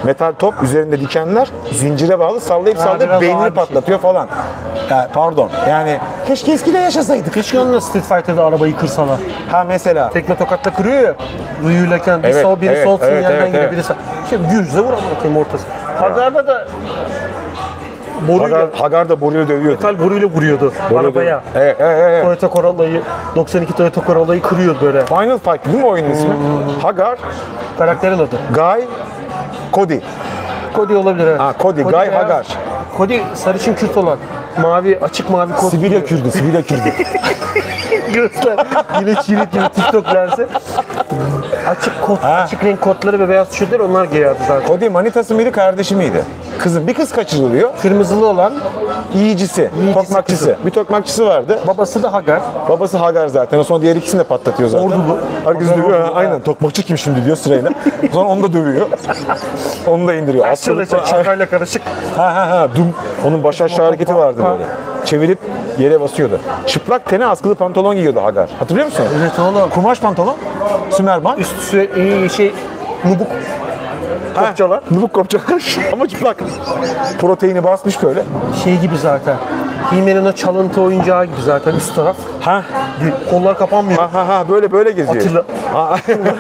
Metal top, üzerinde dikenler, zincire bağlı sallayıp Ha, sallayıp biraz beynini ağır bir şey. patlatıyor falan. Ya, pardon. Yani keşke eskide yaşasaydık. Keşke onunla Street Fighter'da arabayı kırsalar. Ha mesela. Tekme tokatla kırıyor ya. Rüyüyleken bir Evet, sol biri evet, sol evet, sinyalden evet, gidiyor evet. biri sağ. Şimdi yüzle vur ama bakayım ortası. Hagar'da da boruyla, Hagar, Hagar da boruyu dövüyordu. metal boruyla vuruyordu Boruyu arabaya. dövüyordu. Evet, evet, evet. Toyota Corolla'yı, doksan iki Toyota Corolla'yı kırıyordu böyle. Final Fight değil mi oyunun ismi? Hagar, Karakterin adı. Guy, Cody. Cody olabilir evet. Ha, Cody, Guy, veya- Hagar. Cody sarışın Kürt olan. Mavi, açık mavi kot. Sibirya Kürdü, Sibirya Kürdü. Gözler. Yine çiğrit gibi TikTok lensi. Açık kot, Ha. açık renk kotları ve beyaz tişörtleri onlar giyiyordu zaten. Cody manitası mıydı, kardeşi miydi? Kızım, bir kız kaçırılıyor. Kırmızılı olan Yiyicisi, tokmakçısı. kızı. Bir tokmakçısı vardı. babası da Hagar. Babası Hagar zaten. O sonra diğer ikisini de patlatıyor zaten. Ordulu. Herkes Hagar dövüyor. ordulu. Ha, aynen. Tokmakçı kim şimdi diyor sırayla. Sonra onu da dövüyor. Onu da indiriyor. Şöyle Aslında şakayla karışık. ha ha ha. Dum. Onun baş aşağı hareketi vardı böyle. Çevirip yere basıyordu. Çıplak tene askılı pantolon giyiyordu Hagar. Hatırlıyor musun? Evet oğlum. Kumaş pantolon. Sümerban. Üstü sürekli şey nubuk kopçalar. Nubuk kopçalar. Ama çıplak. Proteini basmış böyle. Şey gibi zaten. He-Man'in o çalıntı oyuncağı gibi zaten üst taraf. Ha. Kollar kapanmıyor. Ha ha ha. Böyle böyle geziyor. Atilla. Ha.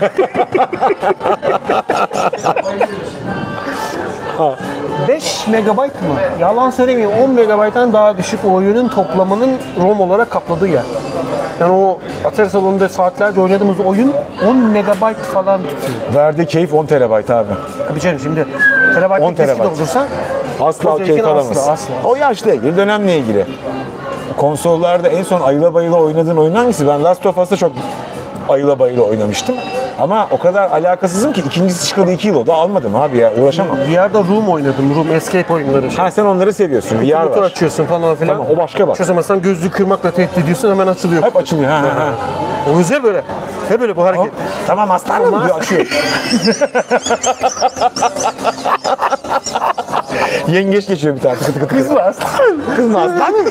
beş megabayt mı? Yalan söylemeyeyim on megabayttan daha düşük o oyunun toplamının ROM olarak kapladığı yer. Yani o Atari salonunda saatlerce oynadığımız oyun on megabayt falan tutuyor. Verdiği keyif on terabayt abi. Tabii canım şimdi on terabaytlık diski terabayt. doldursan Asla o o zevkini keyif alamaz. asla, asla. O yaşla ilgili, dönemle ilgili. Konsollarda en son ayıla bayıla oynadığın oyun hangisi? Ben Last of Us'ta çok ayıla bayıla oynamıştım. Ama o kadar alakasızım ki ikincisi çıkalı iki yıl oldu. Almadım abi ya, uğraşamam. V R'da Room oynadım. Room Escape oyunları. Ha sen onları seviyorsun. V R Motor var. açıyorsun falan filan. Tamam, o başka bak. Çözemezsen gözlüğü kırmakla tehdit ediyorsun hemen açılıyor. Hep açılıyor. Ha, ha, ha. O güzel böyle. Hep böyle bu hareket. Tamam aslanım Tamam. diyor, açıyor. Yengeç geçiyor bir tane. Tıkı tıkı tıkı. Kız mı aslan? Kız mı aslanım?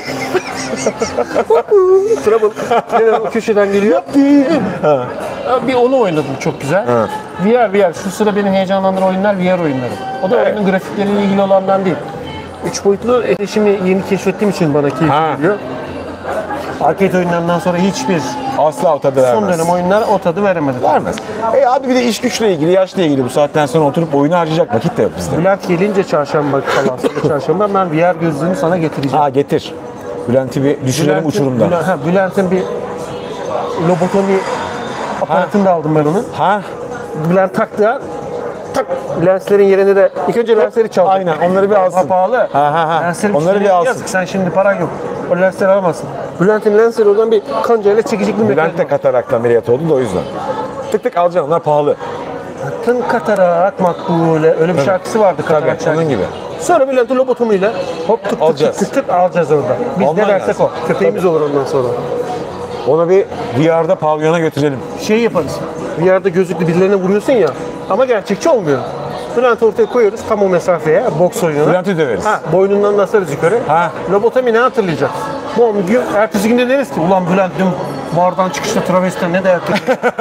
Trouble. Yine o köşeden geliyor. Ha, Bir onu oynadım çok güzel. V R, V R. Şu sıra beni heyecanlandıran oyunlar V R oyunları. O da Evet. oyunun grafikleriyle ilgili olandan değil. Üç boyutlu erişimi yeni keşfettiğim için bana keyif Ha. veriyor. Arcade oyunlarından sonra hiçbir Asla o tadı son vermez. dönem oyunlar o tadı veremedi. Vermez. E abi bir de iş güçle ilgili, yaşla ilgili bu saatten sonra oturup oyunu harcayacak vakit de yok bizde. Bülent gelince çarşamba falan salı çarşamba ben V R gözlüğünü sana getireceğim. Ha getir. Bülent'i bir düşürelim Bülent'in- uçurumdan. Bülent- ha, Bülent'in bir lobotomi aparatını da aldım ben onun. Ha? Bülent taktı ya. Tak lenslerin yerine de ilk önce lensleri çaldım. Aynen, onları bir alsın. Ha, pahalı. Ha, ha, ha. Lenslerin Onları bir üstüne alsın. Yazık sen şimdi paran yok. O lensleri alamazsın. Bülent'in lensleri oradan bir kancayla çekecek bir Bülent de mekanizma. katarakta ameliyat oldu da o yüzden. Tık tık alacaksın, onlar pahalı. Tın katarak makbule. Öyle bir şarkısı vardı katarak Tabii, şarkısı. onun gibi. Sonra Bülent'in lobotomuyla hop tık tık Alacağız. tık tık tık alacağız orada. Biz Alman ne dersek lazım. o. Köpeğimiz olur ondan sonra. Onu bir V R'da pavyona götürelim. Şey yaparız. V R'da gözlüklü birilerine vuruyorsun ya ama gerçekçi olmuyor. Bülent'i ortaya koyuyoruz tam o mesafeye, boks oyununa. Bülent'i döveriz. Ha, boynundan da asarız yukarı. Ha. Lobotomi ne hatırlayacak? Bu gün, ertesi günde deriz ki ulan Bülent dün bardan çıkışta travestten ne de yaptı?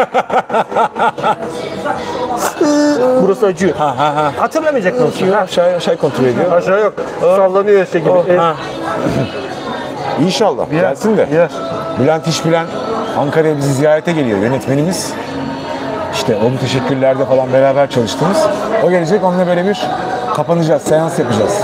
Burası acıyor. Ha ha ha. Hatırlamayacak nasıl? Ha, Aşağı aşağı kontrol ediyor. aşağı yok. Sallanıyor işte gibi. Evet. Ha. İnşallah gelsin de. Yer. Bülent İşbilen Ankara'ya bizi ziyarete geliyor, yönetmenimiz. İşte onun teşekkürlerde falan beraber çalıştığımız. O gelecek, onunla böyle bir kapanacağız, seans yapacağız.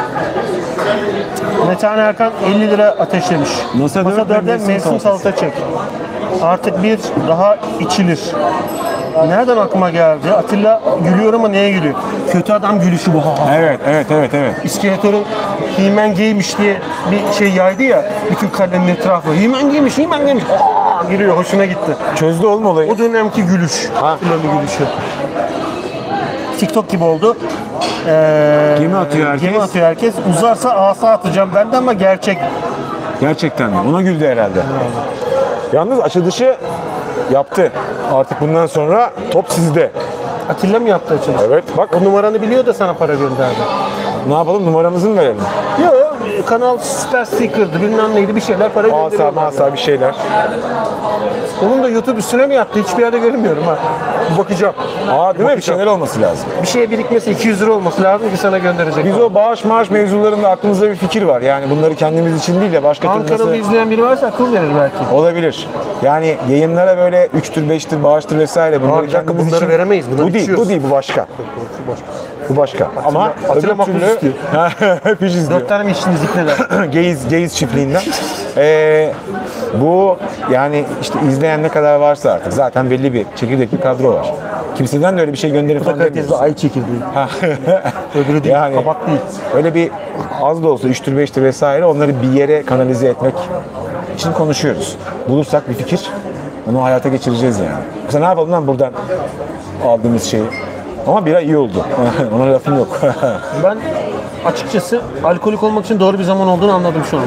Metehan Erkan elli lira ateşlemiş. Masa dört Masa ve dörde mevsim mevsim salatası. salata çek. Artık bir daha içilir. Nereden aklıma geldi? Atilla gülüyor ama neye gülüyor? Kötü adam gülüşü bu. Ha, ha. Evet, evet, evet, evet. İskeletor'un He-Man giymiş diye bir şey yaydı ya bütün kalenin etrafı. He-Man giymiş, He-Man giymiş. Aa, gülüyor, hoşuna gitti. Çözdü oğlum olayı. O dönemki gülüş. Ha. Atilla'nın gülüşü. TikTok gibi oldu. Ee, Gemi atıyor herkes. Gemi atıyor herkes. Uzarsa asa atacağım ben de ama gerçek. Gerçekten mi? Ona güldü herhalde. Yalnız açılışı yaptı. Artık bundan sonra top sizde. Atilla mı yaptı açılış? Evet, bak. O numaranı biliyor da sana para gönderdi. Ne yapalım, numaramızı mı verelim? Yok, kanal Super Sticker'dı bilmem neydi bir şeyler para Asa gönderiyorlar. masa bir şeyler. Onun da YouTube üstüne mi yattı? Hiçbir yerde görmüyorum ha. Bakacağım. Aa değil mi? Bir Bakacağım. şeyler olması lazım. Bir şeye birikmesi iki yüz lira olması lazım ki sana gönderecek. Biz o bağış maaş mevzularında aklımızda bir fikir var. Yani bunları kendimiz için değil de başka türlü Ankara'da nasıl... izleyen biri varsa akıl verir belki. Olabilir. Yani yayınlara böyle üçtür, beştir, bağıştır vesaire bunları Abi bir dakika, kendimiz bunları için... veremeyiz, bunları Bu değil, içiyoruz. bu değil, bu başka. Bu başka. Ama Atilla öbür makbuz türlü... istiyor. Hep iş izliyor. Dört tane mi içtiniz ikneler? Geyiz, Geyiz çiftliğinden. Ee, bu yani işte izleyen ne kadar varsa artık zaten belli bir çekirdek bir kadro var. Kimseden de öyle bir şey gönderip falan Kaliteli demiyoruz. ay çekirdeği. Ha. Öbürü değil, Yani kabak değil. öyle bir az da olsa üçtür beştir vesaire onları bir yere kanalize etmek için konuşuyoruz. Bulursak bir fikir onu hayata geçireceğiz yani. Mesela ne yapalım lan buradan aldığımız şeyi. Ama bira iyi oldu. Ona lafım yok. Ben açıkçası alkolik olmak için doğru bir zaman olduğunu anladım şu anda.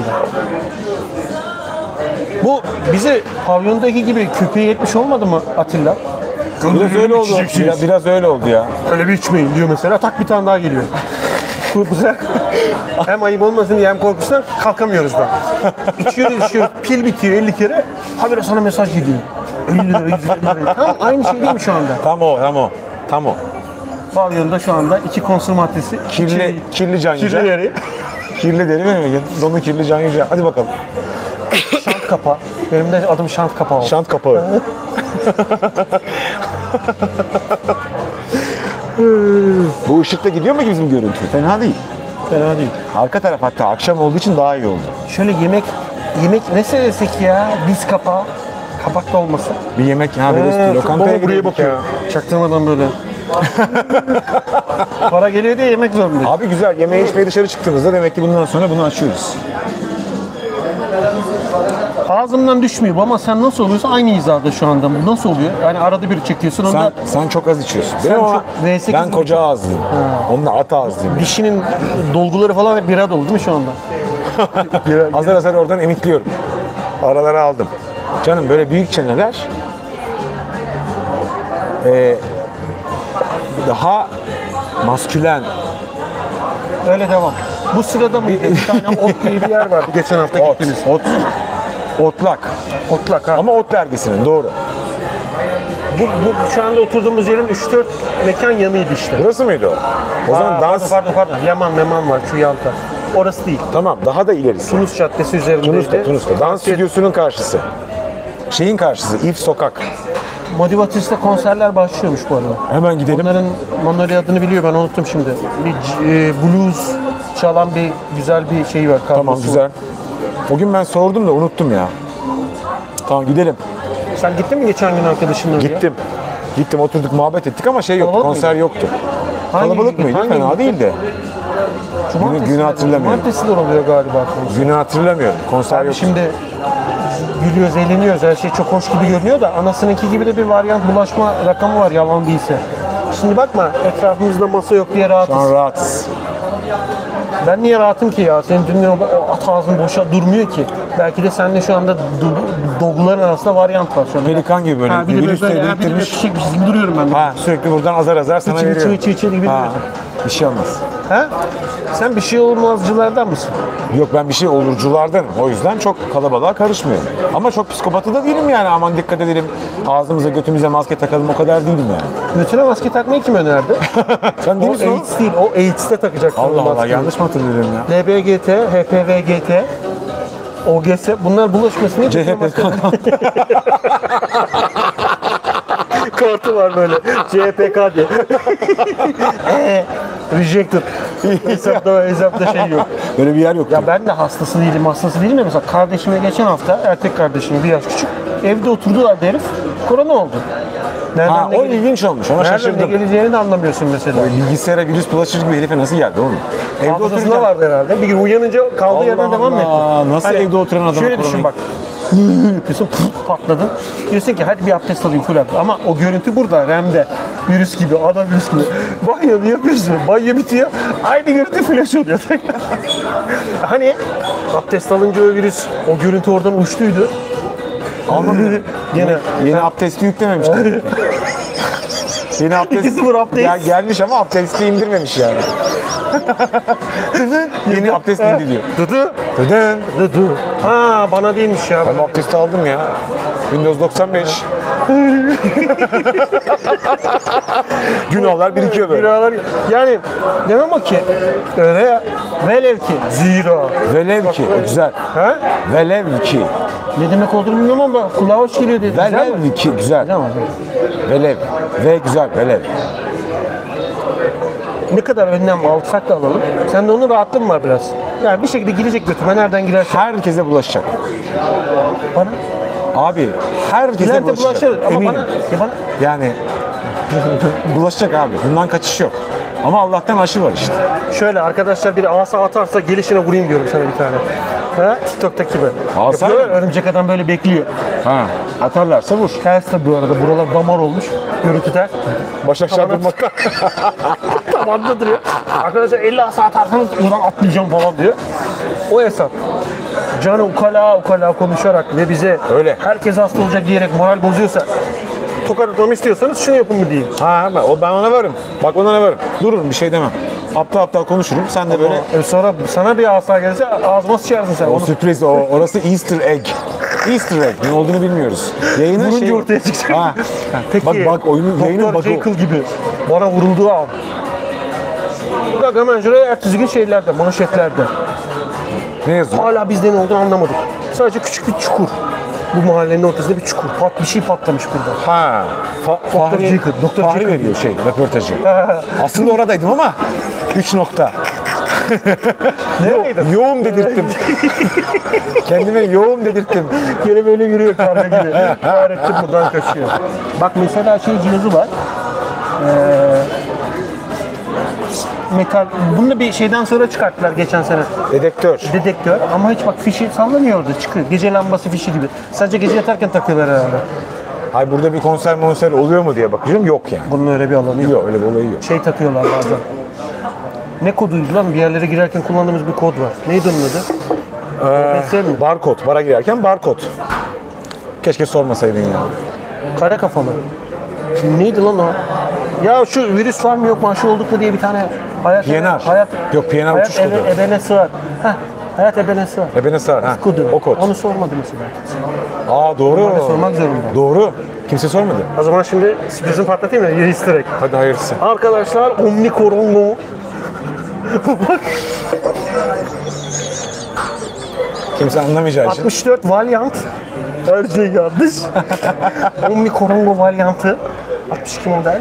Bu bize pavyondaki gibi köpeğe yetmiş olmadı mı Atilla? biraz öyle oldu. Biraz, biraz öyle oldu ya. Öyle bir içmeyin diyor mesela. Tak bir tane daha geliyor. Bu güzel. Hem ayıp olmasın diye hem korkusundan kalkamıyoruz da. İçiyoruz içiyoruz. Pil bitiyor elli kere. Habire sana mesaj geliyor. elli lira, yüz lira. Tam aynı şey değil mi şu anda? Tam o, tam o. Tam o. Pavyonda şu anda iki konsül maddesi. Kirli, kirli can yüce. Kirli yeri. Kirli deri mi? Donu kirli can yüce. Hadi bakalım. Şant kapağı. Benim de adım şant kapağı oldu. Şant kapağı. Bu ışıkta gidiyor mu ki bizim görüntü? Fena değil. Fena değil. Arka taraf hatta akşam olduğu için daha iyi oldu. Şöyle yemek, yemek ne söylesek ya? Diz kapağı. Kapak da olmasın. Bir yemek ha böyle Ee, ee, lokantaya baba buraya gidelim bakıyor. ya. Çaktırmadan böyle. Para geliyor diye yemek zorundayız. Abi güzel yemeğe içmeye dışarı çıktığımızda demek ki bundan sonra bunu açıyoruz. Ağzımdan düşmüyor ama sen nasıl oluyorsa aynı hizada şu anda. Bu nasıl oluyor? Yani arada bir çekiyorsun. Sen Onda sen çok az içiyorsun. Sen Benim ama çok- V sekiz ben koca ağızlıyım. Onunla at ağızlıyım. dişinin dolguları falan hep bira dolu değil mi şu anda? Azar azar oradan emikliyorum. Aralara aldım. Canım böyle büyük çeneler e, daha maskülen. Öyle devam. Bu sırada mı? Bir tane ot diye bir yer vardı geçen hafta Ot, gittiniz. ot, otlak. Otlak ha. Ama ot dergisinin doğru. Bu, bu şu anda oturduğumuz yerin üç dört mekan yanıydı işte. Burası mıydı o? O zaman Aa, dans... Pardon pardon pardon. Yaman Meman var şu yanda. Orası değil. Tamam daha da ilerisi. Tunus Caddesi üzerindeydi. Tunus'ta, Tunus'ta. Dans stüdyosunun karşısı. Şeyin karşısı, İf Sokak. Motivatis'te konserler başlıyormuş bu arada. Hemen gidelim. Onların Manolya adını biliyor, ben unuttum şimdi. Bir c- e, blues çalan bir güzel bir şey var. Tamam kadrosu. güzel. O gün ben sordum da unuttum ya. Tamam gidelim. Sen gittin mi geçen gün arkadaşınla oraya? Gittim. Gittim oturduk muhabbet ettik ama şey yoktu, Kalabalık konser yoktu. Hangi Kalabalık gün? mıydı? Hangi Fena gün? değildi. Cumartesi, Günü hatırlamıyorum. Cumartesiler oluyor galiba konser. Günü hatırlamıyorum. Konser Abi yoktu. şimdi gülüyoruz, eğleniyoruz. Her şey çok hoş gibi görünüyor da anasınınki gibi de bir varyant bulaşma rakamı var yalan değilse. Şimdi bakma etrafımızda masa yok diye Şu rahatız. an rahatız. Ben niye rahatım ki ya? Senin dünya o at ağzın boşa durmuyor ki. Belki de seninle şu anda do- dolguların arasında varyant var şu anda. Pelikan gibi böyle Ha, bir de virüsle böyle, ha, bir de böyle biriktirmiş. fişekmişiz gibi duruyorum ben de. Ha, sürekli buradan azar azar sana Çivi, veriyor. çivi, çivi, çivi gibi Ha, duruyorsun. bir şey olmaz. Ha? Sen bir şey olmazcılardan mısın? Yok ben bir şey olurculardanım. O yüzden çok kalabalığa karışmıyorum. Ama çok psikopatı da değilim yani. Aman dikkat edelim. Ağzımıza götümüze maske takalım o kadar değilim yani. Götüne maske takmayı kim önerdi? Sen değil O misin o? AIDS değil, o AIDS'te takacaksın. Allah Allah maskeyi. yanlış mı hatırlıyorum ya? L B G T, H P V G T, O G S bunlar bulaşmasın diye C H P kartı var böyle. C H P K diye. Eee, Rejected. hesapta, hesapta şey yok. Böyle bir yer yok. Ya ben de hastası değilim, hastası değilim ya. Mesela kardeşime geçen hafta, erkek kardeşim bir yaş küçük, evde oturdular herif, korona oldu. Nereden Ha, ne o gele- ilginç olmuş. Ona Nereden ne şaşırdım. geleceğini de anlamıyorsun mesela. Bilgisayara virüs bulaşır gibi herife nasıl geldi oğlum? Evde Hafızasında otururken... vardı herhalde. Bir gün uyanınca kaldığı Allah yerden devam mı Allah, etti? nasıl evde oturan adama Şöyle korona- düşün bak. Yapıyorsun, patladın. Diyorsun ki hadi bir abdest alayım full abdest. Ama o görüntü burada, R A M'de. Virüs gibi, adam virüs gibi. Banyoyu yapıyorsun, banyo bitiyor. Aynı görüntü flash oluyor tekrar. Hani abdest alınca o virüs, o görüntü oradan uçtuydu. Anladın Gene Yeni abdesti yüklememişler. Yeni abdest, iki sıfır abdest. Ya gelmiş ama abdesti indirmemiş yani. Yeni abdest indi diyor. Dudu. Dıdın. Dudu. Ha bana değilmiş ya. Ben abdesti aldım ya. Windows doksan beş. Günahlar birikiyor böyle. Biralar, yani demem o ki öyle ya. Velev ki zira. Velev ki. O güzel. Ha? Velev ki. Ne demek olduğunu bilmiyorum ama kulağa hoş geliyor dedi. Güzel mi? Velev ki. Güzel. Güzel mi? Velev. Ve güzel. Velev. Ne kadar önlem alsak da alalım. Sen de onun rahatlığın var biraz. Yani bir şekilde girecek götüme nereden girerse. Herkese bulaşacak. Bana. Abi herkese Bülent'e bulaşacak. bulaşır ama Eminim. bana. Ya bana. Yani bulaşacak abi. Bundan kaçış yok. Ama Allah'tan aşı var işte. Şöyle arkadaşlar bir asa atarsa gelişine vurayım diyorum sana bir tane. Ha? TikTok'taki gibi. Asa Yapıyorlar, mı? örümcek adam böyle bekliyor. Ha. Atarlarsa vur. Ters de bu arada. Buralar damar olmuş. Görüntü ters. Başakşehir durmakta. Tamamda duruyor. Arkadaşlar elli asa atarsanız buradan atlayacağım falan diyor. O hesap. Canı ukala ukala konuşarak ve bize Öyle. herkes hasta olacak diyerek moral bozuyorsa tokat atmamı istiyorsanız şunu yapın mı diyeyim. Ha ben, o, ben ona varım. Bak ona varım. Dururum bir şey demem. Aptal aptal konuşurum. Sen de böyle E sonra sana bir asa gelse ağzıma sıçarsın sen. o Onu sürpriz o orası Easter egg. Easter egg ne olduğunu bilmiyoruz. Yayının vurunca şey ortaya çıkacak. Ha. Peki, Bak bak oyunun yayının Doktor bak o. Jekyll gibi bana vurulduğu an. Bak hemen şuraya ertesi gün şeylerde, manşetlerde. Ne yazıyor? Hala biz de ne olduğunu anlamadık. Sadece küçük bir çukur. Bu mahallenin ortasında bir çukur. Pat, bir şey patlamış burada. Ha. Fa Fahri, Jekyll, Doktor Fahri Jekyll. veriyor şey röportajı. Aslında oradaydım ama üç nokta. Neredeydin? Yoğum dedirttim. Kendime yoğum dedirttim. Gene böyle yürüyor karga gibi. Fahrettin buradan kaçıyor. Bak mesela şey cihazı var. Ee, metal. Bunu da bir şeyden sonra çıkarttılar geçen sene. Dedektör. Dedektör. Ama hiç bak fişi sallanıyor orada çıkıyor. Gece lambası fişi gibi. Sadece gece yatarken takıyorlar herhalde. Hay burada bir konser monser oluyor mu diye bakıyorum. Yok yani. Bunun öyle bir alanı yok. Yok öyle bir olayı yok. Şey takıyorlar bazen. Ne koduydu lan? Bir yerlere girerken kullandığımız bir kod var. Neydi onun adı? Ee, mi? Barkod. Bara girerken barkod. Keşke sormasaydın ya. Kara kafalı. Neydi lan o? Ya şu virüs var mı yok mu aşı olduk mu diye bir tane hayat P N R. hayat Yok, P N R hayat uçuş kodu. ebe, ebene sığar. Heh, hayat ebene sığar. Ebene sağır. Ha. Kodu. O kod. Onu sormadı mesela. Aa doğru. Normalde sormak zorunda. Doğru. Kimse sormadı. O zaman şimdi sürprizini patlatayım mı? Easter egg. Hadi hayırlısı. Arkadaşlar Omnicorongo. Kimse anlamayacağı için. altmış dört Valiant. Her şey yanlış. Omnicorongo Valiant'ı. altmış iki model.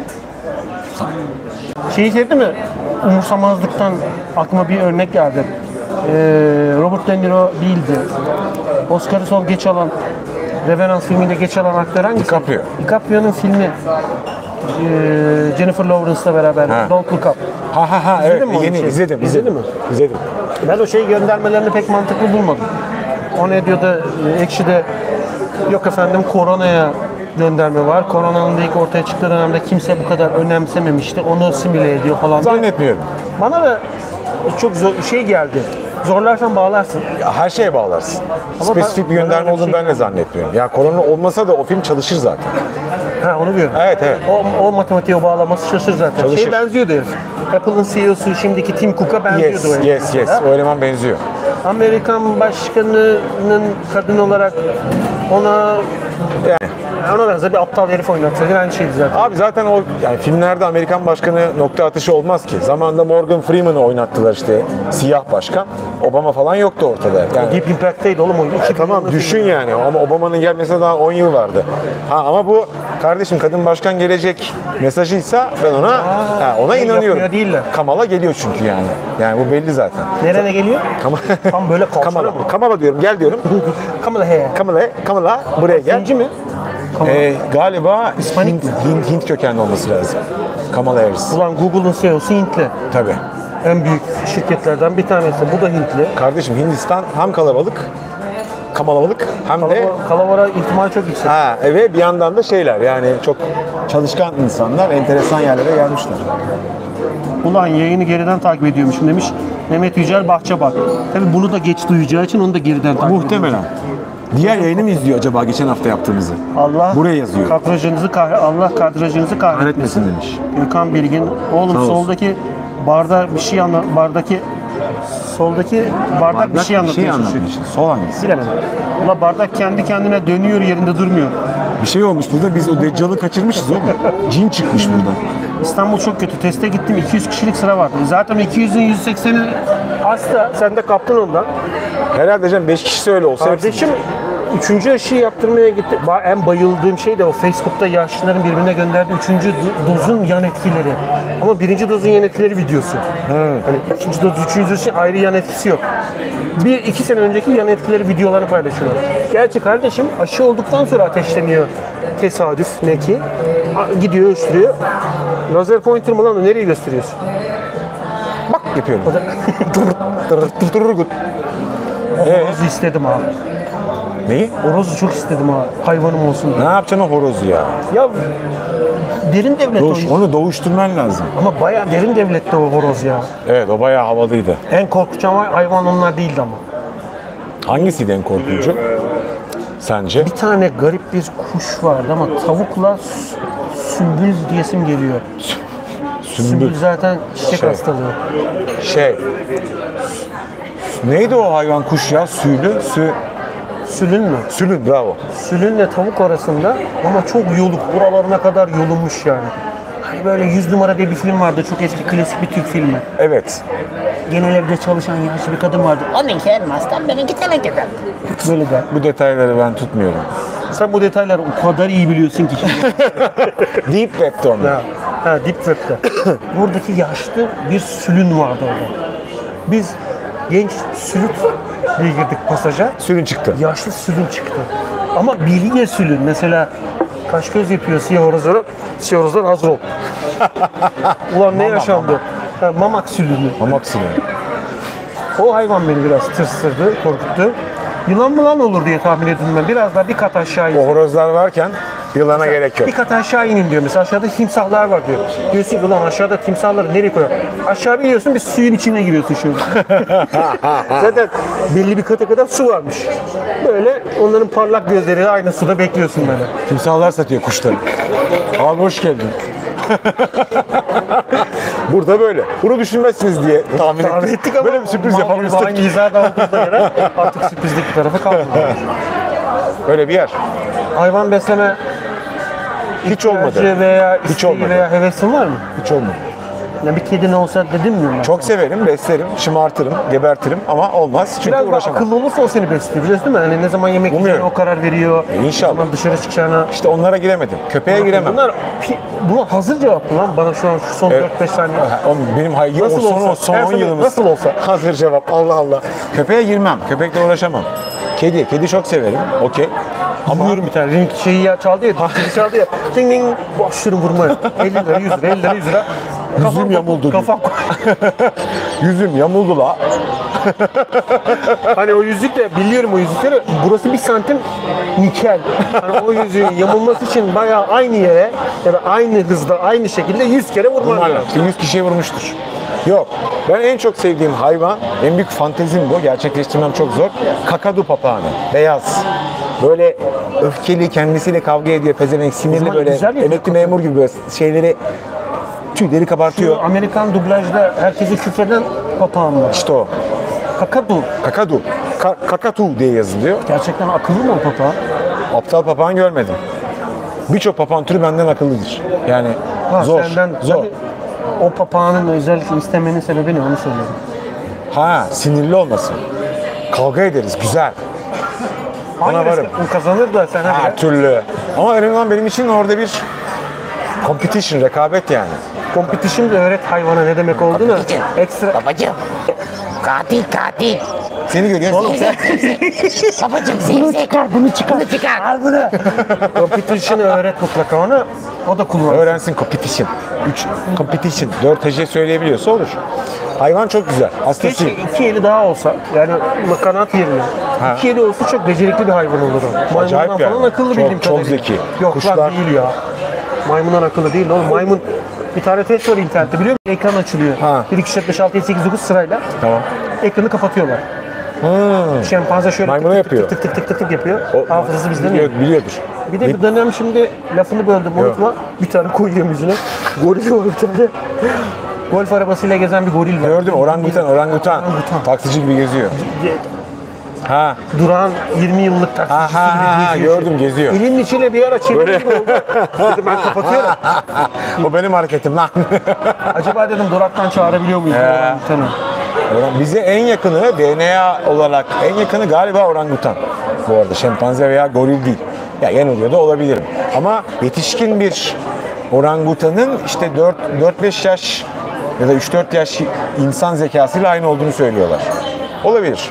Şeyi sevdi mi? Umursamazlıktan aklıma bir örnek geldi. Ee, Robert De Niro değildi. Oscar'ı sol geç alan, Revenant filmiyle geç alan aktör hangisi? DiCaprio. DiCaprio'nun filmi. Ee, Jennifer Lawrence'la beraber. Ha. Don't Look Up. Ha ha ha İzledin evet mi onu yeni şey? izledim. İzledin izledim. mi? İzledim. Ben o şey göndermelerini pek mantıklı bulmadım. O ne diyordu? Ekşi'de yok efendim koronaya gönderme var. Koronanın da ilk ortaya çıktığı dönemde kimse bu kadar önemsememişti. Onu simüle ediyor falan. diye. Zannetmiyorum. Bana da çok zor şey geldi. Zorlarsan bağlarsın. Ya her şeye bağlarsın. Ama Spesifik ben- bir gönderme ben öyle bir olduğunu şey- ben de zannetmiyorum. Ya korona olmasa da o film çalışır zaten. Ha onu diyorum. Evet evet. O, o matematiğe o bağlaması şaşır zaten. Çalışır. Şey benziyordu herif. Apple'ın C E O'su şimdiki Tim Cook'a benziyordu. Yes o herif. yes yes. Ha? O eleman benziyor. Amerikan başkanının kadın olarak ona Yani. ona benzer bir aptal herif oynatsaydı aynı şeydi zaten. Abi zaten o yani filmlerde Amerikan başkanı nokta atışı olmaz ki. Zamanında Morgan Freeman'ı oynattılar işte siyah başkan. Obama falan yoktu ortada. Yani Deep Impact'teydi oğlum o. iki bin tamam yılında düşün yani ama Obama'nın gelmesine daha on yıl vardı. Ha ama bu kardeşim kadın başkan gelecek mesajıysa ben ona ha, ona şey inanıyorum. yapmıyor değiller. Kamala geliyor çünkü yani. Yani bu belli zaten. nereye geliyor? Kamala. Tam böyle kalçana Kamala. mı? Kamala diyorum. Gel diyorum. Kamala he. Kamala, Kamala buraya gel. Zenci mi? Ee, galiba İspanik Hint, mi? Hint, Hint kökenli olması lazım. Kamala Harris. Ulan Google'un C E O'su Hintli. Tabii. En büyük şirketlerden bir tanesi. Bu da Hintli. Kardeşim Hindistan hem kalabalık, kamalabalık hem de Kalabora, kalabora ihtimal çok yüksek. ha ve bir yandan da şeyler yani çok çalışkan insanlar enteresan yerlere gelmişler. Ulan yayını geriden takip ediyormuşum demiş Mehmet Yücel Bahçebak. Tabii bunu da geç duyacağı için onu da geriden takip ediyor. Muhtemelen. Diğer yayını mı izliyor acaba geçen hafta yaptığımızı? Allah Buraya yazıyor. Kadrajınızı kahre, Allah kadrajınızı kahretmesin. Kahretmesin demiş. Gökhan Bilgin. Oğlum Sağ olsun. soldaki barda bir şey anla, bardaki soldaki bardak, bir şey anlatmaya çalışıyor. anlatmış. Sol hangisi? Bilemedim. Ulan bardak kendi kendine dönüyor, yerinde durmuyor. Bir şey olmuş burada. Biz o Deccal'ı kaçırmışız oğlum. Cin çıkmış buradan. İstanbul çok kötü. Teste gittim. iki yüz kişilik sıra vardı. Zaten iki yüzün yüz sekseni hasta. Sen de kaptın ondan. Herhalde canım beş kişisi öyle olsa. Kardeşim üçüncü aşıyı yaptırmaya gitti. Ba- En bayıldığım şey de o Facebook'ta yaşlıların birbirine gönderdiği üçüncü do- dozun yan etkileri. Ama birinci dozun yan etkileri videosu. Hani ikinci doz, üçüncü doz için ayrı yan etkisi yok. Bir, iki sene önceki yan etkileri videoları paylaşıyorlar. Gerçi kardeşim aşı olduktan sonra ateşleniyor. Tesadüf ne ki? A- Gidiyor ölçtürüyor. Lazer pointer mı lan o? Nereye gösteriyorsun? Bak yapıyorum. Ee? Horozu istedim abi. Neyi? Horozu çok istedim abi. Hayvanım olsun Ne diye. yapacaksın o horozu ya? Ya derin devlet Doğuş, o. onu doğuşturman lazım. Ama bayağı derin devlette o horoz ya. Evet o bayağı havalıydı. En korkutucu hayvan onlar değildi ama. Hangisiydi en korkutucu? Sence? Bir tane garip bir kuş vardı ama tavukla s- sümbül diyesim geliyor. Sümbül, Sümbül. zaten çiçek Şey. hastalığı. Şey. Neydi o hayvan kuş ya? Süylü. Sü... Sülün mü? Sülün bravo. Sülünle tavuk arasında ama çok yoluk. Buralarına kadar yolunmuş yani. Hani böyle yüz numara diye bir film vardı. Çok eski klasik bir Türk filmi. Evet. Genel evde çalışan yaşlı bir kadın vardı. Onunki elmastan benimki tenekeden. Böyle de. Bu detayları ben tutmuyorum. Sen bu detayları o kadar iyi biliyorsun ki. Deep Web'de onu. Ha, ha Deep Web'de. Buradaki yaşlı bir sülün vardı orada. Biz genç sülüt diye girdik pasaja. Sülün çıktı. Yaşlı sülün çıktı. Ama bilge sülün. Mesela kaş göz yapıyor siyah horozlara. Siyah horozlar hazır ol. Ulan ne yaşandı? Ha, mamak sülünü. Hamak sülün. O hayvan beni biraz tırstırdı, korkuttu. Yılan mı lan olur diye tahmin ettim ben. Biraz daha bir kat aşağı O in. horozlar varken yılana gerek yok. Bir kat aşağı inin diyor. Mesela aşağıda timsahlar var diyor. Diyorsun ki ulan aşağıda timsahları nereye koyar? Aşağı biniyorsun bir suyun içine giriyorsun şöyle. Zaten belli bir kata kadar su varmış. Böyle onların parlak gözleri aynı suda bekliyorsun böyle. Timsahlar satıyor kuşları. Abi hoş geldin. Burada böyle. Bunu düşünmezsiniz diye tahmin ettik. Tahmin ettik ama Böyle bir sürpriz yapalım istedik. Hangi hizada olduğuna göre artık sürprizlik bir tarafa kalmadı. Öyle bir yer. Hayvan besleme Hiç olmadı. ihtiyacı veya Hiç isteği olmadı. veya hevesin var mı? Hiç olmadı. Ya bir kedin olsa dedim mi? ben? Çok severim, beslerim, şımartırım, gebertirim ama olmaz çünkü Biraz daha uğraşamam. akıllı olursa o seni besliyor biliyorsun değil mi? Hani ne zaman yemek yiyeceğine Umuyorum. o karar veriyor. E, inşallah. Ne zaman dışarı çıkacağına. İşte onlara giremedim. Köpeğe giremem. Bunlar pi- bu hazır cevap mı lan bana şu an şu son Evet. dört beş saniye. Ha, oğlum benim hay- o Nasıl son, olsa? o son Her on sene yılımız. nasıl olsa? Hazır cevap. Allah Allah. Köpeğe girmem. Köpekle uğraşamam. Kedi. Kedi çok severim. Okey. Ama Biliyorum bir tane ring şeyi ya çaldı ya, dişini çaldı ya. Ding ding başlıyorum vurmaya. elli lira yüz lira elli lira yüz lira. Yüzüm yamuldu. Kafam yüzüm yamuldu la. Hani o yüzük de biliyorum o yüzükleri. Burası bir santim nikel. Hani o yüzüğün yamulması için bayağı aynı yere ya da aynı hızda aynı şekilde yüz kere vurman Vurman lazım. lazım. yüz kişiye vurmuştur. Yok. Ben en çok sevdiğim hayvan, en büyük fantezim bu. Gerçekleştirmem çok zor. Kakadu papağanı. Beyaz. Böyle öfkeli, kendisiyle kavga ediyor. Pezevenk, sinirli zaman böyle. güzel ya. Emekli memur gibi böyle şeyleri, tüyleri kabartıyor. Amerikan dublajda herkesi küfreden papağan var. İşte o. Kakadu. Kakadu. Ka- kakatu diye yazılıyor. Gerçekten akıllı mı o papağan? Aptal papağan görmedim. Birçok papağan türü benden akıllıdır. Yani Ha, zor. senden, zor. tabii o papağanın özellikle istemenin sebebi ne onu söylüyorum. Ha, sinirli olmasın. Kavga ederiz, güzel. Ona Hangisi varım. o kazanır da sen Her hadi. türlü. Ama önemli olan benim için orada bir competition, rekabet yani. Competition de öğret hayvana ne demek olduğunu. Ekstra. Babacım. Katil katil. Seni görüyorsun. Babacım bunu çıkar bunu çıkar. Bunu çıkar. Al bunu. Competition'ı öğret mutlaka ona. O da kullanır. Öğrensin competition. üç competition. dört H söyleyebiliyorsa olur. Hayvan çok güzel. Keşke Hastasıyım. iki eli daha olsa. Yani kanat yerine. Ha. İki eli olsa çok becerikli bir hayvan olur o. Acayip Maymundan yani. falan akıllı Çok- bildiğim çok kadarıyla. zeki. Yok Kuşlar- lan değil ya. Maymundan akıllı değil oğlum. Maymun bir tane test var internette biliyor musun? Ekran açılıyor. Ha. bir, iki, üç, dört, beş, altı, yedi, sekiz, dokuz sırayla. Tamam. Ekranı kapatıyorlar. Hmm. Şempanze şöyle Maymuna tık tık yapıyor. tık tık tık tık tık yapıyor. O- Hafızası bizden iyi. biliyor, biliyordur. Bir de bir dönem şimdi lafını böldüm unutma. Bir tane koyuyorum yüzüne. Goril var bir tane. Golf arabasıyla gezen bir goril var. Gördüm orangutan, orangutan. Orangutan. Taksici gibi geziyor. Ha. Durağan yirmi yıllık taksicisi Ha, ha, gibi ha, geziyor. gördüm, geziyor. Elinin içiyle bir ara çevirdi gibi oldu. Dedim ben kapatıyorum. O benim hareketim lan. Acaba dedim duraktan çağırabiliyor muyuz? He. Orangutanı? Oran- Bize en yakını D N A olarak en yakını galiba orangutan. Bu arada şempanze veya goril değil. Ya yanılıyor da olabilirim. Ama yetişkin bir orangutanın işte dört beş yaş ya da üç dört yaş insan zekasıyla aynı olduğunu söylüyorlar. Olabilir.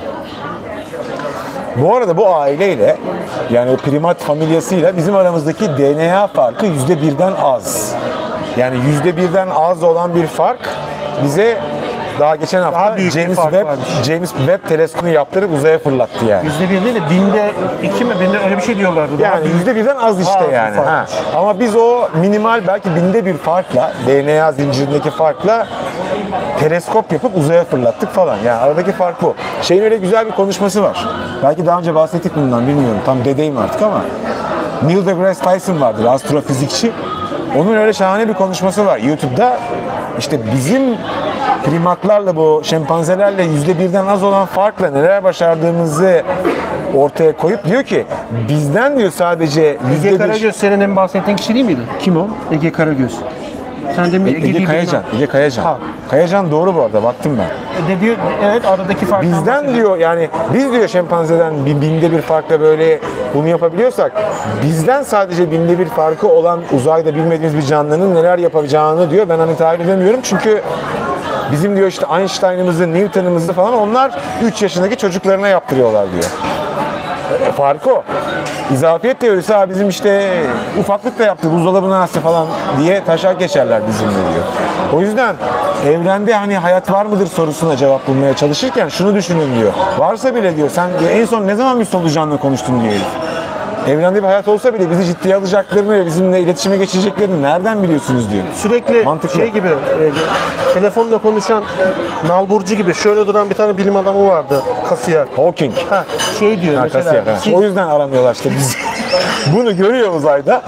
Bu arada bu aileyle yani o primat familyasıyla bizim aramızdaki D N A farkı yüzde birden az. Yani yüzde birden az olan bir fark bize daha geçen hafta Daha büyük bir James fark Webb varmış. James Webb teleskopunu yaptırıp uzaya fırlattı yani. Yüzde bir değil de binde iki mi? Binde öyle bir şey diyorlardı. Daha Yani büyük. yüzde birden az işte Az bir yani. fark. Ha. Ama biz o minimal belki binde bir farkla D N A zincirindeki farkla teleskop yapıp uzaya fırlattık falan. Yani aradaki fark bu. Şeyin öyle güzel bir konuşması var. Belki daha önce bahsettik bundan bilmiyorum. Tam dedeyim artık ama Neil deGrasse Tyson vardır astrofizikçi. Onun öyle şahane bir konuşması var YouTube'da. İşte bizim primatlarla bu şempanzelerle yüzde birden az olan farkla neler başardığımızı ortaya koyup diyor ki bizden diyor sadece Ege yüzde bir. Karagöz senin en bahsettiğin kişi değil miydi? Kim o? Ege Karagöz. Sen de mi Ege, değil Kayacan. bilmem. Ege Kayacan. Ha. Kayacan doğru bu arada baktım ben. E de diyor, evet aradaki fark. Bizden diyor yani biz diyor şempanzeden bir binde bir farkla böyle bunu yapabiliyorsak bizden sadece binde bir farkı olan uzayda bilmediğimiz bir canlının neler yapacağını diyor ben hani tahayyül edemiyorum çünkü bizim diyor işte Einstein'ımızı, Newton'ımızı falan onlar üç yaşındaki çocuklarına yaptırıyorlar diyor. E, farkı o. İzafiyet teorisi ha bizim işte ufaklıkla yaptı buzdolabına nasıl falan diye taşak geçerler bizimle diyor. O yüzden evrende hani hayat var mıdır sorusuna cevap bulmaya çalışırken şunu düşünün diyor. Varsa bile diyor sen diyor, en son ne zaman bir solucanla konuştun diyor herif. Evrende bir hayat olsa bile bizi ciddiye alacaklarını ve bizimle iletişime geçeceklerini nereden biliyorsunuz diyor. Sürekli Mantıklı. şey gibi e, telefonla konuşan nalburcu gibi şöyle duran bir tane bilim adamı vardı kasiyer. Hawking. Ha, şey diyor Ha, mesela. kasiyer, ha. siz- O yüzden aramıyorlar işte biz. Bunu görüyor uzayda.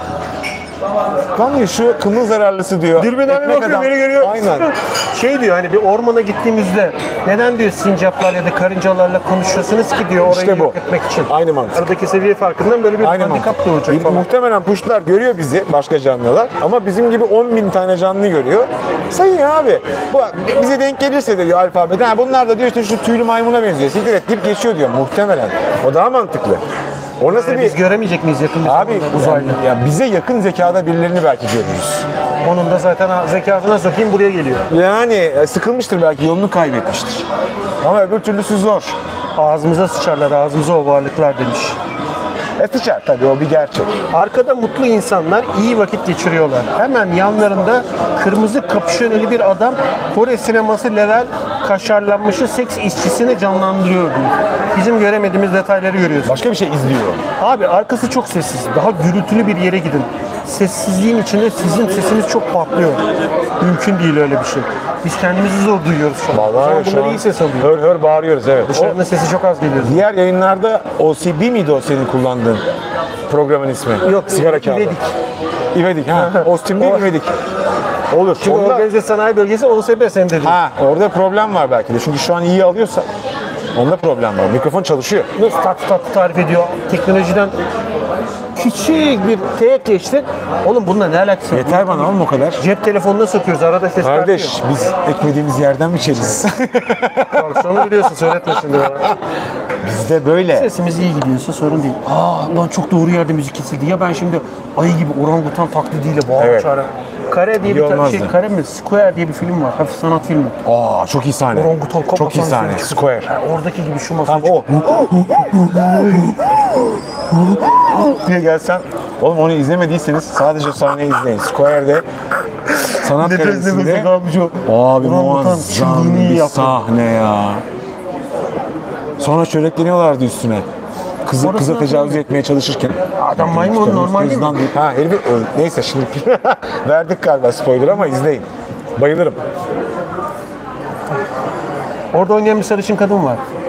Lan diyor şu kımıl zararlısı diyor. Dürbün hani Ekmek bakıyor adam. beni görüyor. Aynen. Şey diyor hani bir ormana gittiğimizde neden diyor sincaplar ya da karıncalarla konuşuyorsunuz ki diyor orayı İşte bu. yok etmek için. Aynı mantık. Aradaki seviye farkından böyle bir Aynı handikap mantık. doğacak Bir- falan. Muhtemelen kuşlar görüyor bizi, başka canlılar. Ama bizim gibi on bin tane canlı görüyor. Sayın abi, bu bize denk gelirse de diyor alfabede. Ha, bunlar da diyor işte şu tüylü maymuna benziyor. Siktir et deyip geçiyor diyor muhtemelen. O daha mantıklı. O nasıl Yani bir... biz göremeyecek miyiz yakın bir Abi zamanda uzaylı? yani, ya bize yakın zekada birilerini belki görürüz. Onun da zaten ha, zekasına sokayım buraya geliyor. Yani e, sıkılmıştır belki, yolunu kaybetmiştir. Ama öbür türlüsü zor. Ağzımıza sıçarlar, ağzımıza o varlıklar demiş. E sıçar tabii, o bir gerçek. Arkada mutlu insanlar iyi vakit geçiriyorlar. Hemen yanlarında kırmızı kapüşoneli bir adam Kore sineması level kaşarlanmışı seks işçisini canlandırıyor diyor. Bizim göremediğimiz detayları görüyoruz. Başka bir şey izliyor. Abi arkası çok sessiz. Daha gürültülü bir yere gidin. Sessizliğin içinde sizin sesiniz çok patlıyor. Mümkün değil öyle bir şey. Biz kendimizi zor duyuyoruz şu an. O zaman Vallahi şu bunlar an iyi ses alıyor. hör hör bağırıyoruz evet. O, Dışarıda sesi çok az geliyor. diğer yayınlarda O C B miydi o senin kullandığın programın ismi? Yok, Sigara kağıdı. İvedik. İvedik ha. Ostim değil İvedik. Olur. Çünkü Onda- organize sanayi bölgesi O S B sen dedin. ha, orada problem var belki de. Çünkü şu an iyi alıyorsa onda problem var. Mikrofon çalışıyor. Nasıl tatlı tatlı tarif ediyor. Teknolojiden küçük bir teyit geçti. Oğlum bununla ne alakası var? Yeter bana oğlum o kadar. Cep telefonuna sokuyoruz. Arada ses Kardeş çıkartıyor. biz ekmediğimiz yerden mi içeriz? Bak, Sonra biliyorsun söyletme şimdi bana. Bizde böyle. Sesimiz iyi gidiyorsa sorun değil. Aa lan çok doğru yerde müzik kesildi. Ya ben şimdi ayı gibi orangutan taklidiyle bağır Evet. çağıra. Kare diye İyi bir ta- olmazdı. şey, Kare mi? Square diye bir film var. Hafif sanat filmi. Aa çok iyi sahne. Orangutan kafa Çok iyi sahne. sahnesi. Square. Ha, oradaki gibi şu masa. Tam o. diye gelsen. Oğlum onu izlemediyseniz sadece o sahneyi izleyin. Square'de sanat galerisinde. kalmış o. Abi Orangutan muazzam çılgınlığı bir yaptı. sahne ya. Sonra çörekleniyorlardı üstüne. Kızı, Orasını kıza tecavüz hatırlamıyorum. etmeye çalışırken. Adam maymun, İşte normal değil mi? kızdan deyip- Ha herifi öl- neyse şimdi verdik galiba spoiler ama izleyin. Bayılırım. Orada oynayan bir sarışın kadın var.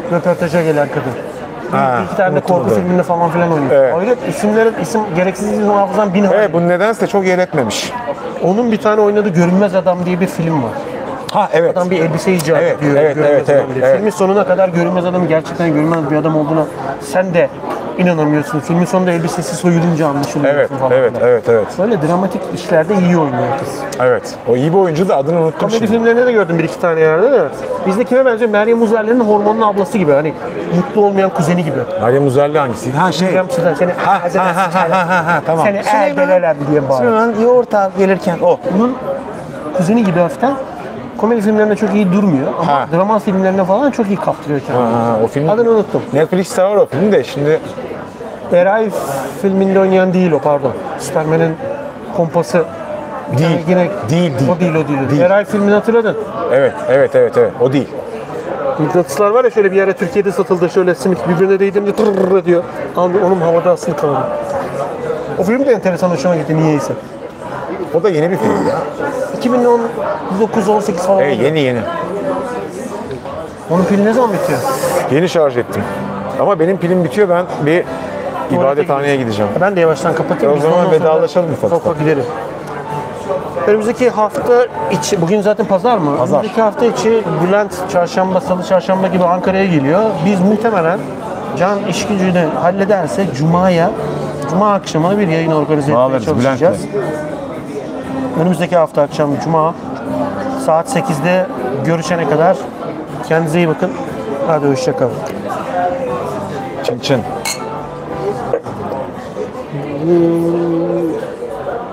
röportaja gelen kadın. Bir, Ha, bir iki tane de unuttum korku onu. filminde falan filan oynuyor. Evet. Hayret isimlerin, isim, gereksiz isim hafızam bin Evet, bu nedense çok yer etmemiş. Onun bir tane oynadığı Görünmez Adam diye bir film var. Ha evet. Adam bir elbise icat Evet, ediyor. evet, Görünmez evet, Adam evet, diye. evet. Filmin sonuna kadar Görünmez Adam'ın gerçekten görünmez bir adam olduğuna sen de inanamıyorsun. Filmin sonunda elbisesi soyulunca anlaşılıyor. Evet, falan evet, filan. evet, evet. Böyle dramatik işlerde iyi oynuyor kız. Evet. O iyi bir oyuncu da adını unuttum Komedi şimdi. filmlerinde de gördüm bir iki tane yerde de. Bizde kime benziyor? Meryem Uzerli'nin hormonlu ablası gibi. Hani mutlu olmayan kuzeni gibi. Meryem Uzerli hangisi? Ha şey. Meryem Uzerli seni Ha ha ha ha ha ha, ha tamam. seni erdelerler diye bağırıyor. Süleyman yoğurt al gelirken o. Bunun kuzeni gibi hafiften komedi filmlerinde çok iyi durmuyor ama Ha. drama filmlerinde falan çok iyi kaptırıyor kendini. Ha, o film. Adını unuttum. Netflix'te var o film de şimdi. Eray filminde oynayan değil o pardon. Superman'in kompası. Değil. Yani yine Değil, değil. O değil o değil. Değil. Eray filmini hatırladın. Evet, evet, evet, evet. O değil. Mıknatıslar var ya şöyle bir ara Türkiye'de satıldı. Şöyle simit birbirine değdiğinde tırrrr diyor. Abi onun havada asılı kalır. O film de enteresan hoşuma gitti niyeyse. O da yeni bir film ya. iki bin on dokuz on sekiz falan. Evet, oldu. yeni yeni. Onun pili ne zaman bitiyor? Yeni şarj ettim. Ama benim pilim bitiyor, ben bir ibadethaneye gideceğim. Ben de yavaştan kapatayım. E o Biz zaman ondan sonra vedalaşalım ufak ufak ufak. gidelim. Önümüzdeki hafta içi, bugün zaten pazar mı? Pazar. Önümüzdeki hafta içi Bülent çarşamba, salı, çarşamba gibi Ankara'ya geliyor. Biz muhtemelen Can iş gücünü hallederse Cuma'ya, Cuma akşamına bir yayın organize etmeye Bağlarız çalışacağız. Önümüzdeki hafta akşam Cuma saat sekizde görüşene kadar kendinize iyi bakın. Hadi hoşçakalın. Çın çın.